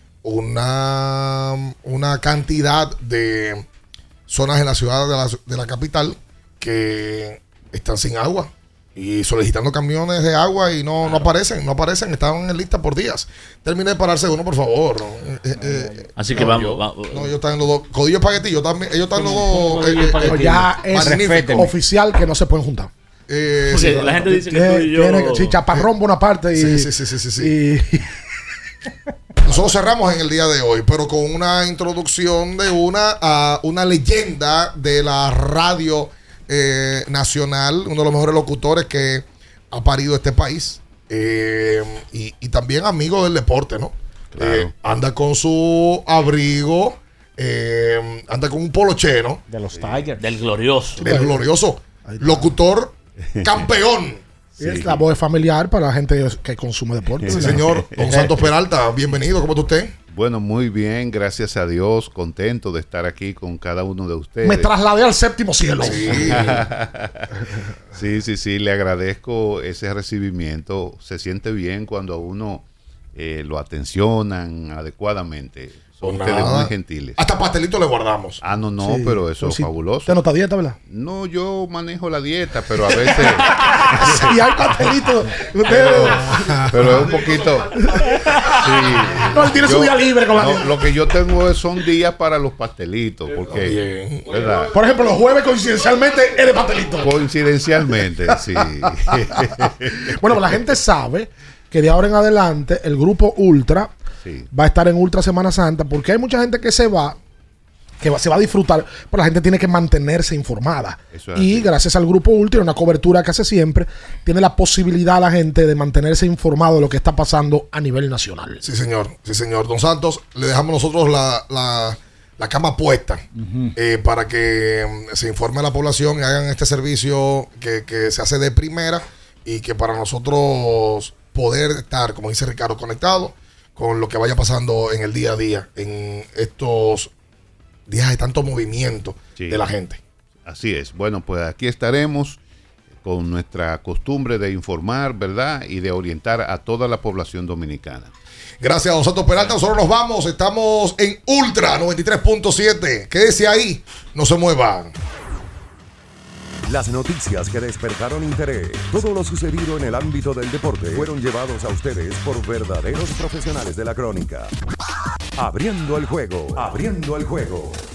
una, una cantidad de zonas en la ciudad de la, de la capital que están sin agua. Y solicitando camiones de agua y no, claro. no aparecen, no aparecen, estaban en lista por días. Termine de pararse uno, por favor. ¿no? Eh, eh, Así no, que vamos. Yo, vamos. No, ellos están en los dos. Codillo Espagueti, yo también, ellos están en los dos. Eh, eh, ya es magnífico. Oficial que no se pueden juntar. Eh, sí, sí, la gente dice que tú y yo. Tiene, sí, chaparrón por una parte y. Sí, sí, sí, sí, sí, sí. Y... Nosotros cerramos en el día de hoy, pero con una introducción de una, uh, una leyenda de la radio. Eh, nacional, uno de los mejores locutores que ha parido este país eh, y, y también amigo del deporte, ¿no? Claro. Eh, anda con su abrigo, eh, anda con un polocheno de los Tigers, del glorioso, del glorioso locutor campeón. Sí. Es la voz familiar para la gente que consume deporte. Sí, señor. Don Santos Peralta, bienvenido. ¿Cómo está usted? Bueno, muy bien, gracias a Dios, contento de estar aquí con cada uno de ustedes. Me trasladé al séptimo cielo. Sí, sí, sí, sí, le agradezco ese recibimiento. Se siente bien cuando a uno eh, lo atencionan adecuadamente. Son Pues ustedes nada. muy gentiles. Hasta pastelito le guardamos. Ah, no, no, Sí, pero eso pero es sí. fabuloso. ¿Usted nota dieta, verdad? No, yo manejo la dieta, pero a veces... Si hay pastelitos, pero, ustedes... pero es un poquito... Sí. No, él tiene su día libre con la no, dieta. Lo que yo tengo es- son días para los pastelitos, porque... Bien. ¿verdad? Por ejemplo, los jueves coincidencialmente es de pastelito. Coincidencialmente, sí. Bueno, pues la gente sabe que de ahora en adelante el grupo Ultra Sí. va a estar en Ultra Semana Santa, porque hay mucha gente que se va, que va- se va a disfrutar, pero la gente tiene que mantenerse informada. Eso es Y así. gracias al grupo Ultra, una cobertura que hace siempre, tiene la posibilidad la gente de mantenerse informado de lo que está pasando a nivel nacional. Sí, señor. Sí, señor. Don Santos, le dejamos nosotros la, la, la cama puesta eh, para que mm, se informe a la población y hagan este servicio que, que se hace de primera y que para nosotros poder estar, como dice Ricardo, conectados con lo que vaya pasando en el día a día, en estos días de tanto movimiento Sí. de la gente. Así es. Bueno, pues aquí estaremos con nuestra costumbre de informar, ¿verdad? Y de orientar a toda la población dominicana. Gracias, don Santos Peralta. Nosotros nos vamos. Estamos en Ultra noventa y tres punto siete. Quédese ahí. No se muevan. Las noticias que despertaron interés, todo lo sucedido en el ámbito del deporte, fueron llevados a ustedes por verdaderos profesionales de la crónica. Abriendo el juego, abriendo el juego.